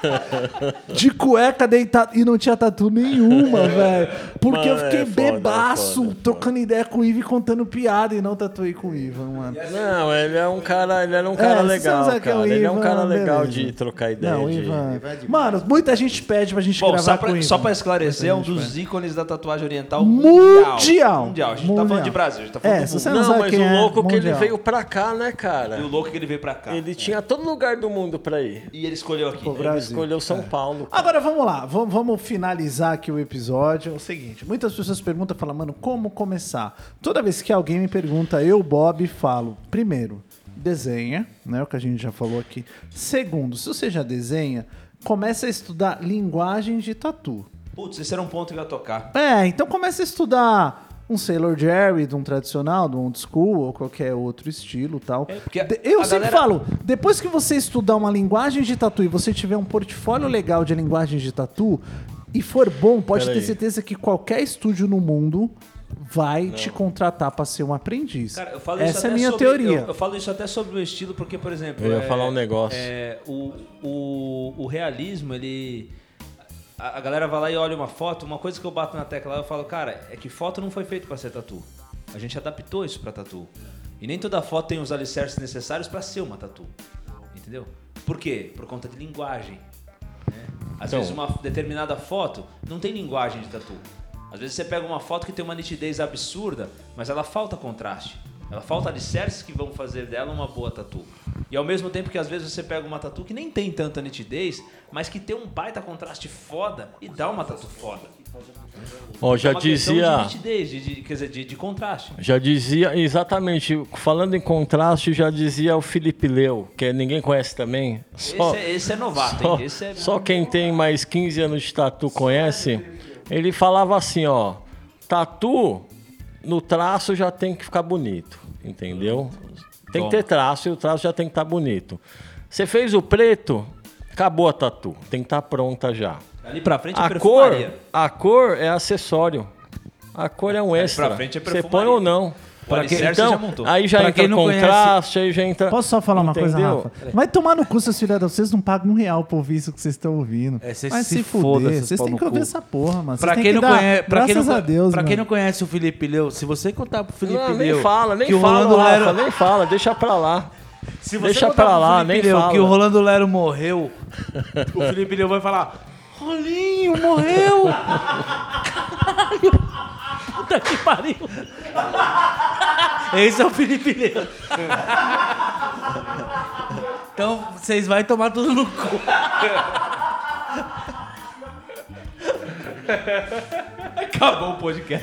De cueca deitado. E não tinha tatu nenhuma, velho. Porque eu Mano, fiquei é foda, bebaço, foda. trocando ideia com o Ivan e contando piada. E não tatuei com o Ivan, mano. Não, ele é um cara, ele era um cara se você legal, não sabe quem é o cara. Ele é um Ivan, cara legal beleza. de trocar ideia. Não, de... Ivan. Mano, muita gente pede pra gente Bom, gravar com o Ivan. só pra esclarecer, é um dos ícones da tatuagem oriental Mundial. mundial. A gente tá falando de Brasil, a gente tá falando do Se mundo. você não, Não, sabe mas quem o é, louco que ele mundial. veio pra cá, né, cara? E o louco é que ele veio pra cá. Ele tinha todo lugar do mundo pra ir. E ele escolheu aqui. Pô, Ele Brasil. escolheu São Paulo. cara. Agora vamos lá, vamos finalizar aqui o episódio. É o seguinte, muitas pessoas perguntam, falam, mano, como começar? Toda vez que alguém me pergunta, eu, Bob, falo, primeiro, desenha, né, o que a gente já falou aqui. Segundo, se você já desenha, começa a estudar linguagem de tatu. Putz, esse era um ponto que eu ia tocar. Então começa a estudar um Sailor Jerry, de um tradicional, de um old school, ou qualquer outro estilo e tal. porque Eu a sempre galera- falo, depois que você estudar uma linguagem de tatu e você tiver um portfólio legal de linguagem de tatu, e for bom, pode ter Peraí. certeza que qualquer estúdio no mundo vai te contratar para ser um aprendiz. Cara, eu falo isso Essa é a até minha sobre- teoria. Eu falo isso até sobre o estilo, porque, por exemplo... Eu ia falar um negócio. O realismo, ele... A galera vai lá e olha uma foto, uma coisa que eu bato na tecla lá, eu falo, cara, é que foto não foi feito pra ser tatu. A gente adaptou isso pra tatu. E nem toda foto tem os alicerces necessários pra ser uma tatu. Entendeu? Por quê? Por conta de linguagem. Né? Às Então- vezes uma determinada foto não tem linguagem de tatu. Às vezes você pega uma foto que tem uma nitidez absurda, mas ela falta contraste. Ela falta alicerces que vão fazer dela uma boa tatu. E ao mesmo tempo que às vezes você pega uma tatu que nem tem tanta nitidez, mas que tem um baita contraste foda e dá uma tatu foda. Ó, já É uma questão dizia... de nitidez, quer dizer, de contraste. Já dizia, exatamente, falando em contraste, já dizia o Felipe Leu, que ninguém conhece também. Esse é novato, hein? Esse é... Só quem tem mais 15 anos de tatu conhece. Ele falava assim, ó, tatu no traço já tem que ficar bonito, entendeu? Tem que ter traço e o traço já tem que estar bonito. Você fez o preto, acabou a tatu, tem que estar pronta já. Ali pra frente é A cor é acessório. A cor é um extra. pra frente é Você perfumaria. põe ou não. O alicerce Então, já montou. aí já Pra entra quem não contraste, aí já entra... Posso só falar uma coisa, Entendeu? Rafa? Vai tomar no cu, seus filhos da... Vocês não pagam R$1 por ouvir isso que vocês estão ouvindo. É, vocês Vai se se foda, fuder. seus Vocês pau têm no que ouvir cu. essa porra, mano. Pra Vocês quem têm não que dar conhece, graças a Deus, pra quem mano. não conhece o Felipe Leu, se você contar pro Felipe Não, Leu nem fala, que o Rolando Rolando Lero, Rafa, nem fala, deixa pra lá. se você deixa contar pra pro lá, Felipe nem Leu fala. que o Rolando Lero morreu, o Felipe Leu vai falar: Rolinho, morreu! Caralho! Puta que pariu! Esse é o Felipe Leu. Então, vocês vão tomar tudo no cu. Acabou o podcast.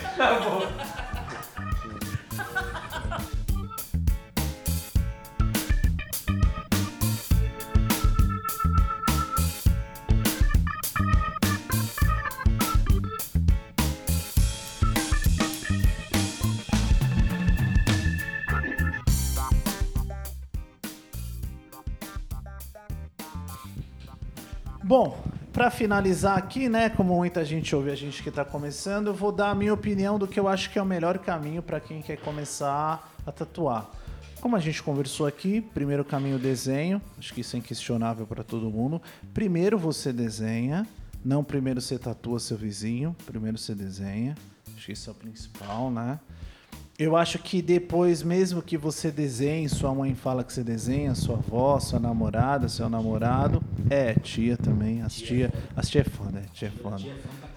Bom, pra finalizar aqui, né, como muita gente ouve a gente que tá começando, eu vou dar a minha opinião do que eu acho que é o melhor caminho pra quem quer começar a tatuar. Como a gente conversou aqui, primeiro caminho desenho, acho que isso é inquestionável pra todo mundo. Primeiro você desenha, não primeiro você tatua seu vizinho, primeiro você desenha. Acho que isso é o principal, né? Eu acho que depois, mesmo que você desenhe, sua mãe fala que você desenha, sua avó, sua namorada, seu namorado, tia também, as tia é foda, tia é foda.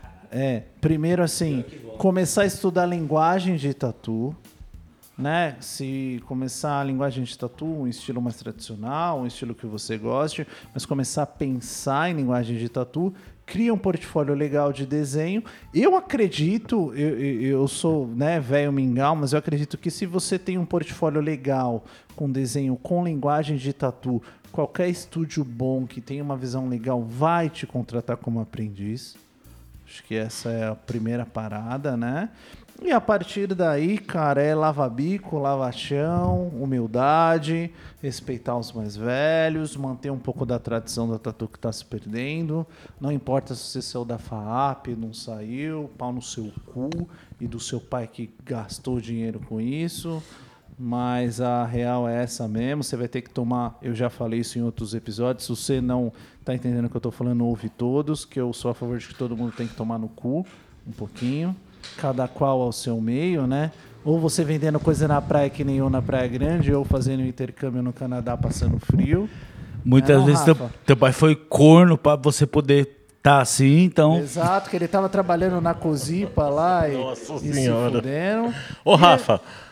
Primeiro assim, começar a estudar linguagem de tatu, né? Se começar a linguagem de tatu, um estilo mais tradicional, um estilo que você goste, mas começar a pensar em linguagem de tatu, cria um portfólio legal de desenho. Eu acredito, eu sou, né, velho mingau, mas eu acredito que se você tem um portfólio legal com desenho, com linguagem de tatu, qualquer estúdio bom que tenha uma visão legal vai te contratar como aprendiz. Acho que essa é a primeira parada, né? E a partir daí, cara, é lava-bico, lava-chão, humildade, respeitar os mais velhos, manter um pouco da tradição da tatu que tá se perdendo. Não importa se você saiu da FAAP, não saiu, pau no seu cu e do seu pai que gastou dinheiro com isso. Mas a real é essa mesmo, você vai ter que tomar, eu já falei isso em outros episódios, se você não tá entendendo o que eu tô falando, ouve todos, que eu sou a favor de que todo mundo tem que tomar no cu um pouquinho. Cada qual ao seu meio, né? Ou você vendendo coisa na praia que nem eu na Praia Grande, ou fazendo intercâmbio no Canadá passando frio. Muitas Não, vezes Rafa? teu pai foi corno pra você poder estar assim, então. Exato, que ele tava trabalhando na Cozipa lá e Nossa se Senhora. fuderam. Ô, Rafa,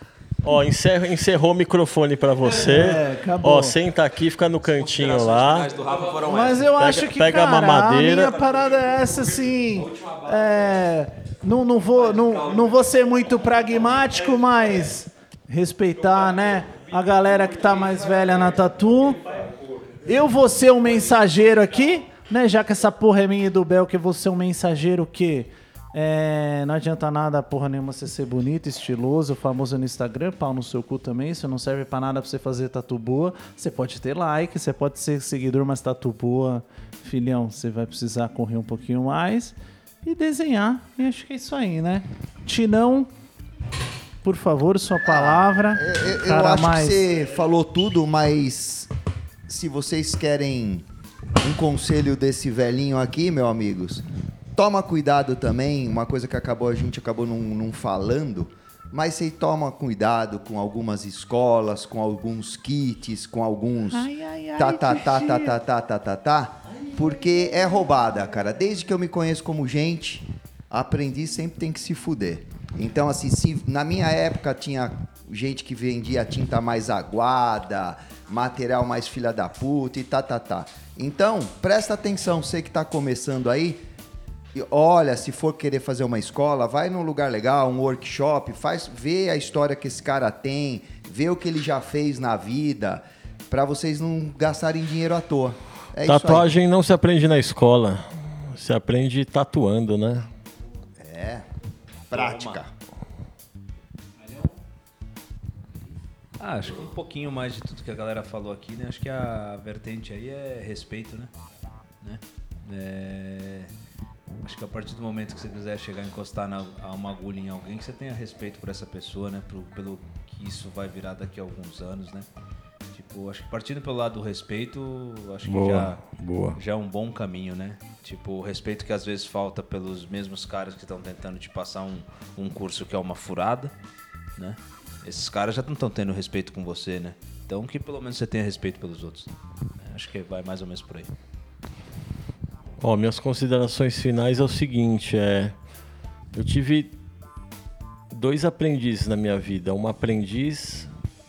Ó, encerrou o microfone pra você. acabou. Ó, senta aqui, fica no cantinho lá. do Rafa foram Mas eu acho que, pega a cara, mamadeira. a minha parada é essa, assim... Não vou ser muito pragmático, mas respeitar, né, a galera que tá mais velha na tatu. Eu vou ser um mensageiro aqui, né, já que essa porra é minha e do Bel, que eu vou ser um mensageiro que... não adianta nada, porra nenhuma, você ser bonito, estiloso, famoso no Instagram, pau no seu cu também, isso não serve pra nada pra você fazer tatu boa. Você pode ter like, você pode ser seguidor, mas tatu boa, filhão, você vai precisar correr um pouquinho mais e desenhar. E acho que é isso aí, né? Tinão, por favor, sua palavra. Eu acho que você falou tudo, mas se vocês querem um conselho desse velhinho aqui, meus amigos, toma cuidado também, uma coisa que a gente acabou não falando, mas você toma cuidado com algumas escolas, com alguns kits, com alguns porque é roubada, cara. Desde que eu me conheço como gente, aprendiz sempre tem que se fuder. Então, assim, se na minha época tinha gente que vendia tinta mais aguada, material mais filha da puta e Então, presta atenção, você que tá começando aí, olha, se for querer fazer uma escola, vai num lugar legal, um workshop, vê a história que esse cara tem, vê o que ele já fez na vida, pra vocês não gastarem dinheiro à toa. É Tatuagem isso aí. não se aprende na escola, se aprende tatuando, né? Prática. Acho que um pouquinho mais de tudo que a galera falou aqui, né? Acho que a vertente aí é respeito, né? Acho que a partir do momento que você quiser chegar a encostar a uma agulha em alguém, que você tenha respeito por essa pessoa, né? Pelo que isso vai virar daqui a alguns anos, né? Tipo, acho que partindo pelo lado do respeito, acho que já é um bom caminho, né? Tipo, o respeito que às vezes falta pelos mesmos caras que estão tentando te passar um curso que é uma furada, né? Esses caras já não estão tendo respeito com você, né? Então que pelo menos você tenha respeito pelos outros. Acho que vai mais ou menos por aí. Ó, minhas considerações finais é o seguinte, eu tive 2 aprendizes na minha vida, um aprendiz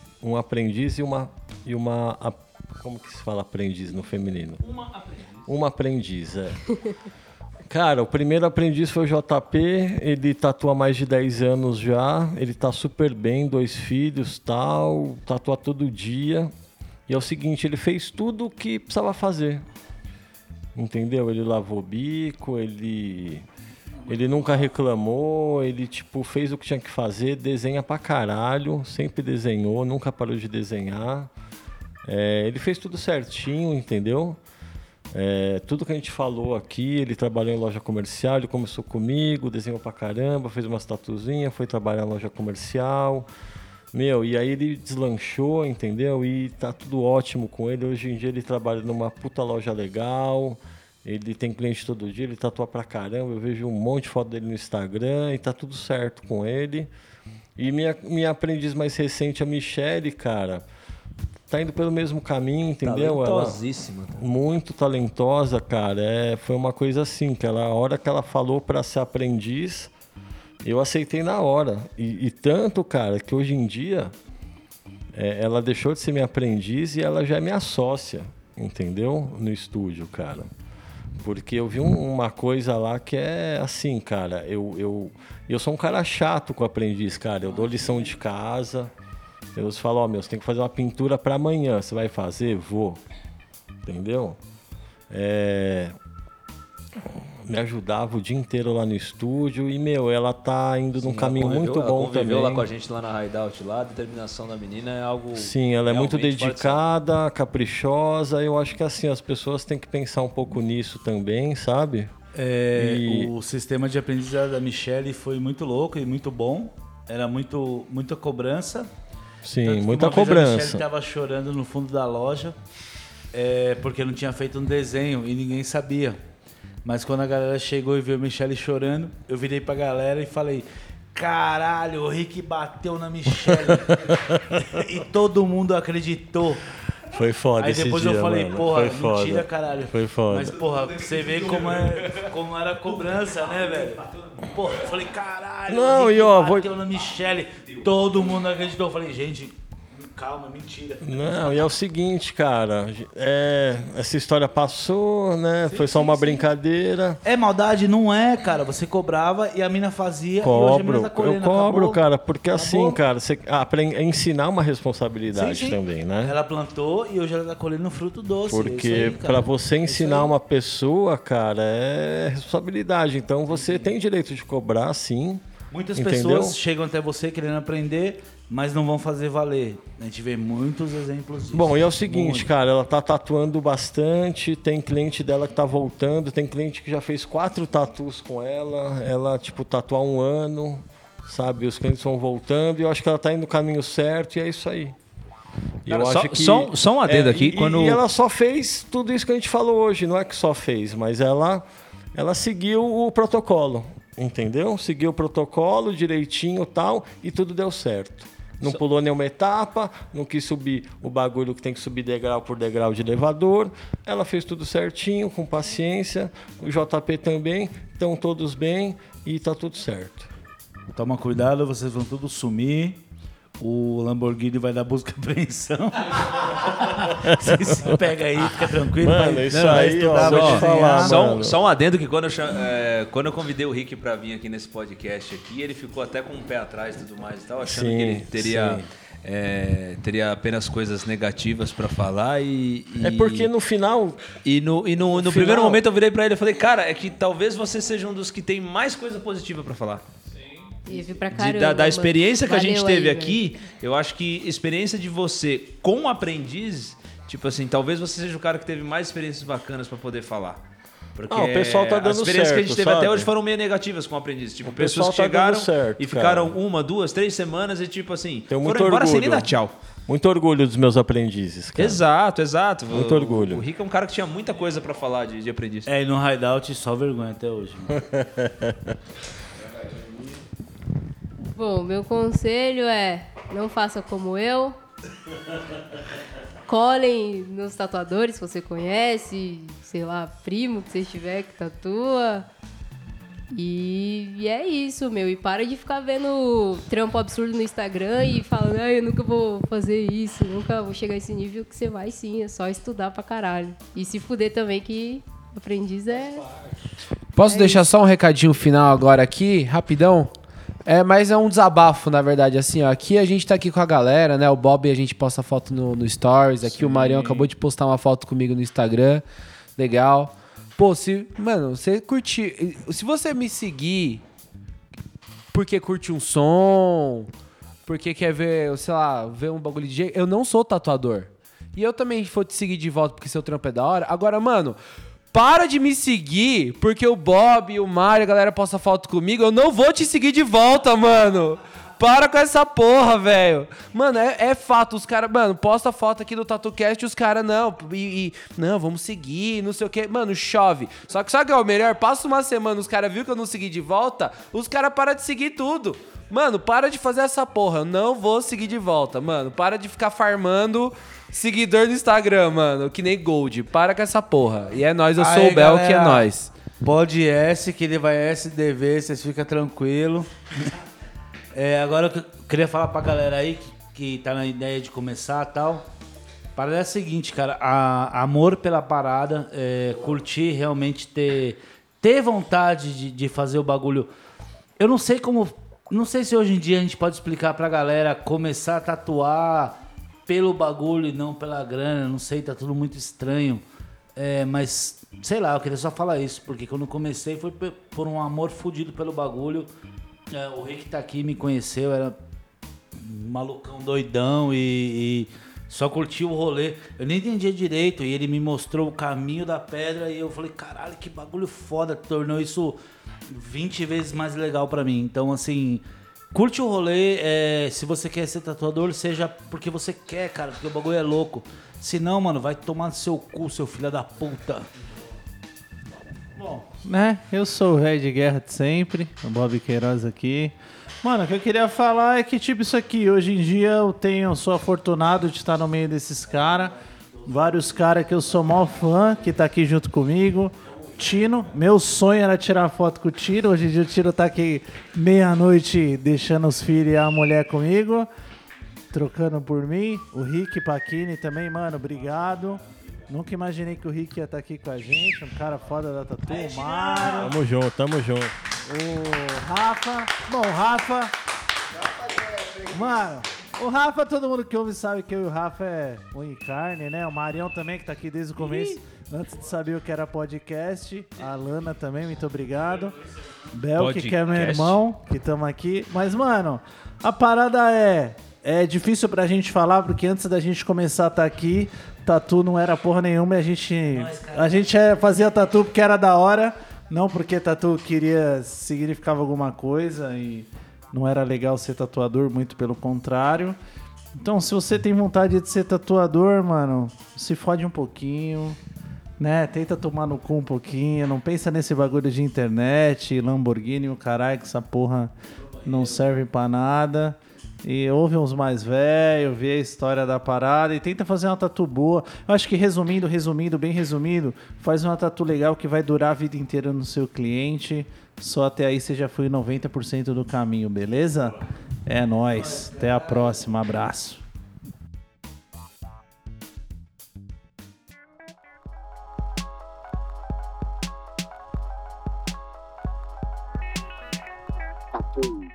e uma como que se fala aprendiz no feminino? Uma aprendiz, Cara, o primeiro aprendiz foi o JP, ele tatua há mais de 10 anos já, ele tá super bem, 2 filhos, tal, tatua todo dia. E é o seguinte, ele fez tudo o que precisava fazer. Entendeu? Ele lavou o bico, ele nunca reclamou, ele tipo fez o que tinha que fazer, desenha pra caralho, sempre desenhou, nunca parou de desenhar. Ele fez tudo certinho, entendeu? Tudo que a gente falou aqui, ele trabalhou em loja comercial, ele começou comigo, desenhou pra caramba, fez umas tatuzinhas, foi trabalhar em loja comercial. E aí ele deslanchou, entendeu? E tá tudo ótimo com ele. Hoje em dia ele trabalha numa puta loja legal, ele tem cliente todo dia, ele tatua pra caramba. Eu vejo um monte de foto dele no Instagram e tá tudo certo com ele. E minha aprendiz mais recente, a Michele, cara, tá indo pelo mesmo caminho, entendeu? Talentosíssima. Ela, muito talentosa, cara. Foi uma coisa assim, que a hora que ela falou pra ser aprendiz, eu aceitei na hora. E tanto, cara, que hoje em dia ela deixou de ser minha aprendiz e ela já é minha sócia, entendeu? No estúdio, cara. Porque eu vi uma coisa lá que é assim, cara, eu sou um cara chato com o aprendiz, cara. Eu dou lição de casa. Eles falam, você tem que fazer uma pintura para amanhã. Você vai fazer? Vou. Entendeu? Me ajudava o dia inteiro lá no estúdio e, ela tá indo num caminho muito bom também. Conviveu lá com a gente lá na Hideout lá, a determinação da menina é algo... Sim, ela é muito dedicada, caprichosa. Eu acho que assim, as pessoas têm que pensar um pouco nisso também, sabe? O sistema de aprendizagem da Michele foi muito louco e muito bom. Era muita cobrança. Sim, muita cobrança. A Michele estava chorando no fundo da loja porque não tinha feito um desenho e ninguém sabia. Mas quando a galera chegou e viu a Michele chorando, eu virei pra galera e falei: caralho, o Rick bateu na Michele. E todo mundo acreditou. Foi foda Aí esse depois dia, eu falei, mano. porra, Foi foda. mentira, caralho. Foi foda. Mas, porra, você vê como era a cobrança, né, velho? Porra, eu falei, caralho, Não, o Rick e ó, bateu na Michelle. Todo mundo acreditou. Eu falei, gente, calma, mentira. Não, e é o seguinte, cara. Essa história passou, né? Foi só uma brincadeira. É maldade? Não é, cara. Você cobrava e a mina fazia. E hoje a mina Cobro, tá colhendo. eu cobro, Acabou. cara, porque Acabou. assim, cara, você ensinar uma responsabilidade Sim, sim. também, né? Ela plantou e hoje ela tá colhendo fruto doce. Porque é isso aí, cara. pra você É isso ensinar aí. uma pessoa, cara, é responsabilidade. Então você tem direito de cobrar, sim. Muitas Entendeu? pessoas chegam até você querendo aprender, mas não vão fazer valer. A gente vê muitos exemplos disso. Bom, e é o seguinte, Muito. cara, ela tá tatuando bastante, tem cliente dela que tá voltando, tem cliente que já fez 4 tatus com ela, tipo, tatua há 1 ano, sabe? Os clientes vão voltando e eu acho que ela tá indo no caminho certo e é isso aí. E Cara, eu só- acho que, só um adendo aqui, quando- E ela só fez tudo isso que a gente falou hoje, não é que só fez, mas ela seguiu o protocolo, entendeu? Seguiu o protocolo direitinho e tal, e tudo deu certo. Não pulou nenhuma etapa, não quis subir o bagulho que tem que subir degrau por degrau de elevador. Ela fez tudo certinho, com paciência. O JP também, estão todos bem e tá tudo certo. Toma cuidado, vocês vão tudo sumir. O Lamborghini vai dar busca e apreensão. Você se pega aí, fica tranquilo. Mano, vai, isso não, vai aí, estudar, ó, vai vou te desenhar. falar, Só, só um adendo que quando eu convidei o Rick pra vir aqui nesse podcast aqui, ele ficou até com um pé atrás e tudo mais e tal, achando Sim, que ele teria, sim. teria apenas coisas negativas pra falar e... É porque no final, E no final- primeiro momento eu virei pra ele e falei, cara, é que talvez você seja um dos que tem mais coisa positiva pra falar. Teve pra Da caramba, experiência que a mano. gente Valeu teve aí, aqui, eu acho que experiência de você com aprendiz, tipo assim, talvez você seja o cara que teve mais experiências bacanas pra poder falar. Porque o pessoal tá dando as experiências que a gente certo, teve até sabe? hoje foram meio negativas com aprendiz. Tipo, O pessoas pessoal que tá chegaram dando certo, e ficaram cara. 1, 2, 3 semanas e tipo assim, tenho muito foram embora sem nem orgulho. dar tchau. Muito orgulho dos meus aprendizes, cara. Exato, exato. Muito orgulho. O Rick é um cara que tinha muita coisa pra falar de aprendiz. É, e no Hideout só vergonha até hoje. mano. Bom, meu conselho é: não faça como eu. Colhem nos tatuadores que você conhece, sei lá, primo que você tiver que tatua. E é isso, meu. E para de ficar vendo trampo absurdo no Instagram e falando, eu nunca vou fazer isso, nunca vou chegar a esse nível, que você vai sim, é só estudar pra caralho. E se fuder também, que aprendiz é... Posso deixar só um recadinho final agora aqui, rapidão? Mas é um desabafo, na verdade, assim, ó. Aqui a gente tá aqui com a galera, né? O Bob, a gente posta foto no Stories. Aqui o Marião acabou de postar uma foto comigo no Instagram. Legal. Pô, mano, você curtir... Se você me seguir porque curte um som, porque quer ver, sei lá, ver um bagulho de jeito... Eu não sou tatuador. E eu também vou te seguir de volta porque seu trampo é da hora. Agora, mano... Para de me seguir, porque o Bob, o Mário, a galera posta foto comigo. Eu não vou te seguir de volta, mano. Para com essa porra, velho. Mano, é fato. Os caras, mano, posta foto aqui do TatuCast e os caras, não. Não, vamos seguir, não sei o quê. Mano, chove. Só que sabe o que é o melhor? Passa uma semana, os caras viram que eu não segui de volta, os caras param de seguir tudo. Mano, para de fazer essa porra. Eu não vou seguir de volta, mano. Para de ficar farmando seguidor no Instagram, mano. Que nem Gold. Para com essa porra. E é nóis, eu sou Aí, o Bel, que é galera, nóis. Pode S, que ele vai SDV, vocês ficam tranquilo. Agora eu queria falar pra galera aí que tá na ideia de começar e tal. A parada é a seguinte, cara. Amor pela parada, curtir, realmente ter vontade de fazer o bagulho. Eu não sei como... Não sei se hoje em dia a gente pode explicar pra galera começar a tatuar pelo bagulho e não pela grana. Não sei, tá tudo muito estranho. Mas, sei lá, eu queria só falar isso. Porque quando eu comecei foi por um amor fudido pelo bagulho. O Rick tá aqui, me conheceu, era um malucão doidão e só curtia o rolê. Eu nem entendia direito e ele me mostrou o caminho da pedra e eu falei, caralho, que bagulho foda. Tornou isso 20 vezes mais legal pra mim. Então, assim, curte o rolê. Se você quer ser tatuador, seja porque você quer, cara, porque o bagulho é louco. Se não, mano, vai tomar no seu cu, seu filho da puta. Bom, né? Eu sou o Rei de Guerra de sempre, o Bob Queiroz aqui. Mano, o que eu queria falar é que, tipo, isso aqui, hoje em dia eu sou afortunado de estar no meio desses caras. vários caras que eu sou mó fã, que tá aqui junto comigo. Tino, meu sonho era tirar foto com o Tiro. Hoje em dia o Tiro tá aqui meia-noite deixando os filhos e a mulher comigo, trocando por mim. O Rick Pacchini também, mano, obrigado. Nunca imaginei que o Rick ia estar aqui com a gente, um cara foda da Tatu, o Mário. Tamo junto, tamo junto. O Rafa. Bom, o Rafa. Mano, o Rafa, todo mundo que ouve sabe que eu e o Rafa é unha e carne, né? O Marião também, que tá aqui desde o começo, antes de saber o que era podcast. A Lana também, muito obrigado. Bel, que é meu irmão, que estamos aqui. Mas, mano, a parada é difícil pra gente falar, porque antes da gente começar a estar aqui, tatu não era porra nenhuma e a gente fazia tatu porque era da hora, não porque tatu significava alguma coisa e não era legal ser tatuador, muito pelo contrário. Então, se você tem vontade de ser tatuador, mano, se fode um pouquinho, né? Tenta tomar no cu um pouquinho, não pensa nesse bagulho de internet, Lamborghini, o caralho, que essa porra não serve pra nada. E ouve uns mais velhos, vê a história da parada e tenta fazer uma tatu boa. Eu acho que bem resumindo, faz uma tatu legal que vai durar a vida inteira no seu cliente. Só até aí você já foi 90% do caminho, beleza? É nóis. Até a próxima. Abraço. Tatu.